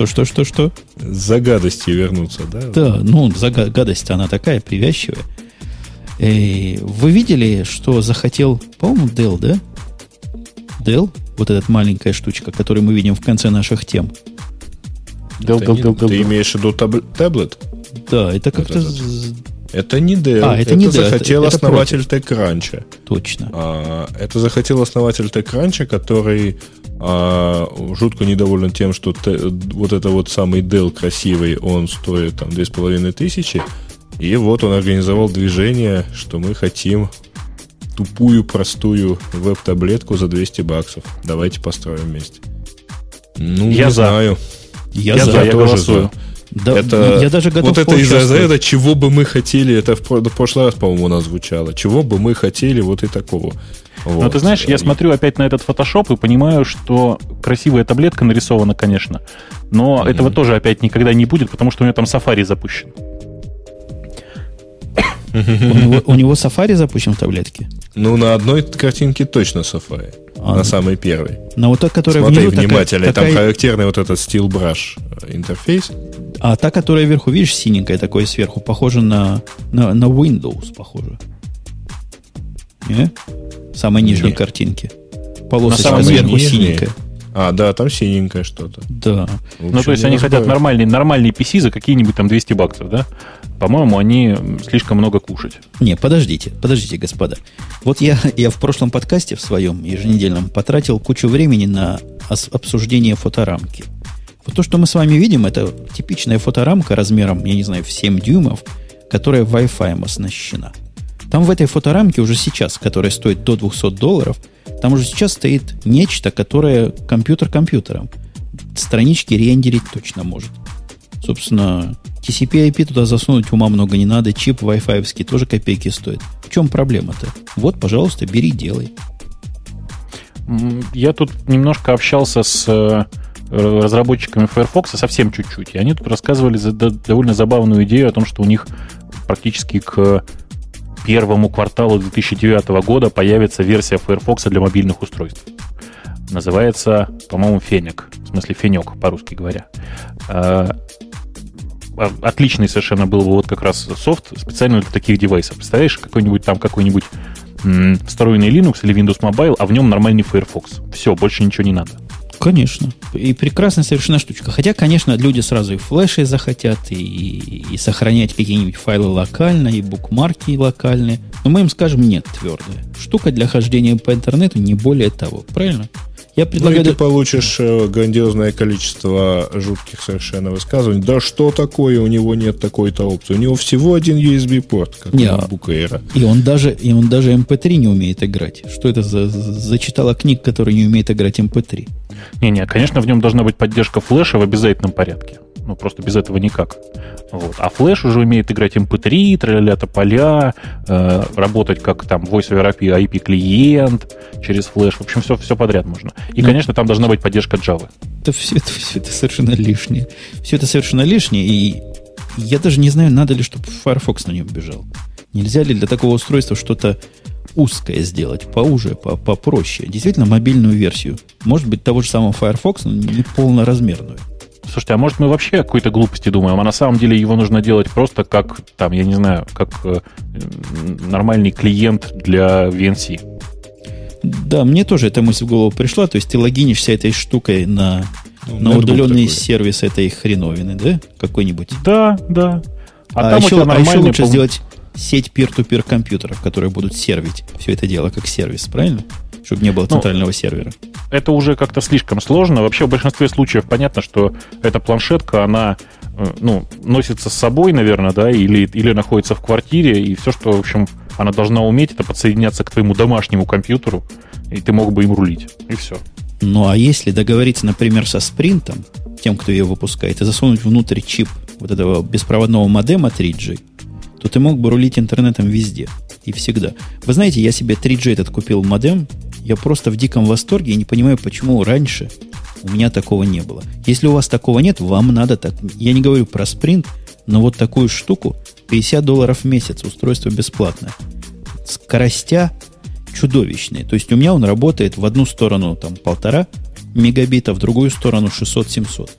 Что, что, что, что? За гадостью вернуться, да? Да, ну, за гадость она такая привязчивая. И вы видели, что захотел, по-моему, Dell, да? Dell, вот эта маленькая штучка, которую мы видим в конце наших тем. Dell, Dell, Dell, Dell, Ты имеешь в виду таб- таблет? Да, это как-то... Это, это не Dell, а, это, это не захотел это, основатель это TechCrunch. Точно. А, это захотел основатель TechCrunch, который а, жутко недоволен тем, что те, вот это вот самый Dell красивый, он стоит там две с половиной тысячи. И вот он организовал движение, что мы хотим тупую, простую веб-таблетку за двести баксов. Давайте построим вместе. Ну, я не за. знаю. Я, я за, за, я тоже голосую. за. Да, это, я даже готов вот это из разряда, чего бы мы хотели, это в, в прошлый раз, по-моему, у нас звучало. Чего бы мы хотели вот и такого. Вот. Но ты знаешь, я смотрю опять на этот фотошоп и понимаю, что красивая таблетка нарисована, конечно, но mm-hmm. этого тоже опять никогда не будет, потому что у него там Safari запущен. У него, у него Safari запущен в таблетке? Ну, на одной картинке точно Safari. А, на самой первой. На вот та, которая Смотри внизу, внимательно, такая, там такая... характерный вот этот Steel Brush интерфейс. А та, которая вверху, видишь, синенькая такой сверху, похожа на, на, на Windows, похоже. Не? Самой нижней Нет. картинки. Полосочка на сверху нижней. синенькая. А, да, там синенькое что-то. Да. В общем, Ну, то есть они разбавим. хотят нормальный, нормальный пи си за какие-нибудь там двести баксов, да? По-моему, они слишком много кушать. Не, подождите, подождите, господа. Вот я, я в прошлом подкасте в своем еженедельном потратил кучу времени на ос- обсуждение фоторамки. Вот то, что мы с вами видим, это типичная фоторамка размером, я не знаю, в семь дюймов, которая Wi-Fi оснащена. Там в этой фоторамке уже сейчас, которая стоит до двести долларов, там уже сейчас стоит нечто, которое компьютер компьютером. Странички рендерить точно может. Собственно, ти си пи ай пи туда засунуть ума много не надо, чип Wi-Fi-овский тоже копейки стоит. В чем проблема-то? Вот, пожалуйста, бери, делай. Я тут немножко общался с разработчиками Firefox, совсем чуть-чуть, и они тут рассказывали довольно забавную идею о том, что у них практически к первому кварталу две тысячи девятого года появится версия Firefox для мобильных устройств. Называется, по-моему, Феник. В смысле, Фенек, по-русски говоря. Отличный совершенно был бы вот как раз софт специально для таких девайсов. Представляешь, какой-нибудь там какой-нибудь м, встроенный Linux или Windows Mobile, а в нем нормальный Firefox. Все, больше ничего не надо. Конечно. И прекрасная совершенно штучка. Хотя, конечно, люди сразу и флеши захотят, и, и сохранять какие-нибудь файлы локально, и букмарки локальные. Но мы им скажем нет, твердая. Штука для хождения по интернету, не более того. Правильно? Я предлагаю... Ну, и ты получишь грандиозное количество жутких совершенно высказываний. Да что такое, у него нет такой-то опции. У него всего один ю эс би-порт, как не, у MacBook Air. И он даже, и он даже эм пи три не умеет играть. Что это за зачитала книг, которые не умеет играть эм пи три? Не-не, конечно, в нем должна быть поддержка флеша в обязательном порядке. Ну, просто без этого никак. Вот. А флеш уже умеет играть эм пи три, тра-ля-ля тополя, э, работать как там Voice over ай пи, ай пи-клиент через флеш. В общем, все, все подряд можно. И, ну, конечно, там должна быть поддержка Java. Это все, это все это совершенно лишнее. Все это совершенно лишнее, и я даже не знаю, надо ли, чтобы Firefox на нем бежал. Нельзя ли для такого устройства что-то узкое сделать, поуже, попроще. Действительно, мобильную версию. Может быть, того же самого Firefox, но не полноразмерную. Слушайте, а может мы вообще о какой-то глупости думаем, а на самом деле его нужно делать просто как, там, я не знаю, как э, нормальный клиент для ви эн си? Да, мне тоже эта мысль в голову пришла. То есть ты логинишься этой штукой на, ну, на удаленный сервис этой хреновины, да? Какой-нибудь. Да, да. А, а, там еще, а еще лучше пол... сделать сеть peer-to-peer компьютеров, которые будут сервить все это дело как сервис, правильно? Чтобы не было центрального ну, сервера. Это уже как-то слишком сложно. Вообще, в большинстве случаев понятно, что эта планшетка, она ну, носится с собой, наверное, да, или, или находится в квартире, и все, что, в общем, она должна уметь, это подсоединяться к твоему домашнему компьютеру, и ты мог бы им рулить, и все. Ну, а если договориться, например, со Спринтом, тем, кто ее выпускает, и засунуть внутрь чип вот этого беспроводного модема три джи, то ты мог бы рулить интернетом везде и всегда. Вы знаете, я себе три джи этот купил модем, я просто в диком восторге и не понимаю, почему раньше у меня такого не было. Если у вас такого нет, вам надо так. Я не говорю про Sprint, но вот такую штуку пятьдесят долларов в месяц, устройство бесплатное. Скоростя чудовищные. То есть у меня он работает в одну сторону там полтора мегабита, в другую сторону шестьсот-семьсот.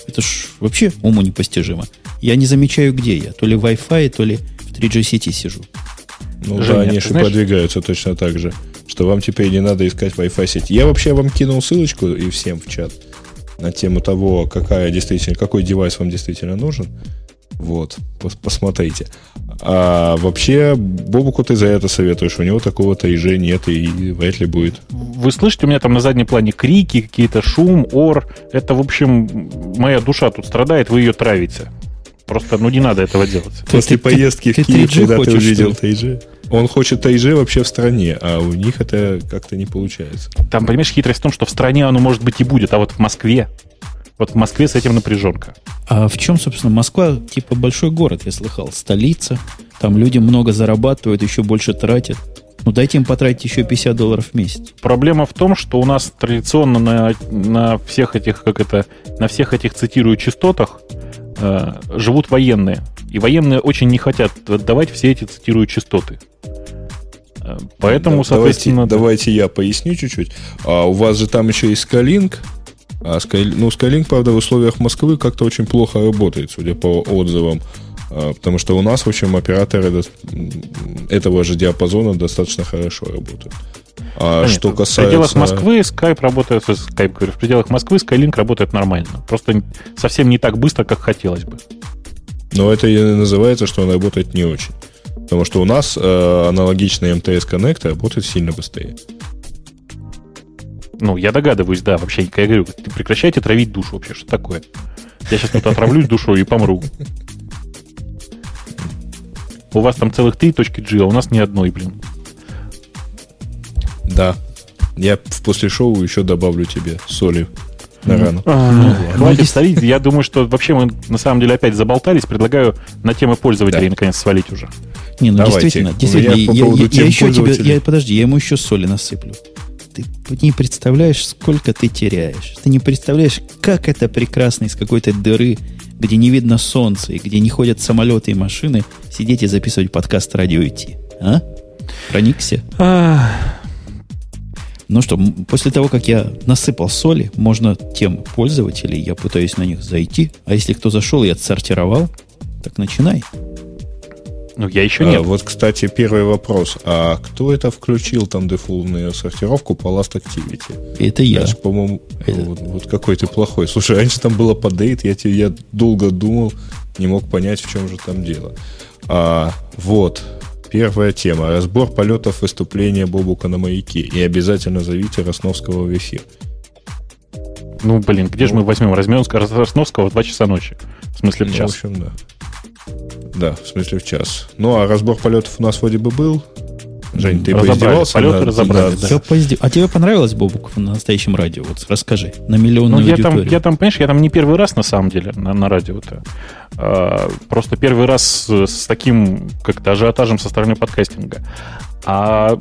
Это ж вообще уму непостижимо. Я не замечаю, где я. То ли в Wi-Fi, то ли в три джи сети сижу. Ну Женя, да, они же подвигаются точно так же, что вам теперь не надо искать Wi-Fi сеть. Я вообще вам кинул ссылочку и всем в чат на тему того, какая действительно, какой девайс вам действительно нужен. Вот, посмотрите. А вообще, Бобуку ты за это советуешь. У него такого тайжи нет и вряд ли будет. Вы слышите, у меня там на заднем плане крики, какие-то шум, ор. Это, в общем, моя душа тут страдает, вы ее травите. Просто, ну, не надо этого делать. После ты, поездки ты, в Киев, ты когда хочешь, ты увидел тайжи. Он хочет тайжи вообще в стране, а у них это как-то не получается. Там, понимаешь, хитрость в том, что в стране оно, может быть, и будет, а вот в Москве, вот в Москве с этим напряженка. А в чем, собственно, Москва, типа, большой город, я слыхал, столица. Там люди много зарабатывают, еще больше тратят. Ну, дайте им потратить еще пятьдесят долларов в месяц. Проблема в том, что у нас традиционно на, на всех этих, как это, на всех этих, цитирую, частотах э, живут военные. И военные очень не хотят отдавать все эти, цитирую, частоты. Э, поэтому, да, соответственно... Давайте, давайте я поясню чуть-чуть. А у вас же там еще есть Skylink. А Sky, ну, Skylink, правда, в условиях Москвы как-то очень плохо работает, судя по отзывам. А, потому что у нас, в общем, операторы этого же диапазона достаточно хорошо работают. А Понятно. что касается... В пределах Москвы Skype работает, Skype, говорю, в пределах Москвы Skylink работает нормально. Просто совсем не так быстро, как хотелось бы. Но это и называется, что он работает не очень. Потому что у нас э, аналогичный эм тэ эс Connect работает сильно быстрее. Ну, я догадываюсь, да, вообще, я говорю, прекращайте травить душу вообще, что такое? Я сейчас тут отравлюсь душой и помру. У вас там целых три точки G, а у нас ни одной, блин. Да. Я в после шоу еще добавлю тебе соли на рану. Ну, хватит солить. Я думаю, что вообще мы на самом деле опять заболтались. Предлагаю на темы пользователей да. наконец свалить уже. Не, ну Давайте. действительно, действительно, я, я, я, я еще тебе, я, подожди, я ему еще соли насыплю. Ты не представляешь, сколько ты теряешь. Ты не представляешь, как это прекрасно из какой-то дыры, где не видно солнца и где не ходят самолеты и машины, сидеть и записывать подкаст «Радио идти». А? Проникся? Ну что, после того, как я насыпал соли, можно тем пользователей, я пытаюсь на них зайти. А если кто зашел и отсортировал, так начинай. Ну, я еще нет. А, вот, кстати, первый вопрос. А кто это включил там дефолтную сортировку по Last Activity? Это я. Даже, по-моему, это... вот, вот какой ты плохой. Слушай, раньше там было по date, я, я долго думал, не мог понять, в чем же там дело. А, вот, первая тема. Разбор полетов выступления Бобука на Маяке. И обязательно зовите Росновского в эфир. Ну, блин, где ну, же мы возьмем? Возьмем Росновского в два часа ночи. В смысле, в час. Ну, в общем, да. Да, в смысле в час. Ну, а разбор полетов у нас вроде бы был. Жень, ты поиздевался? Полеты разобрали, да. Все поиздев... А тебе понравилось, Бобук, на настоящем радио? Вот расскажи, на миллионную ну, я аудиторию. Там, я там, понимаешь, я там не первый раз, на самом деле, на, на радио-то. А, просто первый раз с, с таким как-то ажиотажем со стороны подкастинга. А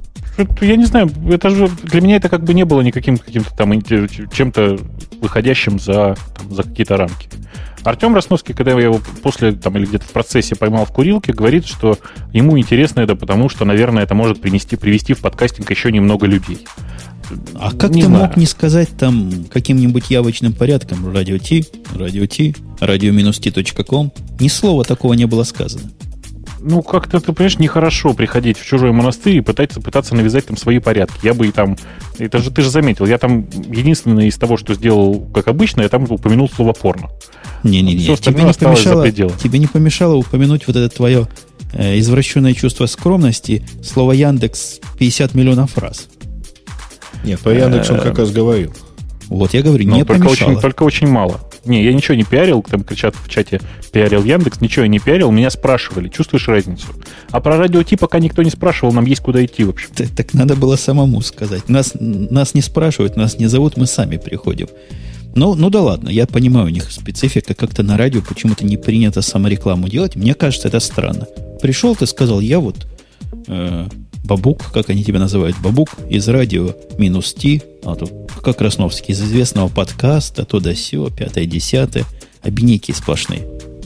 я не знаю, это же для меня это как бы не было никаким каким-то там чем-то выходящим за, там, за какие-то рамки. Артем Росновский, когда я его после там, или где-то в процессе поймал в курилке, говорит, что ему интересно это, потому что, наверное, это может принести, привести в подкастинг еще немного людей. А как не ты знаю. мог не сказать там каким-нибудь явочным порядком радио Ти, радио Ти, радио-ти точка ком? Ни слова такого не было сказано. Ну, как-то, ты понимаешь, нехорошо приходить в чужой монастырь и пытаться, пытаться навязать там свои порядки. Я бы и там... Это же ты же заметил, я там единственное из того, что сделал, как обычно, я там упомянул слово порно. Не-не-не, тебе не, помешало, тебе не помешало упомянуть вот это твое э, извращенное чувство скромности, слово Яндекс пятьдесят миллионов раз. Нет, по Яндексу он как раз говорил. Вот я говорю, не только помешало. Очень, только очень мало. Не, я ничего не пиарил, там кричат в чате, пиарил Яндекс, ничего я не пиарил, меня спрашивали, чувствуешь разницу? А про радио Ти пока никто не спрашивал, нам есть куда идти, в общем. Так, так надо было самому сказать. Нас, нас не спрашивают, нас не зовут, мы сами приходим. Ну, ну да ладно, я понимаю, у них специфика, как-то на радио почему-то не принято саморекламу делать. Мне кажется, это странно. Пришел, ты сказал, я вот э, Бабук, как они тебя называют, Бабук из радио минус Ти, а тут как Росновский, из известного подкаста, то да сё, пятое, десятое, обинейки сплошные.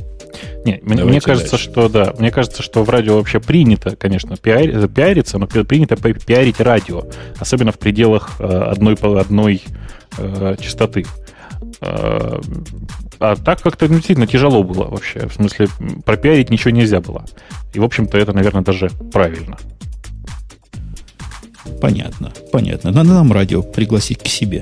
Не, мне кажется, дальше. что да, мне кажется, что в радио вообще принято, конечно, пиар, пиариться, но принято пиарить радио, особенно в пределах э, одной, одной э, частоты. А, а так как-то действительно тяжело было вообще. В смысле, пропиарить ничего нельзя было. И, в общем-то, это, наверное, даже правильно. Понятно, понятно. Надо нам радио пригласить к себе.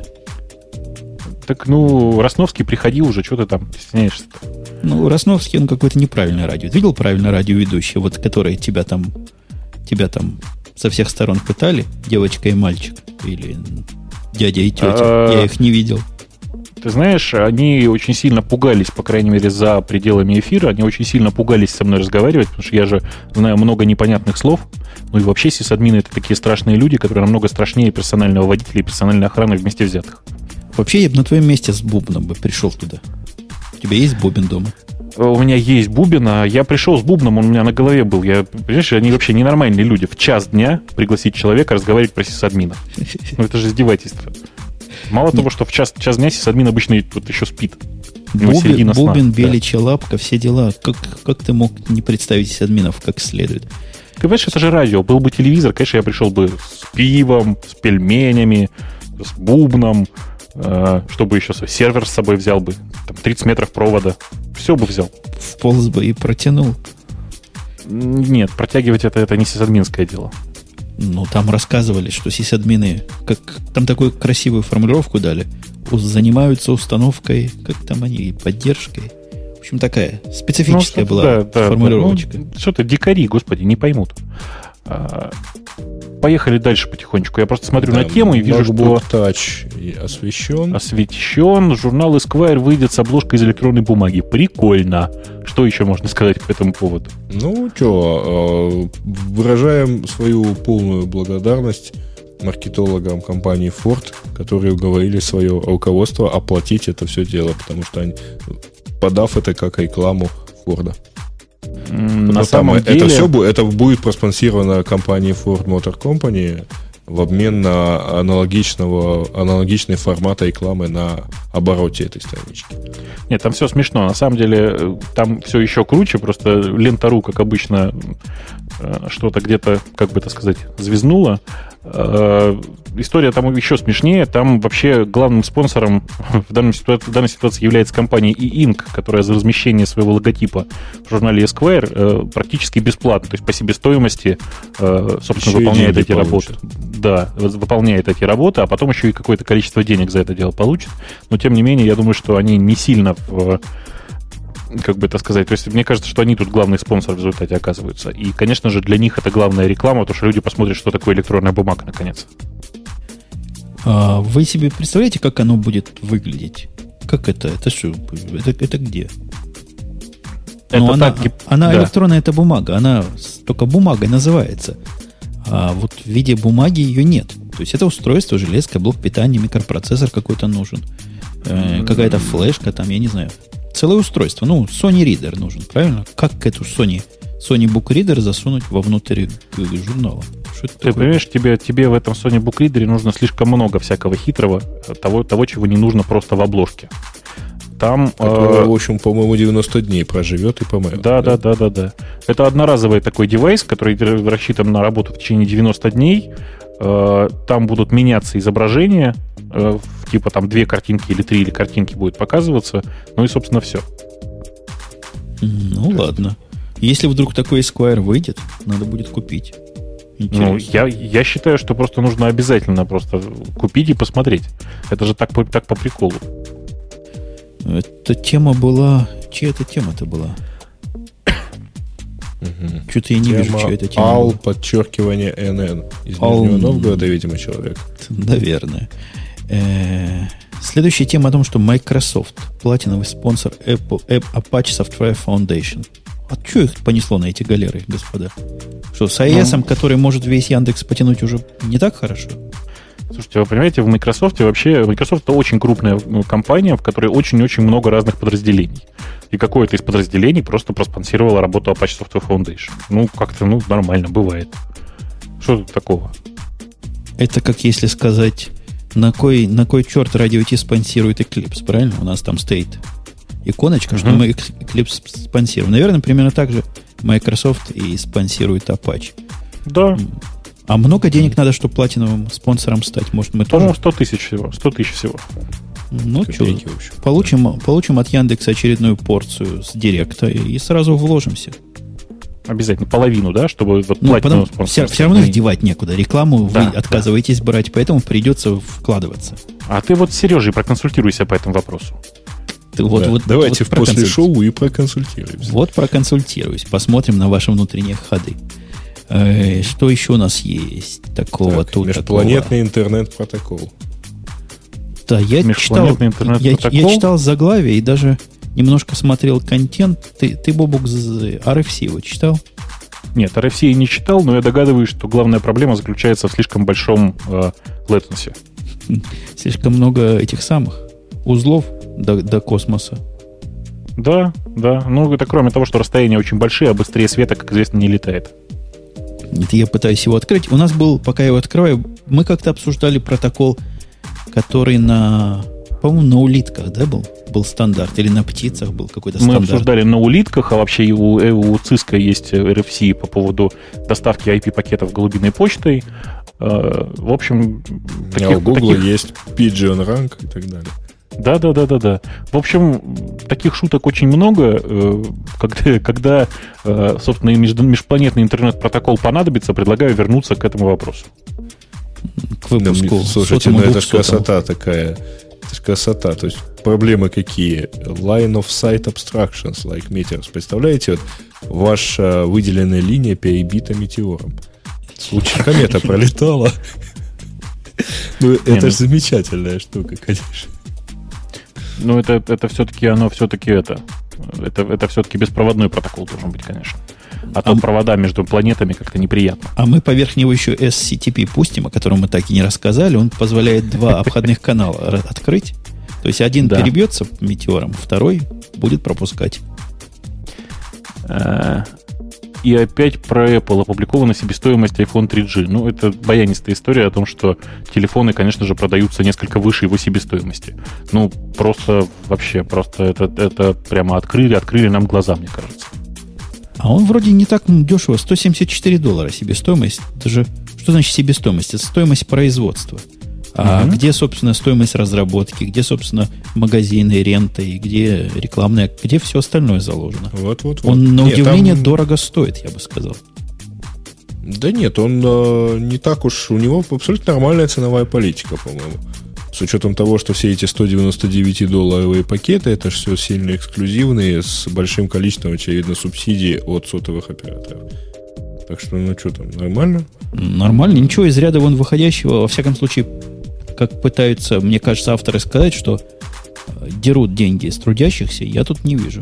Так, ну, Росновский, приходи уже, что ты там стесняешься-то? Ну, Росновский, он какое-то неправильное радио. Ты видел правильное радиоведущее, вот которое тебя там, тебя там со всех сторон пытали, девочка и мальчик, или дядя и тетя? Я их не видел. Ты знаешь, они очень сильно пугались, по крайней мере, за пределами эфира, они очень сильно пугались со мной разговаривать, потому что я же знаю много непонятных слов. Ну и вообще сисадмины — это такие страшные люди, которые намного страшнее персонального водителя и персональной охраны вместе взятых. Вообще, я бы на твоем месте с бубном бы пришел туда. У тебя есть бубен дома? У меня есть бубен, а я пришел с бубном, он у меня на голове был. Я, понимаешь, они вообще ненормальные люди. В час дня пригласить человека разговаривать про сисадминов. Ну это же издевательство. Мало того, что в час, час дня сисадмин обычно вот еще спит. Бубен, бубен беличья лапка, все дела. Как, как ты мог не представить сисадминов как следует? Ты понимаешь, это же радио. Был бы телевизор, конечно, я пришел бы с пивом, с пельменями, с бубном, э, чтобы еще сервер с собой взял бы. Там тридцать метров провода. Все бы взял. Вполз бы и протянул. Нет, протягивать это, это не сисадминское дело. Ну, там рассказывали, что сисадмины, как там такую красивую формулировку дали, занимаются установкой, как там они, поддержкой. В общем, такая специфическая ну, была да, да, формулировочка. Да, ну, что-то дикари, господи, не поймут. А, поехали дальше потихонечку. Я просто смотрю да, на тему и вижу, что... Touch освещен. Освещен. Журнал Esquire выйдет с обложкой из электронной бумаги. Прикольно. Что еще можно сказать по этому поводу? Ну, что, выражаем свою полную благодарность маркетологам компании Ford, которые уговорили свое руководство оплатить это все дело, потому что они, подав это как рекламу Форда. На самом деле... Это все это будет проспонсировано компанией Ford Motor Company в обмен на аналогичного, аналогичный формат рекламы на обороте этой странички. Нет, там все смешно. На самом деле там все еще круче. Просто Лента.ру, как обычно, что-то где-то, как бы это сказать, звезднуло. История там еще смешнее. Там вообще главным спонсором в данной ситуации, в данной ситуации является компания E-Ink, которая за размещение своего логотипа в журнале Esquire практически бесплатно, то есть по себестоимости, собственно, еще выполняет эти получит. работы. Да, выполняет эти работы, а потом еще и какое-то количество денег за это дело получит. Но, тем не менее, я думаю, что они не сильно в... как бы это сказать, то есть мне кажется, что они тут главный спонсор в результате оказываются. И, конечно же, для них это главная реклама, потому что люди посмотрят, что такое электронная бумага, наконец. А вы себе представляете, как оно будет выглядеть? Как это? Это что? Это, это где? Это ну, она, так, она да. электронная, это бумага. Она только бумагой называется. А вот в виде бумаги ее нет. То есть это устройство, железка, блок питания, микропроцессор какой-то нужен. Э, какая-то флешка там, я не знаю. Целое устройство. Ну, Sony Reader нужен, правильно? Как эту Sony, Sony Book Reader засунуть вовнутрь журнала? Что это Ты такое? Понимаешь, тебе, тебе в этом Sony Book Reader нужно слишком много всякого хитрого, того, того, чего не нужно просто в обложке. Там, Который, э, в общем, по-моему, девяносто дней проживет и помрет. Да, да, да, да, да. Это одноразовый такой девайс, который рассчитан на работу в течение девяноста дней. Э, там будут меняться изображения, э, типа там две картинки или три или картинки будет показываться. Ну и, собственно, все. Ну, ладно. Если вдруг такой Esquire выйдет, надо будет купить. Ну, я, я считаю, что просто нужно обязательно просто купить и посмотреть. Это же так, так по приколу. Эта тема была... Чья эта тема-то была? Угу. Что-то я не тема вижу, чья это тема Ал, была. подчеркивание эн эн. Из Ал... Нижнего Новгорода, видимо, человек. Наверное. Э-э- следующая тема о том, что Microsoft, платиновый спонсор Apple, Apache Software Foundation. А что их понесло на эти галеры, господа? Что, с ай эс, ну, который может весь Яндекс потянуть, уже не так хорошо? Слушайте, вы понимаете, в Microsoft вообще... Microsoft — это очень крупная компания, в которой очень-очень много разных подразделений. И какое-то из подразделений просто проспонсировало работу Apache Software Foundation. Ну, как-то, ну, нормально, бывает. Что тут такого? Это как если сказать, на кой, на кой черт Radio T спонсирует Eclipse, правильно? У нас там стоит иконочка, uh-huh. что мы Eclipse спонсируем. Наверное, примерно так же Microsoft и спонсирует Apache. Да. А много денег надо, чтобы платиновым спонсором стать? Может, мы По-моему, тоже... сто тысяч всего. сто тысяч всего. Ну что, получим, получим от Яндекса очередную порцию с Директа и, и сразу вложимся. Обязательно половину, да, чтобы вот ну, потом все, все равно их девать некуда. Рекламу да, вы отказываетесь да. брать, поэтому придется вкладываться. А ты вот с Сережей проконсультируйся по этому вопросу. Ты вот, да. вот, Давайте вот после шоу и проконсультируемся. Вот проконсультируюсь. Посмотрим на ваши внутренние ходы. Э, что еще у нас есть такого так, тут? Межпланетный такого? интернет-протокол. Да, я читал, я, я читал заглавие и даже немножко смотрел контент. Ты, ты Бобук, ар эф си его читал? Нет, ар эф си я не читал, но я догадываюсь, что главная проблема заключается в слишком большом э, latency. Слишком много этих самых узлов до, до космоса. Да, да. Ну, это кроме того, что расстояния очень большие, а быстрее света, как известно, не летает. Это я пытаюсь его открыть. У нас был, пока я его открываю, мы как-то обсуждали протокол, который на... По-моему, на улитках, да, был? Был стандарт. Или на птицах был какой-то стандарт. Мы обсуждали на улитках, а вообще у, у Cisco есть эр эф си по поводу доставки ай пи-пакетов голубиной почтой. В общем... Таких, а у Google таких... есть Pigeon Rank и так далее. Да, да, да, да, да. В общем, таких шуток очень много. Когда, когда собственно, межпланетный интернет-протокол понадобится, предлагаю вернуться к этому вопросу. К выпуску. Слушайте, ну это же красота такая. Это же красота. То есть проблемы какие? Line of sight obstructions, like meteors. Представляете, вот ваша выделенная линия перебита метеором. В случае комета пролетала. Ну, это же замечательная штука, конечно. Ну, это, это все-таки, оно все-таки это, это, это все-таки беспроводной протокол должен быть, конечно. А, а то провода между планетами как-то неприятно. А мы поверх него еще эс си ти пи пустим, о котором мы так и не рассказали. Он позволяет два обходных канала открыть. То есть один да. перебьется метеором, второй будет пропускать. И опять про Apple опубликована себестоимость iPhone три джи. Ну, это баянистая история о том, что телефоны, конечно же, продаются несколько выше его себестоимости. Ну, просто вообще, просто это, это прямо открыли, открыли нам глаза, мне кажется. А он вроде не так дешево. сто семьдесят четыре доллара себестоимость. Это же, что значит себестоимость? Это стоимость производства. А угу. где, собственно, стоимость разработки, где, собственно, магазины, рента и где рекламная, где все остальное заложено. Вот, вот, вот. Он, на нет, удивление, там... дорого стоит, я бы сказал. Да нет, он э, не так уж... У него абсолютно нормальная ценовая политика, по-моему. С учетом того, что все эти сто девяносто девять долларовые пакеты, это же все сильно эксклюзивные, с большим количеством, очевидно, субсидий от сотовых операторов. Так что, ну что там, нормально? Нормально, ничего из ряда вон выходящего. Во всяком случае, как пытаются, мне кажется, авторы сказать, что дерут деньги с трудящихся, я тут не вижу.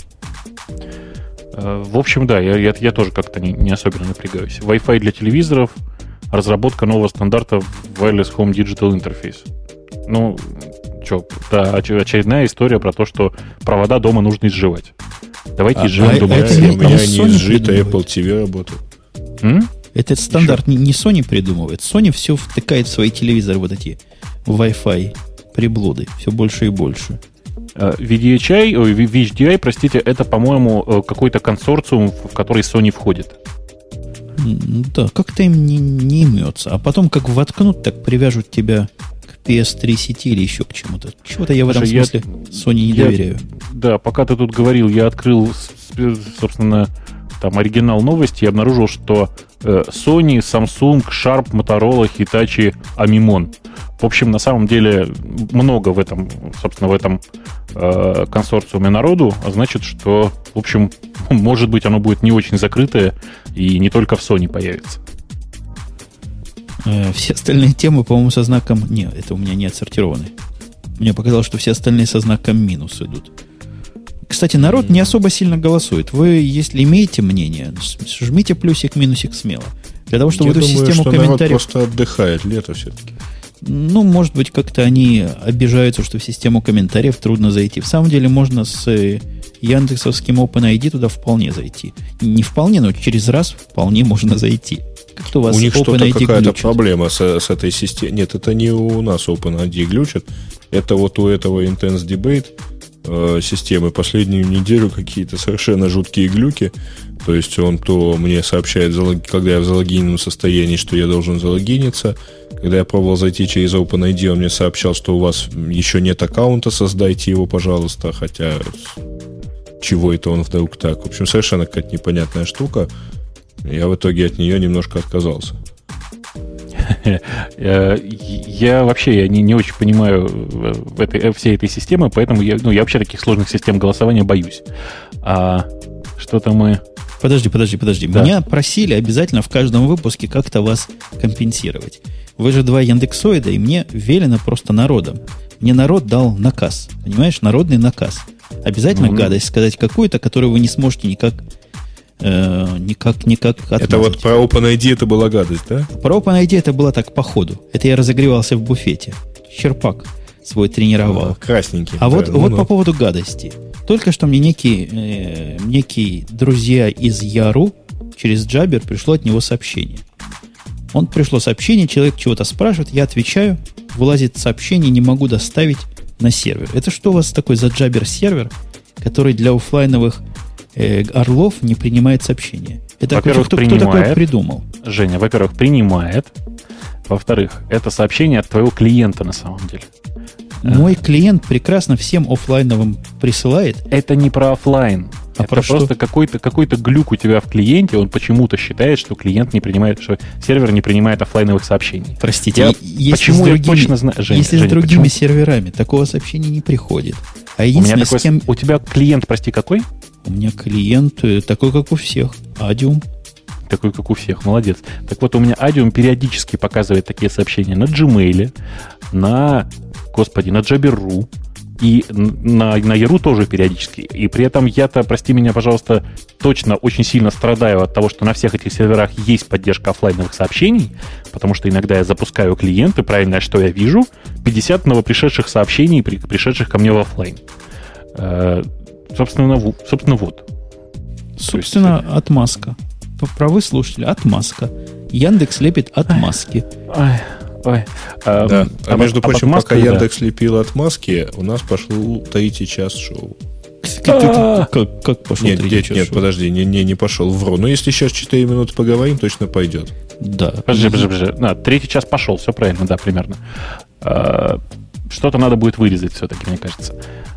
В общем, да, я, я, я тоже как-то не, не особенно напрягаюсь. Wi-Fi для телевизоров, разработка нового стандарта Wireless Home Digital Interface. Ну, что, да, очередная история про то, что провода дома нужно изживать. Давайте а, изживем а, дома. А у это меня не изжито, Apple ти ви работает. М? Этот стандарт не, не Sony придумывает. Sony все втыкает в свои телевизоры вот эти Wi-Fi приблуды. Все больше и больше. ви ди эйч ай, ой, ви эйч ди ай, простите, это, по-моему, какой-то консорциум, в который Sony входит. Да, как-то им не, не имется. А потом, как воткнут, так привяжут тебя к пи эс три сети или еще к чему-то. Чего-то я в этом Слушай, смысле я, Sony не я, доверяю. Да, пока ты тут говорил, я открыл, собственно, там оригинал новости и обнаружил, что э, Sony, Samsung, Sharp, Motorola, Hitachi, Amimon. В общем, на самом деле много в этом, собственно, в этом э, консорциуме народу, а значит, что, в общем, может быть, оно будет не очень закрытое и не только в Sony появится. Э, все остальные темы, по-моему, со знаком... Нет, это у меня не отсортированы. Мне показалось, что все остальные со знаком минус идут. Кстати, народ не особо сильно голосует. Вы, если имеете мнение, жмите плюсик, минусик смело. Для того, чтобы Я эту думаю, систему что комментариев... народ просто отдыхает, лето все-таки. Ну, может быть, как-то они обижаются, что в систему комментариев трудно зайти. В самом деле, можно с яндексовским OpenID туда вполне зайти. Не вполне, но через раз вполне можно зайти. Как-то у вас у них что-то какая-то глючит. проблема с, с этой системой. Нет, это не у нас OpenID глючит. Это вот у этого Intense Debate э, системы последнюю неделю какие-то совершенно жуткие глюки. То есть он то мне сообщает, когда я в залогиненном состоянии, что я должен залогиниться. Когда я пробовал зайти через OpenID, он мне сообщал, что у вас еще нет аккаунта, создайте его, пожалуйста. Хотя, чего это он вдруг так? В общем, совершенно какая-то непонятная штука. Я в итоге от нее немножко отказался. Я вообще я не, не очень понимаю этой, всей этой системы, поэтому я, ну, я вообще таких сложных систем голосования боюсь. А что-то мы... Подожди, подожди, подожди. Да. Меня просили обязательно в каждом выпуске как-то вас компенсировать. Вы же два яндексоида, и мне велено просто народом. Мне народ дал наказ. Понимаешь? Народный наказ. Обязательно mm-hmm. гадость сказать какую-то, которую вы не сможете никак... Э, никак, никак отмазать. Это вот про OpenID это была гадость, да? Про OpenID это было так по ходу. Это я разогревался в буфете. Черпак свой тренировал. А, красненький. А да, вот, ну, вот ну. по поводу гадости. Только что мне некие, э, некие друзья из Яру через Джабер пришло от него сообщение. Он пришло сообщение, человек чего-то спрашивает, я отвечаю, вылазит сообщение, не могу доставить на сервер. Это что у вас такой за Джабер сервер, который для офлайновых э, орлов не принимает сообщения? Это во-первых, кто, принимает, кто такое придумал? Женя, во-первых, принимает. Во-вторых, это сообщение от твоего клиента на самом деле. Мой клиент прекрасно всем офлайновым присылает. Это не про офлайн. А это про просто что? какой-то, какой-то глюк у тебя в клиенте. Он почему-то считает, что клиент не принимает, что сервер не принимает офлайновых сообщений. Простите, я, если почему с другими, я точно знаю, Женя, если Женя, с другими почему? серверами такого сообщения не приходит. А У, меня единственное, такой, с кем... у тебя клиент, прости, какой? У меня клиент э, такой, как у всех. Адиум. Такой, как у всех, молодец. Так вот, у меня Адиум периодически показывает такие сообщения на Gmail, на, господи, на Jabber.ru, и на, на Яру тоже периодически. И при этом я-то, прости меня, пожалуйста, точно очень сильно страдаю от того, что на всех этих серверах есть поддержка офлайновых сообщений, потому что иногда я запускаю клиенты, правильно, что я вижу, пятьдесят новопришедших сообщений, пришедших ко мне в офлайн. Э, собственно, собственно, вот. Собственно, есть... отмазка. Правы слушатели, отмазка. Яндекс лепит отмазки. Ой, ой. А, да. а, а между прочим, пока да. Яндекс лепил отмазки, у нас пошел третий час шоу. Как, как, как пошел нет, третий нет, час нет, шоу? подожди, не, не, не пошел. Вру. Но если сейчас четыре минуты поговорим, точно пойдет. Да. Подожди, подожди, подожди. Да, третий час пошел, все правильно, да, примерно. А, что-то надо будет вырезать все-таки, мне кажется.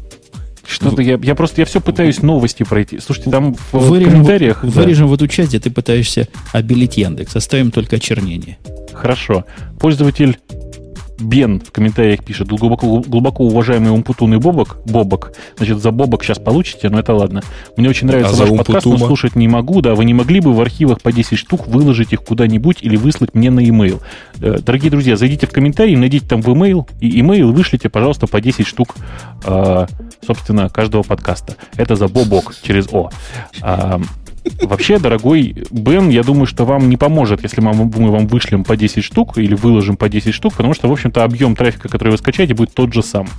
Что-то я, я просто я все пытаюсь новости пройти. Слушайте, там в, вырежем, в комментариях... Вырежем да. в эту часть, где ты пытаешься обелить Яндекс. Оставим только очернение. Хорошо. Пользователь Бен в комментариях пишет: глубоко, глубоко уважаемый Умпутун и Бобок. Бобок. Значит, за Бобок сейчас получите, но это ладно. Мне очень нравится а ваш подкаст, но слушать не могу. Да, вы не могли бы в архивах по десять штук выложить их куда-нибудь или выслать мне на e-mail? Дорогие друзья, зайдите в комментарии, найдите там в e-mail, и e-mail вышлите, пожалуйста, по десять штук, собственно, каждого подкаста. Это за Бобок через О. Вообще, дорогой Бен, я думаю, что вам не поможет, если мы, мы вам вышлем по десять штук или выложим по десять штук, потому что, в общем-то, объем трафика, который вы скачаете, будет тот же сам.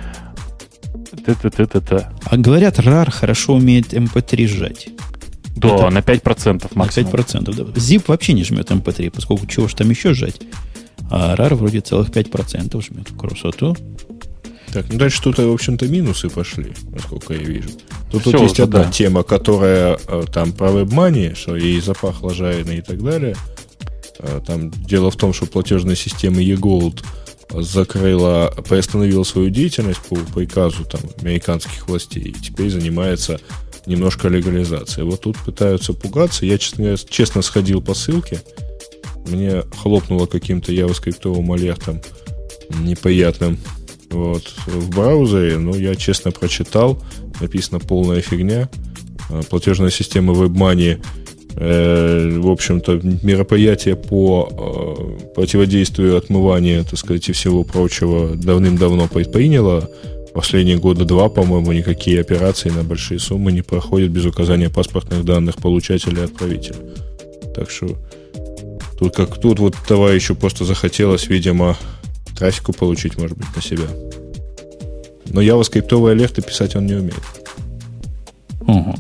Та-та-та-та-та. А говорят, рар хорошо умеет эм пэ три сжать. Да, это на пять процентов максимум. На пять процентов, да. Zip вообще не жмет эм пэ три, поскольку чего ж там еще сжать. А рар вроде целых пять процентов жмет. Красоту. Так, ну дальше тут, в общем-то, минусы пошли, насколько я вижу. Тут, Все, тут есть одна да. тема, которая там про WebMoney, что ей запахло жареное и так далее. Там дело в том, что платежная система eGold закрыла, приостановила свою деятельность по приказу там, американских властей и теперь занимается немножко легализацией. Вот тут пытаются пугаться. Я, честно говоря, честно сходил по ссылке. Мне хлопнуло каким-то явоскриптовым алертом неприятным. Вот, в браузере, ну, я честно прочитал, написано полная фигня. Платежная система WebMoney, э, в общем-то, мероприятие по э, противодействию отмывания, так сказать, и всего прочего давным-давно предприняло. Последние года два, по-моему, никакие операции на большие суммы не проходят без указания паспортных данных получателя и отправителя. Так что тут как тут вот товарищу просто захотелось, видимо, трафику получить, может быть, на себя. Но явоскриптовые алерты писать он не умеет. Угу.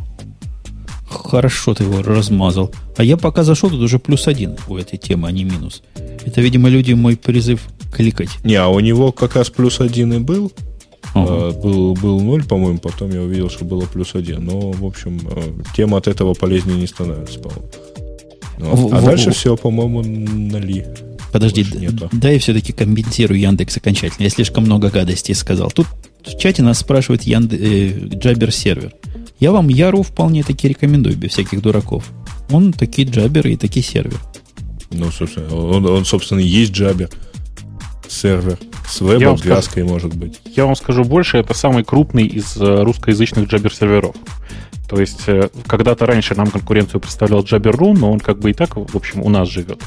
Хорошо ты его размазал. А я пока зашел, тут уже плюс один у этой темы, а не минус. Это, видимо, люди мой призыв кликать. Не, а у него как раз плюс один и был. Угу. А, был, был ноль, по-моему, потом я увидел, что было плюс один. Но, в общем, тема от этого полезнее не становится, по-моему. Ну, в, а в, дальше в... все, по-моему, ноли. Подожди, д- дай я все-таки компенсирую Яндекс окончательно. Я слишком много гадостей сказал. Тут в чате нас спрашивает Янде... э, Jabber сервер. Я вам Яру вполне таки рекомендую, без всяких дураков. Он такие джаберы и такие сервер. Ну, собственно, он, он собственно, есть джабер. Сервер. С вебом, с гаской, может быть. Я вам скажу больше, это самый крупный из русскоязычных джабер-серверов. То есть, когда-то раньше нам конкуренцию представлял Jabber.ru, но он как бы и так, в общем, у нас живет.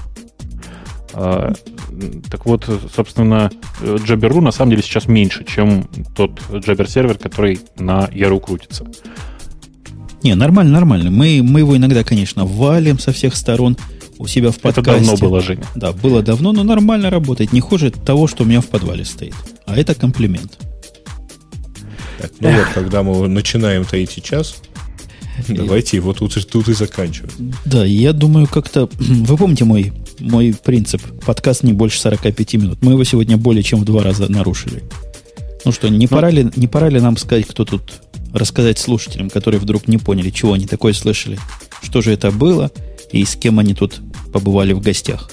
А, так вот, собственно, Jabber.ru на самом деле сейчас меньше, чем тот Jabber-сервер, который на Яру крутится. Не, нормально, нормально. Мы, мы его иногда, конечно, валим со всех сторон у себя в подкасте. Это давно было, Женя. Да, было давно, но нормально работает. Не хуже того, что у меня в подвале стоит. А это комплимент. Так, ну Эх. вот, когда мы начинаем третий час, давайте его тут, тут и заканчивать. Да, я думаю, как-то... Вы помните мой, мой принцип? Подкаст не больше сорок пять минут. Мы его сегодня более чем в два раза нарушили. Ну что, не, ну, пора ли, не пора ли нам сказать, кто тут... Рассказать слушателям, которые вдруг не поняли, чего они такое слышали, что же это было и с кем они тут побывали в гостях?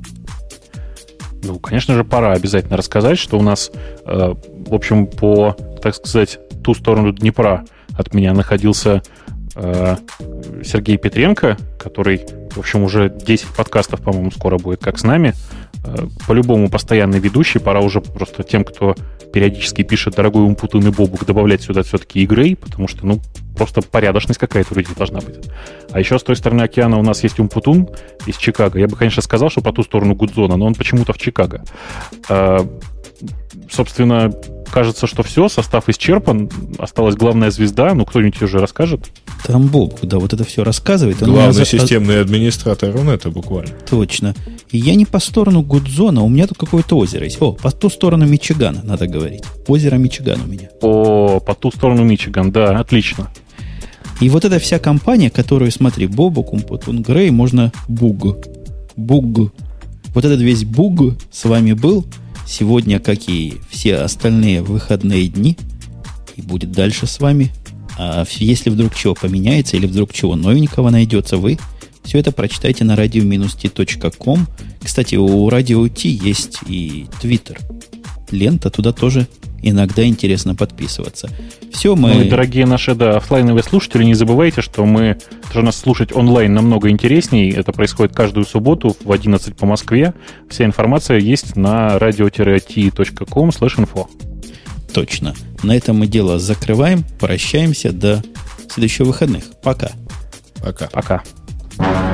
Ну, конечно же, пора обязательно рассказать, что у нас, э, в общем, по, так сказать, ту сторону Днепра от меня находился э, Сергей Петренко, который, в общем, уже десять подкастов, по-моему, скоро будет как с нами. Э, по-любому постоянный ведущий. Пора уже просто тем, кто периодически пишет «Дорогой Умпутун и Бобук», добавлять сюда все-таки игры, потому что, ну, просто порядочность какая-то вроде должна быть. А еще с той стороны океана у нас есть Умпутун из Чикаго. Я бы, конечно, сказал, что по ту сторону Гудзона, но он почему-то в Чикаго. А, собственно, кажется, что все, состав исчерпан. Осталась главная звезда. Ну, кто-нибудь уже расскажет? Там Бобук, да, вот это все рассказывает. Главный за... системный администратор Рунета буквально. Точно. И я не по сторону Гудзона, у меня тут какое-то озеро есть. О, по ту сторону Мичигана, надо говорить. Озеро Мичиган у меня. О, по ту сторону Мичиган, да, отлично. И вот эта вся компания, которую, смотри, Бобук, Умпутун, Грей, можно Буг. Буг. Вот этот весь Буг с вами был сегодня, как и все остальные выходные дни, и будет дальше с вами. А если вдруг чего поменяется, или вдруг чего новенького найдется, вы все это прочитайте на радио ти точка ком. Кстати, у радио Ти есть и Твиттер. Лента, туда тоже иногда интересно подписываться. Все мы... Ну и, дорогие наши, да, офлайновые слушатели, не забывайте, что мы тоже нас слушать онлайн намного интереснее. Это происходит каждую субботу в одиннадцать по Москве. Вся информация есть на радио ти точка ком слэш инфо. Точно. На этом мы дело закрываем. Прощаемся до следующих выходных. Пока. Пока. Пока.